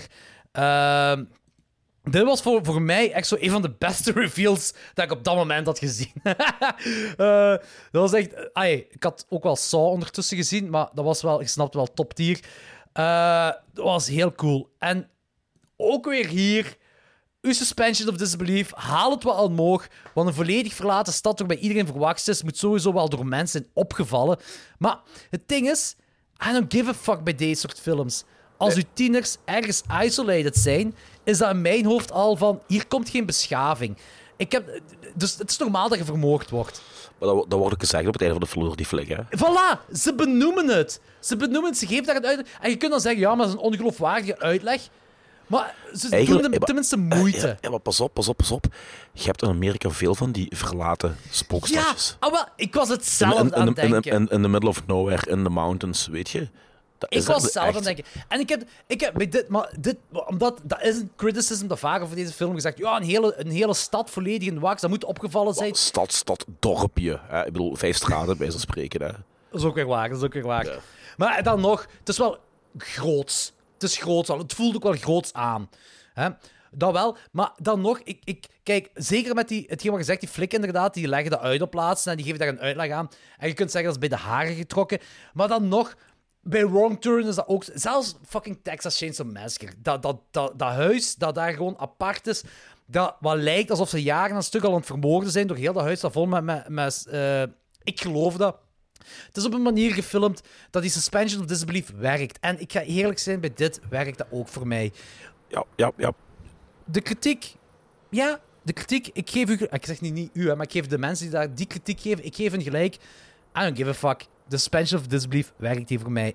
Dit was voor mij echt zo een van de beste reveals dat ik op dat moment had gezien. Dat was echt... ik had ook wel Saw ondertussen gezien, maar dat was wel, je snapt wel, top tier. Dat was heel cool. En ook weer hier, uw suspension of disbelief, haal het wel omhoog, want een volledig verlaten stad waar bij iedereen verwacht is, moet sowieso wel door mensen zijn opgevallen. Maar het ding is, I don't give a fuck bij deze soort films. Als uw tieners ergens isolated zijn, is dat in mijn hoofd al van... Hier komt geen beschaving. Dus het is normaal dat je vermoord wordt. Maar dat wordt ook gezegd op het einde van de film door die flik, hè? Voilà! Ze benoemen het. Ze geven daar een uitleg. En je kunt dan zeggen, ja, maar dat is een ongeloofwaardige uitleg. Maar ze doen tenminste moeite. Ja, maar pas op. Je hebt in Amerika veel van die verlaten spookstadjes. Ja, wel, ik was hetzelfde aan het denken. In the middle of nowhere, in the mountains, weet je? Ik was zelf aan het denken. En ik heb bij dit, omdat dat is een criticism dat vaak over deze film gezegd. Ja, een hele stad volledig in wax, dat moet opgevallen zijn. Stad, dorpje. Hè? Ik bedoel, 5 straten bij zo'n spreken. Hè? Dat is ook weer waar. Ja. Maar dan nog, het is wel groots. Het is groots al. Het voelt ook wel groots aan. Hè? Dat wel, maar dan nog, kijk, zeker met hetgeen wat je zegt, die flik inderdaad, die leggen dat uit op plaatsen en die geven daar een uitleg aan. En je kunt zeggen dat is bij de haren getrokken. Maar dan nog... Bij Wrong Turn is dat ook... Zelfs fucking Texas Chainsaw Massacre. Dat huis dat daar gewoon apart is, dat wat lijkt alsof ze jaren een stuk al aan het vermoorden zijn door heel dat huis dat vol met ik geloof dat. Het is op een manier gefilmd dat die suspension of disbelief werkt. En ik ga eerlijk zijn, bij dit werkt dat ook voor mij. Ja. De kritiek... Ja, de kritiek... Ik geef u... Ik zeg niet u, maar ik geef de mensen die daar die kritiek geven, ik geef hen gelijk. I don't give a fuck. De suspension of disbelief werkt hier voor mij.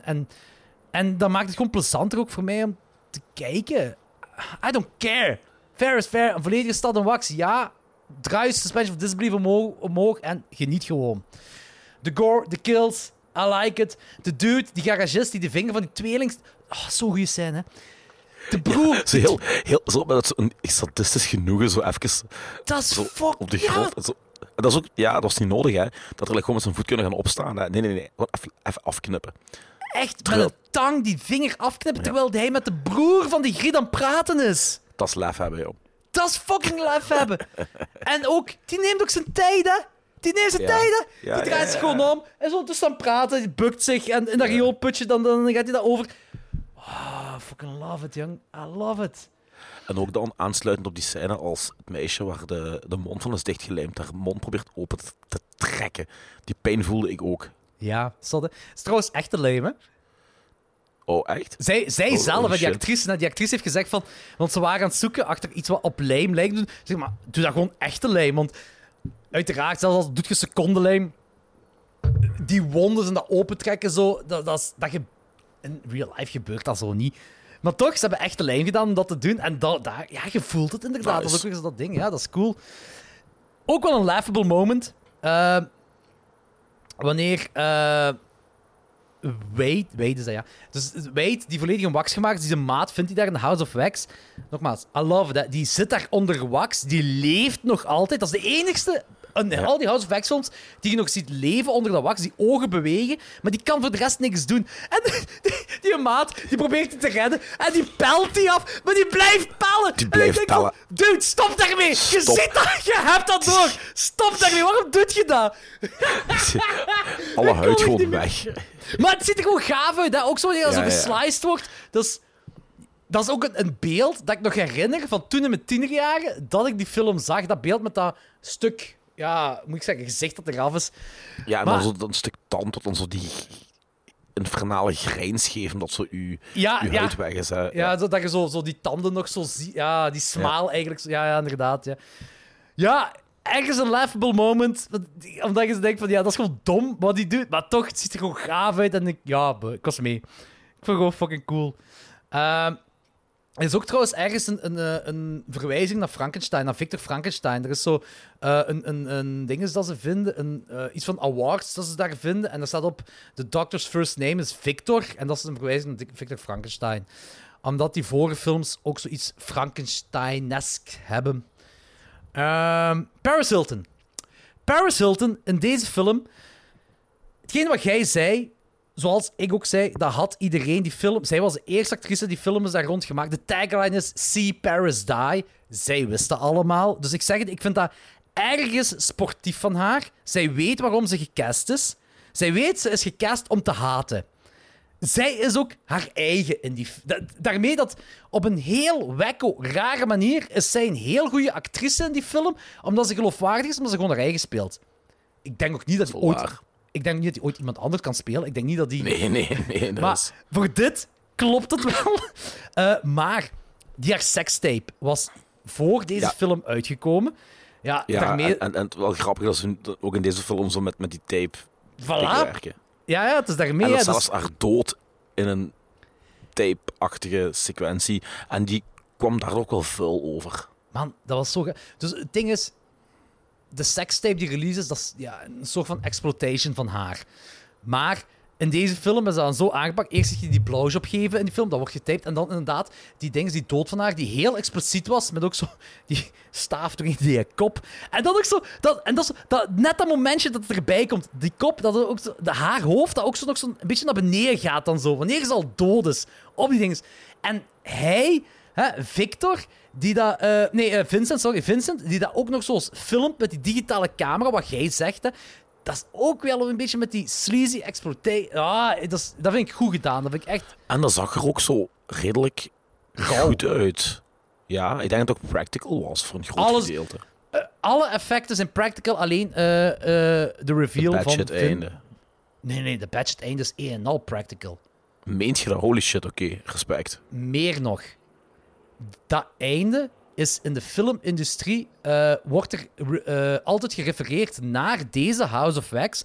En dat maakt het gewoon plezanter ook voor mij om te kijken. I don't care. Fair is fair. Een volledige stad in wax. Ja, draai je suspension of disbelief omhoog en geniet gewoon. De gore, de kills, I like it. De dude, die garagist, die de vinger van die tweelings... Oh, zo goede scène, hè. De broer... Ja, zo met zo'n sadistisch genoegen, zo even... Dat is zo fuck... op de grond. Ja. Dat is ook, ja, dat was niet nodig, hè. Dat er gewoon met zijn voet kunnen gaan opstaan. Hè. Nee. Gewoon even afknippen. Echt, met een tang die vinger afknippen, terwijl hij met de broer van die griet aan het praten is. Dat is lef hebben, joh. Dat is fucking lef hebben. En ook, die neemt ook zijn tijd, hè. Die neemt zijn tijd, hè. Die draait zich gewoon om. En zo tussen aan het praten, die bukt zich. En in dat rioolputje, dan gaat hij dat over. Fucking love it, jong. I love it. En ook dan aansluitend op die scène als het meisje waar de mond van is dichtgelijmd, haar mond probeert open te trekken. Die pijn voelde ik ook. Ja, het is trouwens echt een lijm, hè? Oh, echt? Zij zelf, die actrice heeft gezegd van... Want ze waren aan het zoeken achter iets wat op lijm lijkt. Zeg maar, doe dat gewoon echte lijm. Want uiteraard, zelfs als doet je secondenlijm, die wonden en dat opentrekken zo, dat in real life gebeurt dat zo niet. Maar toch, ze hebben echt een lijm gedaan om dat te doen. En je voelt het inderdaad. Dat is ook weer zo dat ding. Ja, dat is cool. Ook wel een laughable moment. Wanneer Wade is dat, ja. Dus Wade, die volledig in wax gemaakt is, die zijn maat vindt hij daar in de House of Wax. Nogmaals, I love that. Die zit daar onder wax. Die leeft nog altijd. Dat is de enigste... Al die House of Wax films die je nog ziet leven onder dat wax, die ogen bewegen, maar die kan voor de rest niks doen. En die maat, die probeert hij te redden en die pelt die af, maar die blijft pellen. Die blijft pellen. Dude, stop daarmee. Je ziet dat, je hebt dat door. Stop daarmee. Waarom doe je dat? Alle huid gewoon weg. Maar het ziet er gewoon gaaf uit, hè? Ook zo dat zo gesliced wordt. Dat is ook een beeld dat ik nog herinner van toen in mijn tienerjaren dat ik die film zag. Dat beeld met dat stuk... Ja, moet ik zeggen, gezicht dat eraf is. Ja, en dan zo een stuk tand dat dan zo die infernale grijns geven, dat zo uw huid weg is. Hè. Ja, dat je zo die tanden nog zo ziet. Ja, die smaal eigenlijk. Ja, inderdaad. Ja, ergens een laughable moment. Omdat je denkt van, ja, dat is gewoon dom wat hij doet. Maar toch, het ziet er gewoon gaaf uit. En ik was mee. Ik vond het gewoon fucking cool. Er is ook trouwens ergens een verwijzing naar Frankenstein, naar Victor Frankenstein. Er is zo een ding dat ze vinden, iets van awards dat ze daar vinden. En daar staat op, the doctor's first name is Victor. En dat is een verwijzing naar Victor Frankenstein. Omdat die vorige films ook zoiets Frankenstein-esque hebben. Paris Hilton. Paris Hilton, in deze film... Hetgeen wat jij zei... Zoals ik ook zei, dat had iedereen die film... Zij was de eerste actrice, die film is daar rondgemaakt. De tagline is See Paris Die. Zij wisten allemaal. Dus ik zeg het, ik vind dat ergens sportief van haar. Zij weet waarom ze gecast is. Zij weet, ze is gecast om te haten. Zij is ook haar eigen in die... Daarmee dat op een heel wekko, rare manier is zij een heel goede actrice in die film, omdat ze geloofwaardig is, omdat ze gewoon haar eigen speelt. Ik denk ook niet dat hij ooit... Ik denk niet dat hij ooit iemand anders kan spelen. Ik denk niet dat die... Nee. Maar voor dit klopt het wel. Maar die haar sekstape was voor deze film uitgekomen. Ja, daarmee... en het wel grappig dat ze ook in deze film zo met die tape werken. Ja, het is daarmee... En dat zelfs haar dood in een tape-achtige sequentie. En die kwam daar ook wel vuil over. Man, dat was zo... Dus het ding is... De sekstape die release is, dat is een soort van exploitation van haar. Maar in deze film is dat dan zo aangepakt. Eerst zie je die blowjob geven in die film, dat wordt getypt. En dan inderdaad die dood van haar, die heel expliciet was, met ook zo die staaf door in die kop. En dan ook zo... net dat momentje dat het erbij komt, die kop, dat ook zo, haar hoofd, dat ook zo nog zo'n beetje naar beneden gaat dan zo. Wanneer ze al dood is. Op die dingen. En hij... Victor, die dat... Vincent, die dat ook nog zo filmt met die digitale camera, wat jij zegt, hè. Dat is ook wel een beetje met die sleazy exploitation. Dat vind ik goed gedaan. Dat vind ik echt... En dat zag er ook zo redelijk goed uit. Ja, ik denk dat het ook practical was voor een groot gedeelte. Alle effecten zijn practical, alleen de reveal van... Het einde. Nee, de patch het einde is een en al practical. Meent je dat? Holy shit, oké, respect. Meer nog. Dat einde is in de filmindustrie... wordt er altijd gerefereerd naar deze House of Wax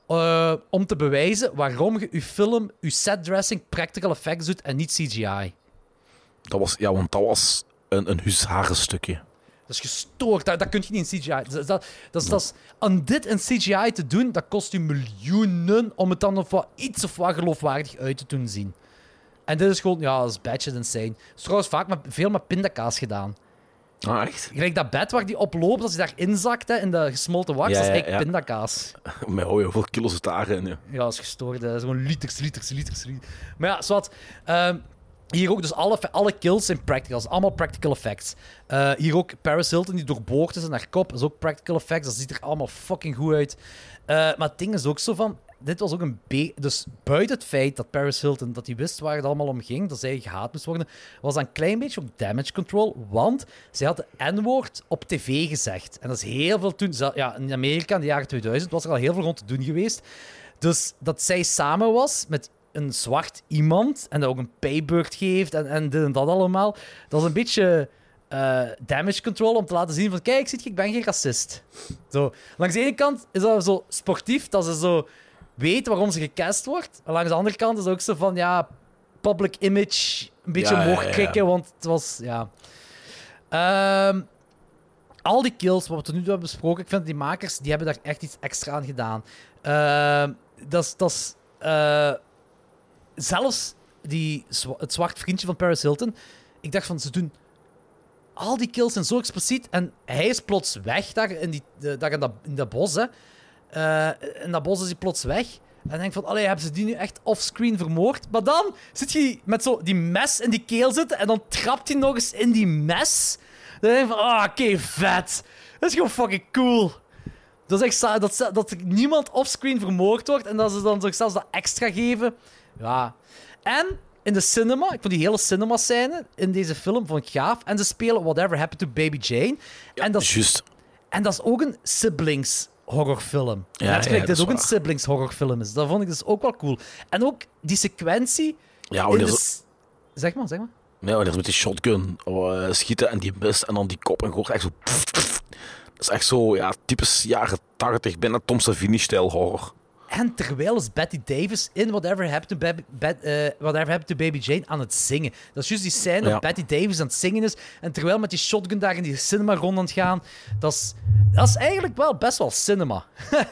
om te bewijzen waarom je film, je setdressing, practical effects doet en niet CGI. Want dat was een huzarenstukje. Dat is gestoord. Dat kun je niet in CGI. Om dit in CGI te doen, dat kost je miljoenen om het dan iets of wat geloofwaardig uit te doen zien. En dit is gewoon... Ja, dat is batshit insane. Het is trouwens vaak veel met pindakaas gedaan. Ah, echt? Gelijk dat bed waar die op loopt, als hij daarin zakt, hè, in de gesmolten wax, dat is eigenlijk pindakaas. Maar hou je hoeveel kilo's het daarin? Ja, dat is gestoord. Dat is gewoon liters. Maar ja, zwart. Hier ook, dus alle kills zijn practicals. Allemaal practical effects. Hier ook Paris Hilton, die doorboord is in haar kop. Dat is ook practical effects. Dat ziet er allemaal fucking goed uit. Maar het ding is ook zo van... Dit was ook een dus buiten het feit dat Paris Hilton, dat hij wist waar het allemaal om ging, dat zij gehaat moest worden, was dat een klein beetje ook damage control, want zij had de N-woord op tv gezegd. En dat is heel veel toen... Ja, in Amerika in de jaren 2000 was er al heel veel rond te doen geweest. Dus dat zij samen was met een zwart iemand en dat ook een paybeurt geeft en dit en dat allemaal, dat is een beetje... damage control om te laten zien van kijk, ik ben geen racist. Zo. Langs de ene kant is dat zo sportief, dat ze zo weten waarom ze gecast wordt. En langs de andere kant is het ook zo van, ja, public image een beetje omhoog krikken, want het was, ja... al die kills, wat we tot nu toe hebben besproken, ik vind die makers, die hebben daar echt iets extra aan gedaan. Zelfs het zwart vriendje van Paris Hilton, ik dacht van, ze doen... Al die kills zijn zo expliciet en hij is plots weg daar in dat bos, hè. In dat bos is hij plots weg. En denk van, hebben ze die nu echt offscreen vermoord? Maar dan zit je met zo die mes in die keel zitten en dan trapt hij nog eens in die mes. Dan denk je van, oké, vet. Dat is gewoon fucking cool. Dat is echt dat er niemand offscreen vermoord wordt en dat ze dan zelfs dat extra geven. Ja. En in de cinema, ik vond die hele cinema-scène in deze film vond ik gaaf. En ze spelen Whatever Happened to Baby Jane. Ja, en dat is ook een siblings-horrorfilm. Ja, net gelijk dit ook een siblings-horrorfilm is. Dat vond ik dus ook wel cool. En ook die sequentie... Ja, Zeg maar. Nee, dat is met die shotgun schieten en die mist en dan die kop en gewoon echt zo... Dat is echt zo, ja, typisch jaren 80, bijna Tom Savini-stijl horror. En terwijl is Bette Davis in Whatever Happened to Baby Jane aan het zingen. Dat is juist die scène dat Bette Davis aan het zingen is. En terwijl met die shotgun daar in die cinema rond aan het gaan. Dat is eigenlijk wel best wel cinema.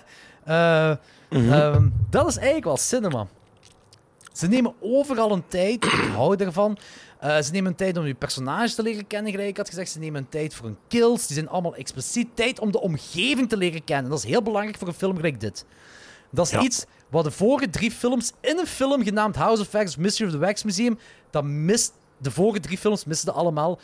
Dat is eigenlijk wel cinema. Ze nemen overal een tijd. Ik hou ervan. Ze nemen een tijd om je personage te leren kennen, gelijk ik had gezegd. Ze nemen een tijd voor hun kills. Die zijn allemaal expliciet. Tijd om de omgeving te leren kennen. Dat is heel belangrijk voor een film gelijk dit. Dat is iets wat de vorige 3 films in een film genaamd House of Wax of Mystery of the Wax Museum, de vorige 3 films misten allemaal.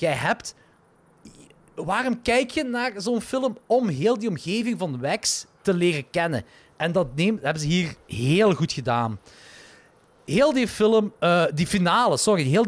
Waarom kijk je naar zo'n film om heel die omgeving van Wax te leren kennen? En dat hebben ze hier heel goed gedaan. Heel die film, die finale.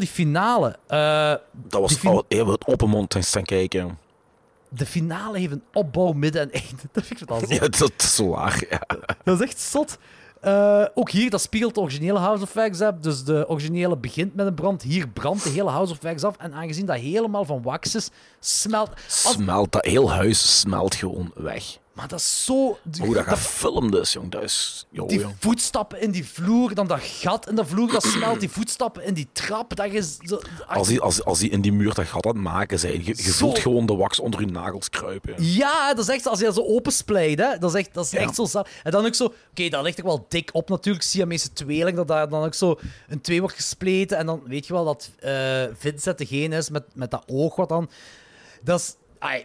Dat was heel open mond staan kijken. De finale heeft een opbouw, midden en einde. Dat vind ik wel zot. Ja, dat is zo waar, ja. Dat is echt zot. Ook hier, dat spiegelt de originele House of Wax af. Dus de originele begint met een brand. Hier brandt de hele House of Wax af. En aangezien dat helemaal van wax is, smelt... Dat heel huis smelt gewoon weg. Maar dat is zo... Hoe dat gefilmd is, jong. Dat is... Die voetstappen in die vloer, dan dat gat in de vloer, dat smelt. Die voetstappen in die trap, dat is... Als die in die muur dat gat aan het maken zijn, je voelt gewoon de wax onder je nagels kruipen. Ja, dat is echt als je dat zo opensplijt, hè. Dat is echt zo... En dan ook zo... Oké, dat ligt er wel dik op natuurlijk. Siamese tweeling, dat daar dan ook zo een 2 wordt gespleten. En dan weet je wel dat Vincent degene is met dat oog wat dan... Dat is...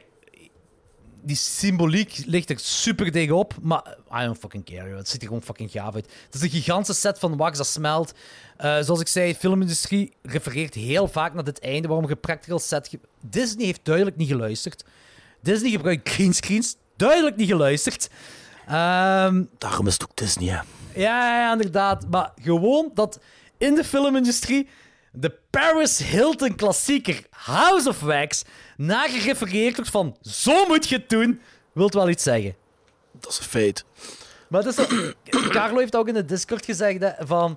Die symboliek ligt er super dik op, maar I don't fucking care. Het ziet er gewoon fucking gaaf uit. Het is een gigantische set van wax dat smelt. Zoals ik zei, de filmindustrie refereert heel vaak naar dit einde, waarom je practical set... Disney heeft duidelijk niet geluisterd. Disney gebruikt greenscreens. Duidelijk niet geluisterd. Daarom is het ook Disney, hè. Ja, inderdaad. Maar gewoon dat in de filmindustrie de Paris Hilton klassieker House of Wax nagerefereerd wordt van zo moet je het doen, wilt wel iets zeggen. Dat is een feit. Maar het is Carlo heeft ook in de Discord gezegd van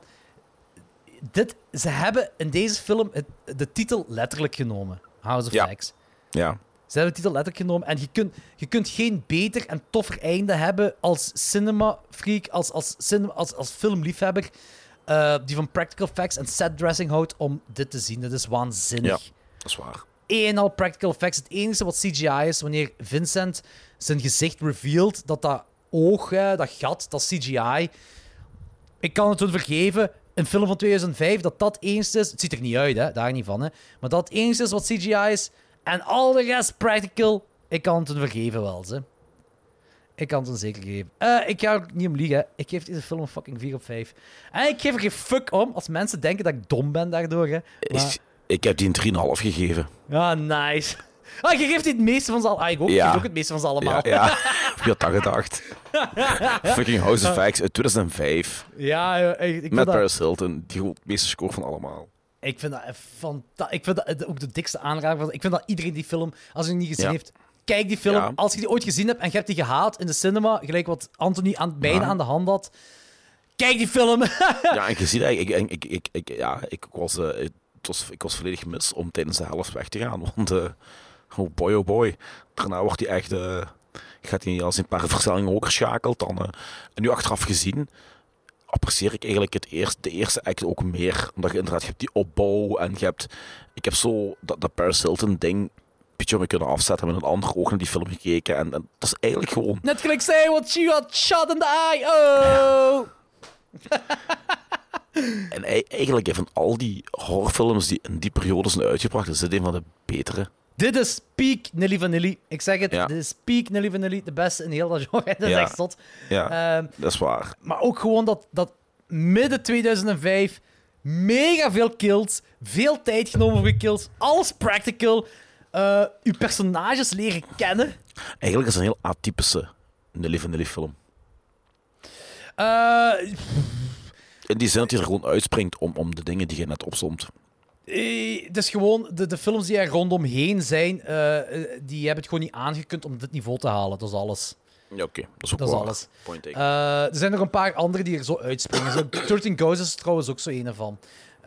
ze hebben in deze film de titel letterlijk genomen. House of Wax. Ja. Ze hebben de titel letterlijk genomen en je kunt geen beter en toffer einde hebben als cinema-freak, als filmliefhebber die van practical effects en set dressing houdt om dit te zien. Dat is waanzinnig. Ja, dat is waar. Een al practical effects. Het enige wat CGI is, wanneer Vincent zijn gezicht revealt, dat oog, dat gat, dat CGI. Ik kan het hun vergeven, een film van 2005, dat eens is... Het ziet er niet uit, hè, daar niet van, hè. Maar dat eens is wat CGI is. En al de rest practical, ik kan het vergeven wel, ze. Ik kan het een zeker geven. Ik ga er niet om liegen. Ik geef deze film een fucking 4 op 5. En ik geef er geen fuck om als mensen denken dat ik dom ben daardoor. Hè. Maar... Ik heb die een 3,5 gegeven. Ja, nice. Je geeft die het meeste van ze allemaal. Ik ook. Ja. Ik geef ook het meeste van ze allemaal. Ja. Wie had dat gedacht? Fucking House of Facts uit 2005. Ja, ik met Paris Hilton. Die gewoon het meeste score van allemaal. Ik vind dat fantastisch. Ik vind dat ook de dikste aanrader. Ik vind dat iedereen die film, als hij niet gezien heeft, kijk die film. Ja. Als je die ooit gezien hebt en je hebt die gehaat in de cinema, gelijk wat Anthony bijna aan de hand had, kijk die film. Ja, en je ziet eigenlijk, ik was volledig mis om tijdens de helft weg te gaan. Want, oh boy. Daarna wordt hij echt, gaat hij als een paar versnellingen ook geschakeld. En nu achteraf gezien, apprecieer ik eigenlijk de eerste act ook meer. Omdat je inderdaad, je hebt die opbouw en ik heb zo dat Paris Hilton ding beetje om me kunnen afzetten met een ander oog naar die film gekeken. En dat is eigenlijk gewoon... Net gelijk zei what she got shot in the eye. Oh! En eigenlijk van al die horrorfilms die in die periode zijn uitgebracht, is dit een van de betere. Dit is peak Nelly Vanilli. Ik zeg het, dit is peak Nelly Vanilli. De beste in heel dat genre. Dat is echt zot. Ja, dat is waar. Maar ook gewoon dat midden 2005 mega veel kills, veel tijd genomen voor kills, alles practical, uw personages leren kennen. Eigenlijk is het een heel atypische Nelly Vanilli film. In die zin dat hij er gewoon uitspringt om de dingen die je net opzomt. Het is gewoon, de films die er rondomheen zijn, die hebben het gewoon niet aangekund om dit niveau te halen. Dat is alles. Ja, oké. Dat is ook dat waar. Is alles. Point taken. Er zijn nog een paar andere die er zo uitspringen. Zo, 13 Ghosts is er trouwens ook zo een van.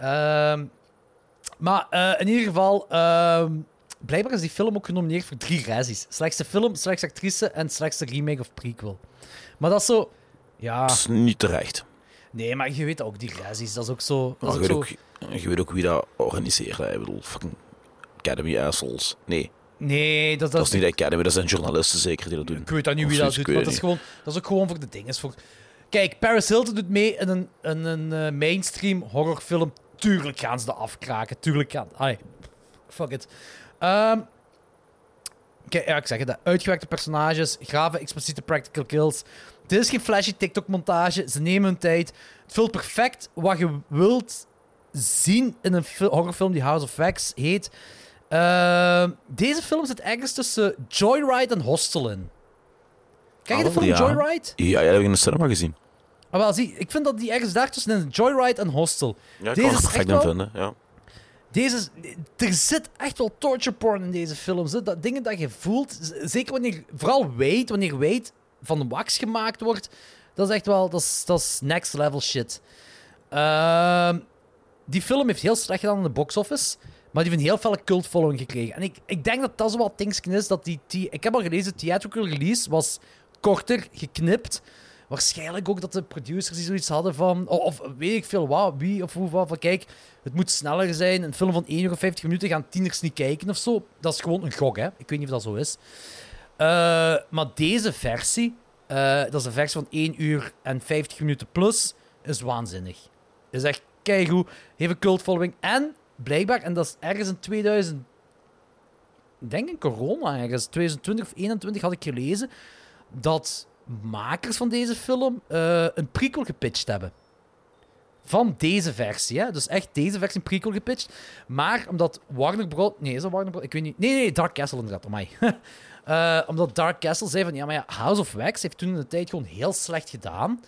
Maar in ieder geval, blijkbaar is die film ook genomineerd voor 3 Razzies. Slechtste film, slechtste actrice en slechtste remake of prequel. Maar dat is zo... Ja... Dat is niet terecht. Nee, maar je weet ook, die Razzies, dat is ook zo... Je weet ook wie dat organiseert. Ik bedoel, fucking Academy assholes. Nee, dat is niet de Academy, dat zijn journalisten zeker die dat doen. Ik weet dat niet wie dat doet, maar dat is ook gewoon voor de dingen. Kijk, Paris Hilton doet mee in een mainstream horrorfilm. Tuurlijk gaan ze dat afkraken. Tuurlijk gaan... Fuck it. Kijk, ja, ik zeg het. Uitgewerkte personages, grave, expliciete practical kills. Dit is geen flashy TikTok-montage. Ze nemen hun tijd. Het vult perfect wat je wilt zien in een horrorfilm die House of Facts heet. Deze film zit ergens tussen Joyride en Hostel in. Kijk je de film Joyride? Ja, dat heb ik in de cinema gezien. Maar wel, zie, ik vind dat die ergens daartussen is. Joyride en Hostel. Ja, ik kan het perfect in vinden, ja. Er zit echt wel torture porn in deze films. Hè. Dat dingen dat je voelt, zeker wanneer je weet van wax gemaakt wordt, dat is echt wel, dat is next level shit. Die film heeft heel slecht gedaan in de box office, maar die heeft een heel felle cult following gekregen. En ik denk dat dat zo wat dingetje is, dat ik heb al gelezen, de theatrical release was korter, geknipt. Waarschijnlijk ook dat de producers die zoiets hadden van... Of weet ik veel wat, wie of hoe van... Kijk, het moet sneller zijn. Een film van 1 uur of 50 minuten gaan tieners niet kijken of zo. Dat is gewoon een gok, hè. Ik weet niet of dat zo is. Maar deze versie... dat is een versie van 1 uur en 50 minuten plus. Is waanzinnig. Is echt keigoed. Heeft een cult following. En blijkbaar, en dat is ergens in 2000... Ik denk in corona ergens. 2020 of 2021 had ik gelezen... dat... makers van deze film een prequel gepitcht hebben. Van deze versie, hè. Dus echt deze versie een prequel gepitcht. Maar omdat Warner Bros... Nee, is dat Warner Bros? Ik weet niet. Nee, Dark Castle inderdaad, amai. Omdat Dark Castle zei van... Ja, maar ja, House of Wax heeft toen in de tijd gewoon heel slecht gedaan.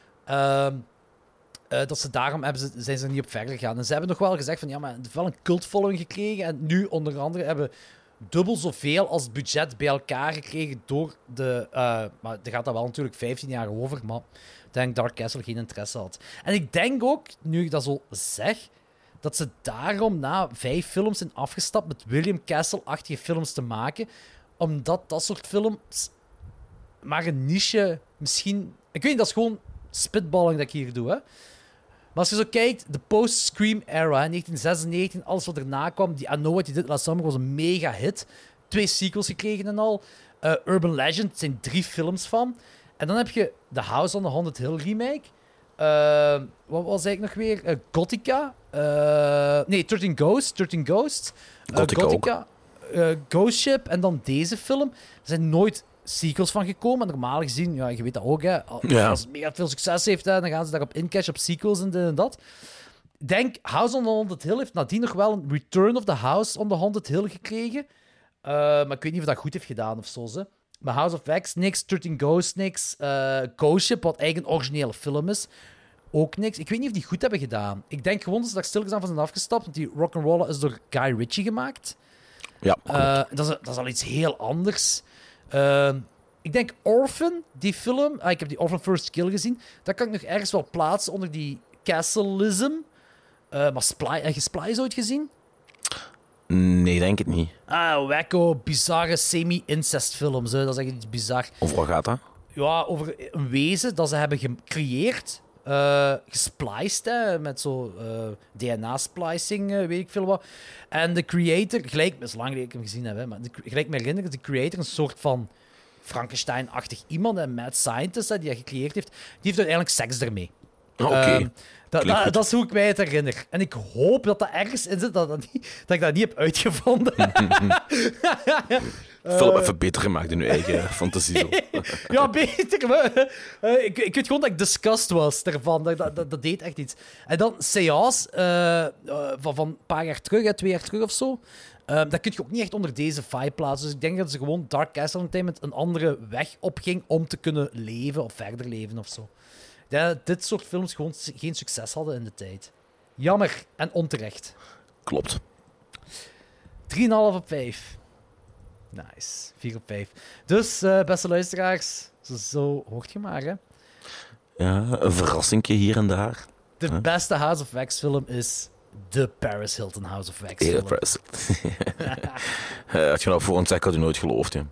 Dat ze daarom zijn ze er niet op verder gegaan. En ze hebben nog wel gezegd van... Ja, maar het heeft wel een cult following gekregen. En nu, onder andere, hebben... dubbel zoveel als het budget bij elkaar gekregen door de... maar er gaat dat wel natuurlijk 15 jaar over, maar ik denk Dark Castle geen interesse had. En ik denk ook, nu ik dat zo zeg, dat ze daarom na 5 films zijn afgestapt met William Castle-achtige films te maken, omdat dat soort films maar een niche misschien... Ik weet niet, dat is gewoon spitballing dat ik hier doe, hè. Maar als je zo kijkt, de post-Scream era, 1996, alles wat erna kwam, die I Know What You Did Last Summer was een mega hit. 2 sequels gekregen en al. Urban Legend zijn 3 films van. En dan heb je The House on the Haunted Hill remake. Wat was eigenlijk nog weer? Gothica. Nee, 13 Ghosts. Gothica ook. Ghost Ship en dan deze film. Er zijn nooit sequels van gekomen. En normaal gezien, ja, je weet dat ook, hè. Als het mega veel succes heeft, hè, dan gaan ze daarop incashen op sequels en dit en dat. Ik denk, House on the Haunted Hill heeft nadien nog wel een Return of the House on the Haunted Hill gekregen. Maar ik weet niet of dat goed heeft gedaan of zo. Ze. Maar House of Wax, niks. 13 Ghosts, niks. Ghost Ship, wat eigenlijk een originele film is, ook niks. Ik weet niet of die goed hebben gedaan. Ik denk gewoon dat ze daar stilgezaan van zijn afgestapt, want die Rock'n'Roller is door Guy Ritchie gemaakt. Ja, dat is al iets heel anders. Ik denk Orphan, die film... ik heb die Orphan First Kill gezien. Dat kan ik nog ergens wel plaatsen onder die Castleism. Maar heb je Splice ooit gezien? Nee, denk het niet. Wacko, bizarre semi-incest-films. Dat is echt iets bizar. Over wat gaat dat? Ja, over een wezen dat ze hebben gecreëerd. Gespliced, hè, met zo DNA-splicing, weet ik veel wat. En de creator, gelijk, het is lang geleden ik hem gezien heb, hè, maar gelijk me herinner, de creator, een soort van Frankenstein-achtig iemand, een mad scientist, hè, die dat gecreëerd heeft, die heeft uiteindelijk seks ermee. Oké. Dat is hoe ik mij het herinner. En ik hoop dat dat ergens in zit, dat ik dat niet heb uitgevonden. Film even beter gemaakt in uw eigen fantasie. Zo. Ja, beter. Maar, ik weet gewoon dat ik disgust was daarvan. Dat deed echt iets. En dan Seance, van een paar jaar terug, 2 jaar terug of zo. Dat kun je ook niet echt onder deze vibe plaatsen. Dus ik denk dat ze gewoon Dark Castle Entertainment een andere weg opging om te kunnen leven of verder leven of zo. Dat dit soort films gewoon geen succes hadden in de tijd. Jammer en onterecht. Klopt. 3,5 op 5. Nice. 4 op 5. Dus, beste luisteraars, zo hoort je maar, hè. Ja, een verrassingje hier en daar. De beste House of Wax film is de Paris Hilton House of Wax film. Had je nou voor ons zeggen, had je nooit geloofd, ja.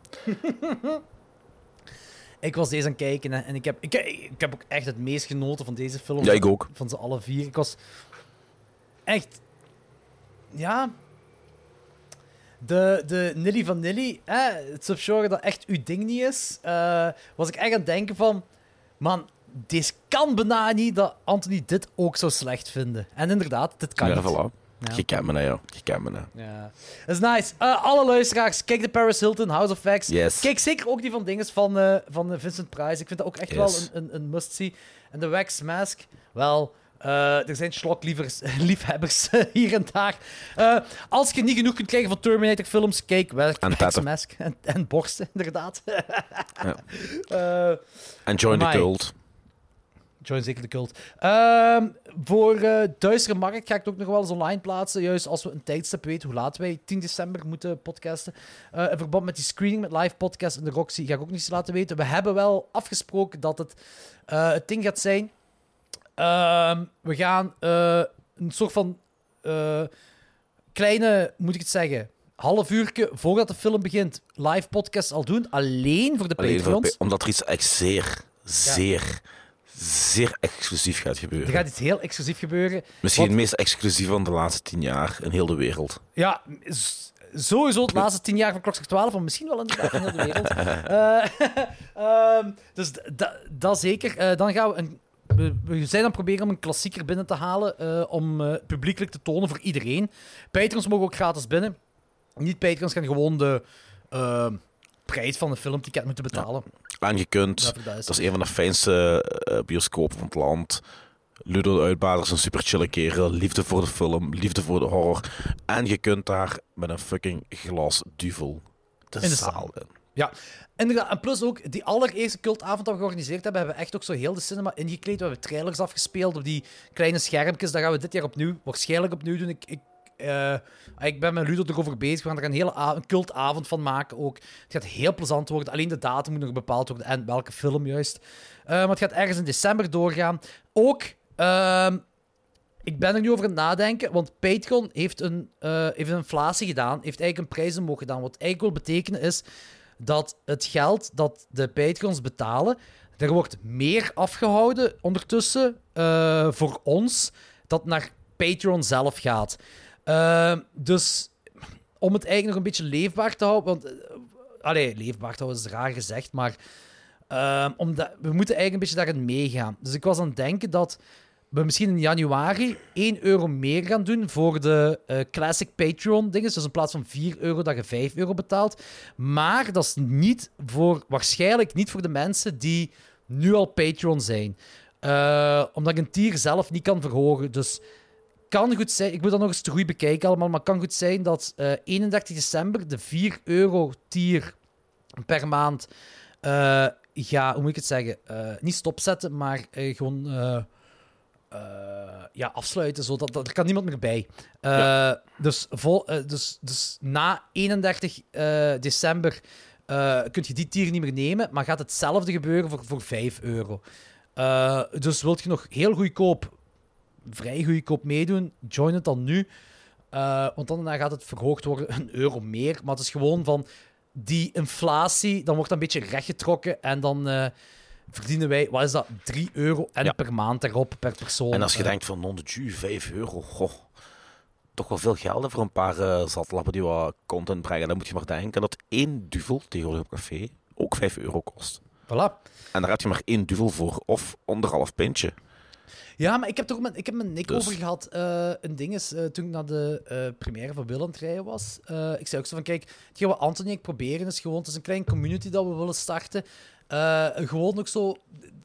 Ik was deze aan het kijken, hè, en ik heb ook echt het meest genoten van deze film. Ja, ik ook. Van ze alle 4. Ik was echt... Ja... De Nilly van Nilly, het subgenre dat echt uw ding niet is, was ik echt aan het denken van... Man, deze kan bijna niet dat Anthony dit ook zo slecht vinden. En inderdaad, dit kan niet. Voilà. Ja. Je kent me, ja. Je kent me, ja. Dat is nice. Alle luisteraars, kijk de Paris Hilton, House of Wax. Yes. Kijk zeker ook die van dinges van Vincent Price. Ik vind dat ook echt wel een must-see. En de Wax Mask, wel... er zijn slokliefhebbers hier en daar. Als je niet genoeg kunt krijgen van Terminator-films, kijk wel. Wax Mask en borsten, inderdaad. En join the cult. Join zeker de cult. Voor Duistere Markt ga ik het ook nog wel eens online plaatsen. Juist als we een tijdstip weten hoe laat wij 10 december moeten podcasten. In verband met die screening met live podcast in de Roxy ga ik ook niet laten weten. We hebben wel afgesproken dat het ding gaat zijn. We gaan een soort van kleine, moet ik het zeggen, half uurtje voordat de film begint, live podcast al doen. Alleen voor de Patreons. Omdat er iets echt zeer exclusief gaat gebeuren. Er gaat iets heel exclusief gebeuren. Misschien het meest exclusief van de laatste 10 jaar in heel de wereld. Ja, sowieso de laatste 10 jaar van Klokslag 12, maar misschien wel inderdaad in heel de wereld. Dus dat zeker. Dan gaan we zijn aan het proberen om een klassieker binnen te halen, om publiekelijk te tonen voor iedereen. Patrons mogen ook gratis binnen. Niet-Patrons gaan gewoon de prijs van een filmticket moeten betalen. Ja. En je kunt, dat is een van de fijnste bioscopen van het land. Ludo de Uitbader is een super chille kerel. Liefde voor de film, liefde voor de horror. En je kunt daar met een fucking glas duvel de zaal in. Ja, inderdaad. En plus ook, die allereerste cultavond dat we georganiseerd hebben we echt ook zo heel de cinema ingekleed. We hebben trailers afgespeeld op die kleine schermpjes. Dat gaan we dit jaar waarschijnlijk opnieuw doen. Ik ben met Ludo erover bezig. We gaan er een hele cultavond van maken ook. Het gaat heel plezant worden. Alleen de datum moet nog bepaald worden en welke film juist. Maar het gaat ergens in december doorgaan. Ook, ik ben er nu over aan het nadenken, want Patreon heeft een inflatie gedaan. Heeft eigenlijk een prijs omhoog gedaan. Wat eigenlijk wil betekenen is dat het geld dat de Patreons betalen, er wordt meer afgehouden ondertussen voor ons, dat naar Patreon zelf gaat. Dus om het eigenlijk nog een beetje leefbaar te houden, want leefbaar te houden is raar gezegd, maar we moeten eigenlijk een beetje daarin meegaan. Dus ik was aan het denken dat we misschien in januari €1 meer gaan doen voor de Classic Patreon-dingen. Dus in plaats van €4 dat je €5 betaalt. Maar dat is waarschijnlijk niet voor de mensen die nu al Patreon zijn. Omdat ik een tier zelf niet kan verhogen. Dus kan goed zijn, ik moet dat nog eens te goed bekijken allemaal, maar het kan goed zijn dat 31 december de €4 tier per maand hoe moet ik het zeggen? Niet stopzetten, maar gewoon afsluiten. Zodat er kan niemand meer bij. Dus na 31 december kun je die tier niet meer nemen, maar gaat hetzelfde gebeuren voor €5. Dus wilt je nog heel vrij goedkoop meedoen, join het dan nu. Want dan gaat het verhoogd worden €1 meer. Maar het is gewoon van die inflatie, dan wordt dat een beetje rechtgetrokken en dan verdienen wij, wat is dat, €3 per maand erop per persoon. En als je denkt van, non de ju, €5, goh, toch wel veel geld voor een paar zatlappen die wat content brengen. Dan moet je maar denken dat 1 duvel tegenwoordig op café ook €5 kost. Voilà. En daar heb je maar 1 duvel voor, of 1,5 pintje. Ja, maar ik heb met Nick over gehad. Een ding is, toen ik naar de première van Will aan het rijden was, ik zei ook zo van, kijk, hetgeen wat Anthony en ik proberen is gewoon, het is een klein community dat we willen starten. Gewoon ook zo...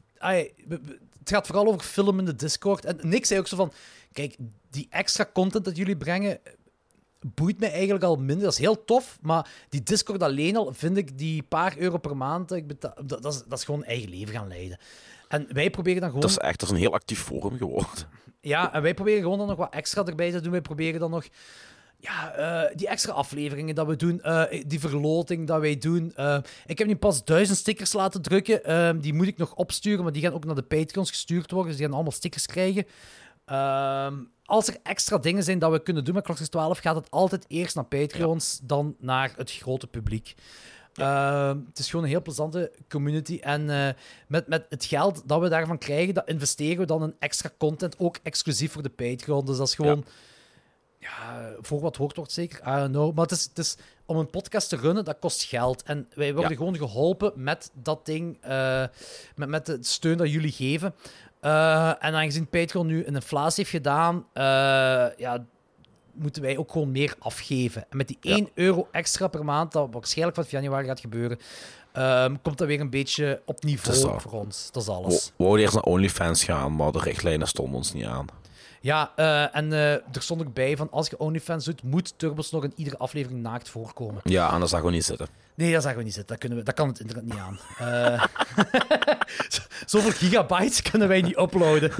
het gaat vooral over film in de Discord. En Nick zei ook zo van, kijk, die extra content dat jullie brengen boeit mij eigenlijk al minder. Dat is heel tof, maar die Discord alleen al vind ik die paar euro per maand dat is gewoon eigen leven gaan leiden. En wij proberen dan gewoon... Dat is een heel actief forum geworden. Ja, en wij proberen gewoon dan nog wat extra erbij te doen. Wij proberen dan nog die extra afleveringen dat we doen, die verloting dat wij doen. Ik heb nu pas 1000 stickers laten drukken. Die moet ik nog opsturen, maar die gaan ook naar de Patreons gestuurd worden. Dus die gaan allemaal stickers krijgen. Als er extra dingen zijn dat we kunnen doen met Klokslag 12, gaat het altijd eerst naar Patreons, dan naar het grote publiek. Het is gewoon een heel plezante community. En met het geld dat we daarvan krijgen, dat investeren we dan in extra content, ook exclusief voor de Patreon. Dus dat is gewoon... voor wat hoort wordt zeker, I don't know. Maar het is om een podcast te runnen, dat kost geld. En wij worden gewoon geholpen met dat ding, met de steun dat jullie geven. En aangezien Patreon nu een inflatie heeft gedaan, moeten wij ook gewoon meer afgeven. En met die €1 extra per maand, dat waarschijnlijk van januari gaat gebeuren, komt dat weer een beetje op niveau voor ons. Dat is alles. We wouden eerst naar OnlyFans gaan, maar de richtlijnen stonden ons niet aan. Ja, en er stond ook bij van als je OnlyFans doet, moet Turbos nog in iedere aflevering naakt voorkomen. Ja, en dat zag gewoon niet zitten. Nee, dat zag we niet zitten. Dat kan het internet niet aan. Zoveel gigabytes kunnen wij niet uploaden.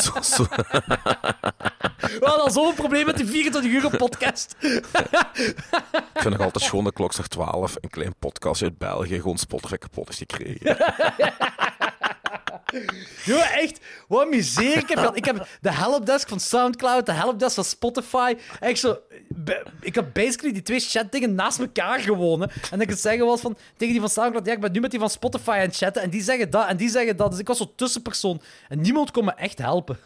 We hadden al zo'n probleem met die 24-uur podcast. Ik vind nog altijd schoon dat Klokslag 12, een klein podcast uit België, gewoon Spotify kapot is gekregen. Jongen, echt, wat miserie ik heb gehad. Ik heb de helpdesk van Soundcloud, de helpdesk van Spotify. Echt zo, ik had basically die twee chatdingen naast elkaar gewonnen. En ik het zeggen was van, tegen die van Soundcloud, ik ben nu met die van Spotify aan het chatten. En die zeggen dat, en die zeggen dat. Dus ik was zo'n tussenpersoon. En niemand kon me echt helpen.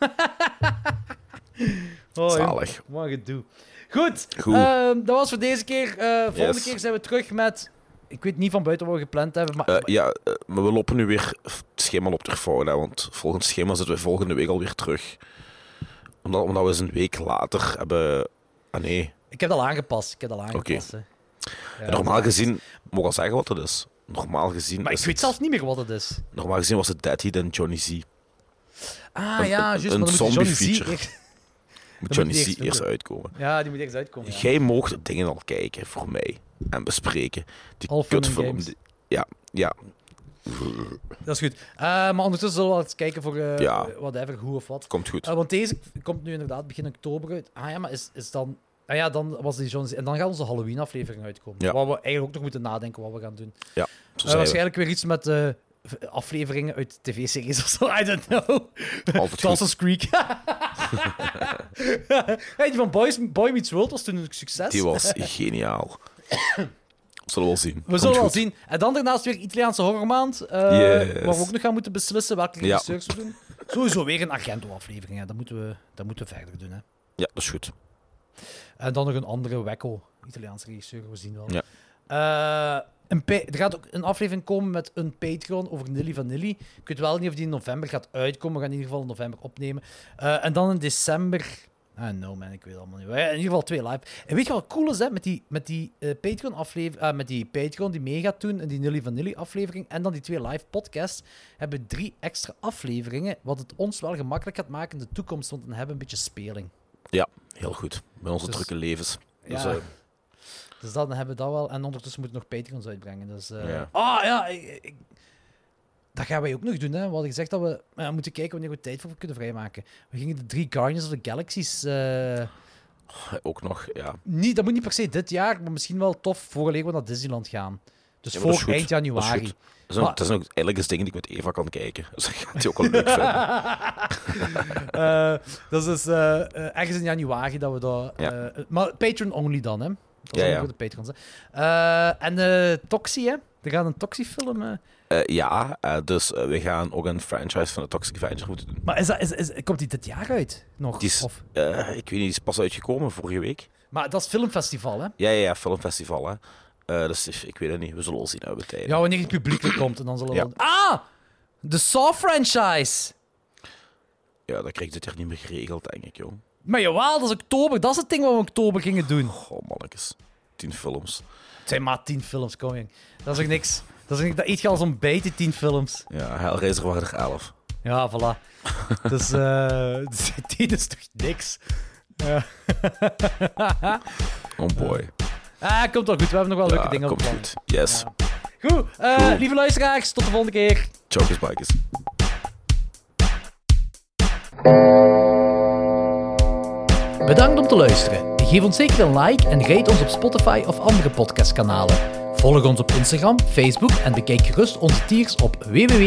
Zalig. Wat een gedoe. Goed. Dat was voor deze keer. Volgende keer zijn we terug met... Ik weet niet van buiten wat we gepland hebben, maar... maar we lopen nu weer het schema op terugvouwen, want volgens het schema zitten we volgende week alweer terug. Omdat we eens een week later hebben... Ah, nee. Ik heb dat al aangepast. Okay. Normaal gezien... Mogen we zeggen wat het is? Normaal gezien... Maar ik weet zelfs niet meer wat het is. Normaal gezien was het Daddy en Johnny Z. Juist. Een zombie feature. Moet Johnny Z eerst uitkomen. Ja, die moet eerst uitkomen. Jij moogt dingen al kijken voor mij en bespreken. Die kutfilm. Ja. Dat is goed. Maar ondertussen zullen we wel eens kijken voor whatever, hoe of wat. Komt goed. Want deze komt nu inderdaad begin oktober uit. Maar is dan... dan was die Johnny Z. En dan gaat onze Halloween-aflevering uitkomen. Ja. Waar we eigenlijk ook nog moeten nadenken wat we gaan doen. Ja, waarschijnlijk weer iets met... afleveringen uit tv-series of zo, I don't know. Dawson's Creek. Die van Boy Meets World was toen een succes. Die was geniaal. Zullen we wel zien. We zullen wel zien. En dan daarnaast weer Italiaanse horrormaand. Waar we ook nog gaan moeten beslissen welke regisseurs we doen. Sowieso weer een Argento-aflevering. Hè. Dat moeten we verder doen. Hè. Ja, dat is goed. En dan nog een andere Wekko, Italiaanse regisseur. We zien wel. Ja. Er gaat ook een aflevering komen met een Patreon over Nilly Vanilli. Ik weet wel niet of die in november gaat uitkomen. We gaan in ieder geval in november opnemen. En dan in december... no man, ik weet het allemaal niet. In ieder geval 2 live. En weet je wat cool is, hè? Met die Patreon-aflevering... met die Patreon die mee gaat doen en die Nilly Vanilli aflevering en dan die 2 live podcasts, hebben 3 extra afleveringen, wat het ons wel gemakkelijk gaat maken in de toekomst, want dan hebben we een beetje speling. Ja, heel goed. Bij onze drukke levens. Dus, dus dan hebben we dat wel. En ondertussen moeten we nog Patreons uitbrengen. Dus, dat gaan wij ook nog doen. Hè. We hadden gezegd dat we moeten kijken wanneer we tijd voor kunnen vrijmaken. We gingen de 3 Guardians of the Galaxies... ook nog, ja. Dat moet niet per se dit jaar, maar misschien wel tof vooraleer we naar Disneyland gaan. Dus voor eind januari. Dat is ook eigenlijk eens dingen die ik met Eva kan kijken. Dus dat gaat hij ook wel leuk vinden. Dat is dus ergens in januari dat we dat... maar Patreon-only dan, hè. Dat is voor de Patrons. En Toxie, hè. Er gaat een Toxie-film... dus we gaan ook een franchise van de Toxic Avenger moeten doen. Maar komt die dit jaar uit? Nog? Ik weet niet, die is pas uitgekomen vorige week. Maar dat is filmfestival, hè? Ja, filmfestival, hè. Dus ik weet het niet, we zullen al zien uit de tijd. Ja, wanneer het publiek komt en dan zullen we... De Saw-franchise! Ja, dat krijg ik dit jaar niet meer geregeld, denk ik, joh. Maar jawel, dat is oktober. Dat is het ding wat we in oktober gingen doen. Oh, mannetjes. 10 films. Het zijn maar 10 films, kom je. Dat is ook niks. Dat eet je als ontbijt, die 10 films. Ja, Hellraiser waren er 11. Ja, voilà. Dus 10 is toch niks. Ja. Oh boy. Komt wel goed. We hebben nog wel leuke dingen op plan. Goed. Yes. Ja. Goed. Lieve luisteraars, tot de volgende keer. Chokers Bikers. Bedankt om te luisteren. Geef ons zeker een like en rate ons op Spotify of andere podcastkanalen. Volg ons op Instagram, Facebook en bekijk gerust onze tiers op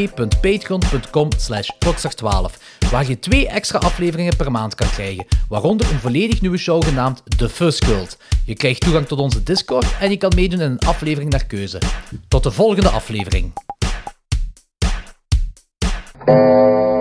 www.patreon.com/klokslag12, waar je 2 extra afleveringen per maand kan krijgen, waaronder een volledig nieuwe show genaamd The First Cult. Je krijgt toegang tot onze Discord en je kan meedoen in een aflevering naar keuze. Tot de volgende aflevering.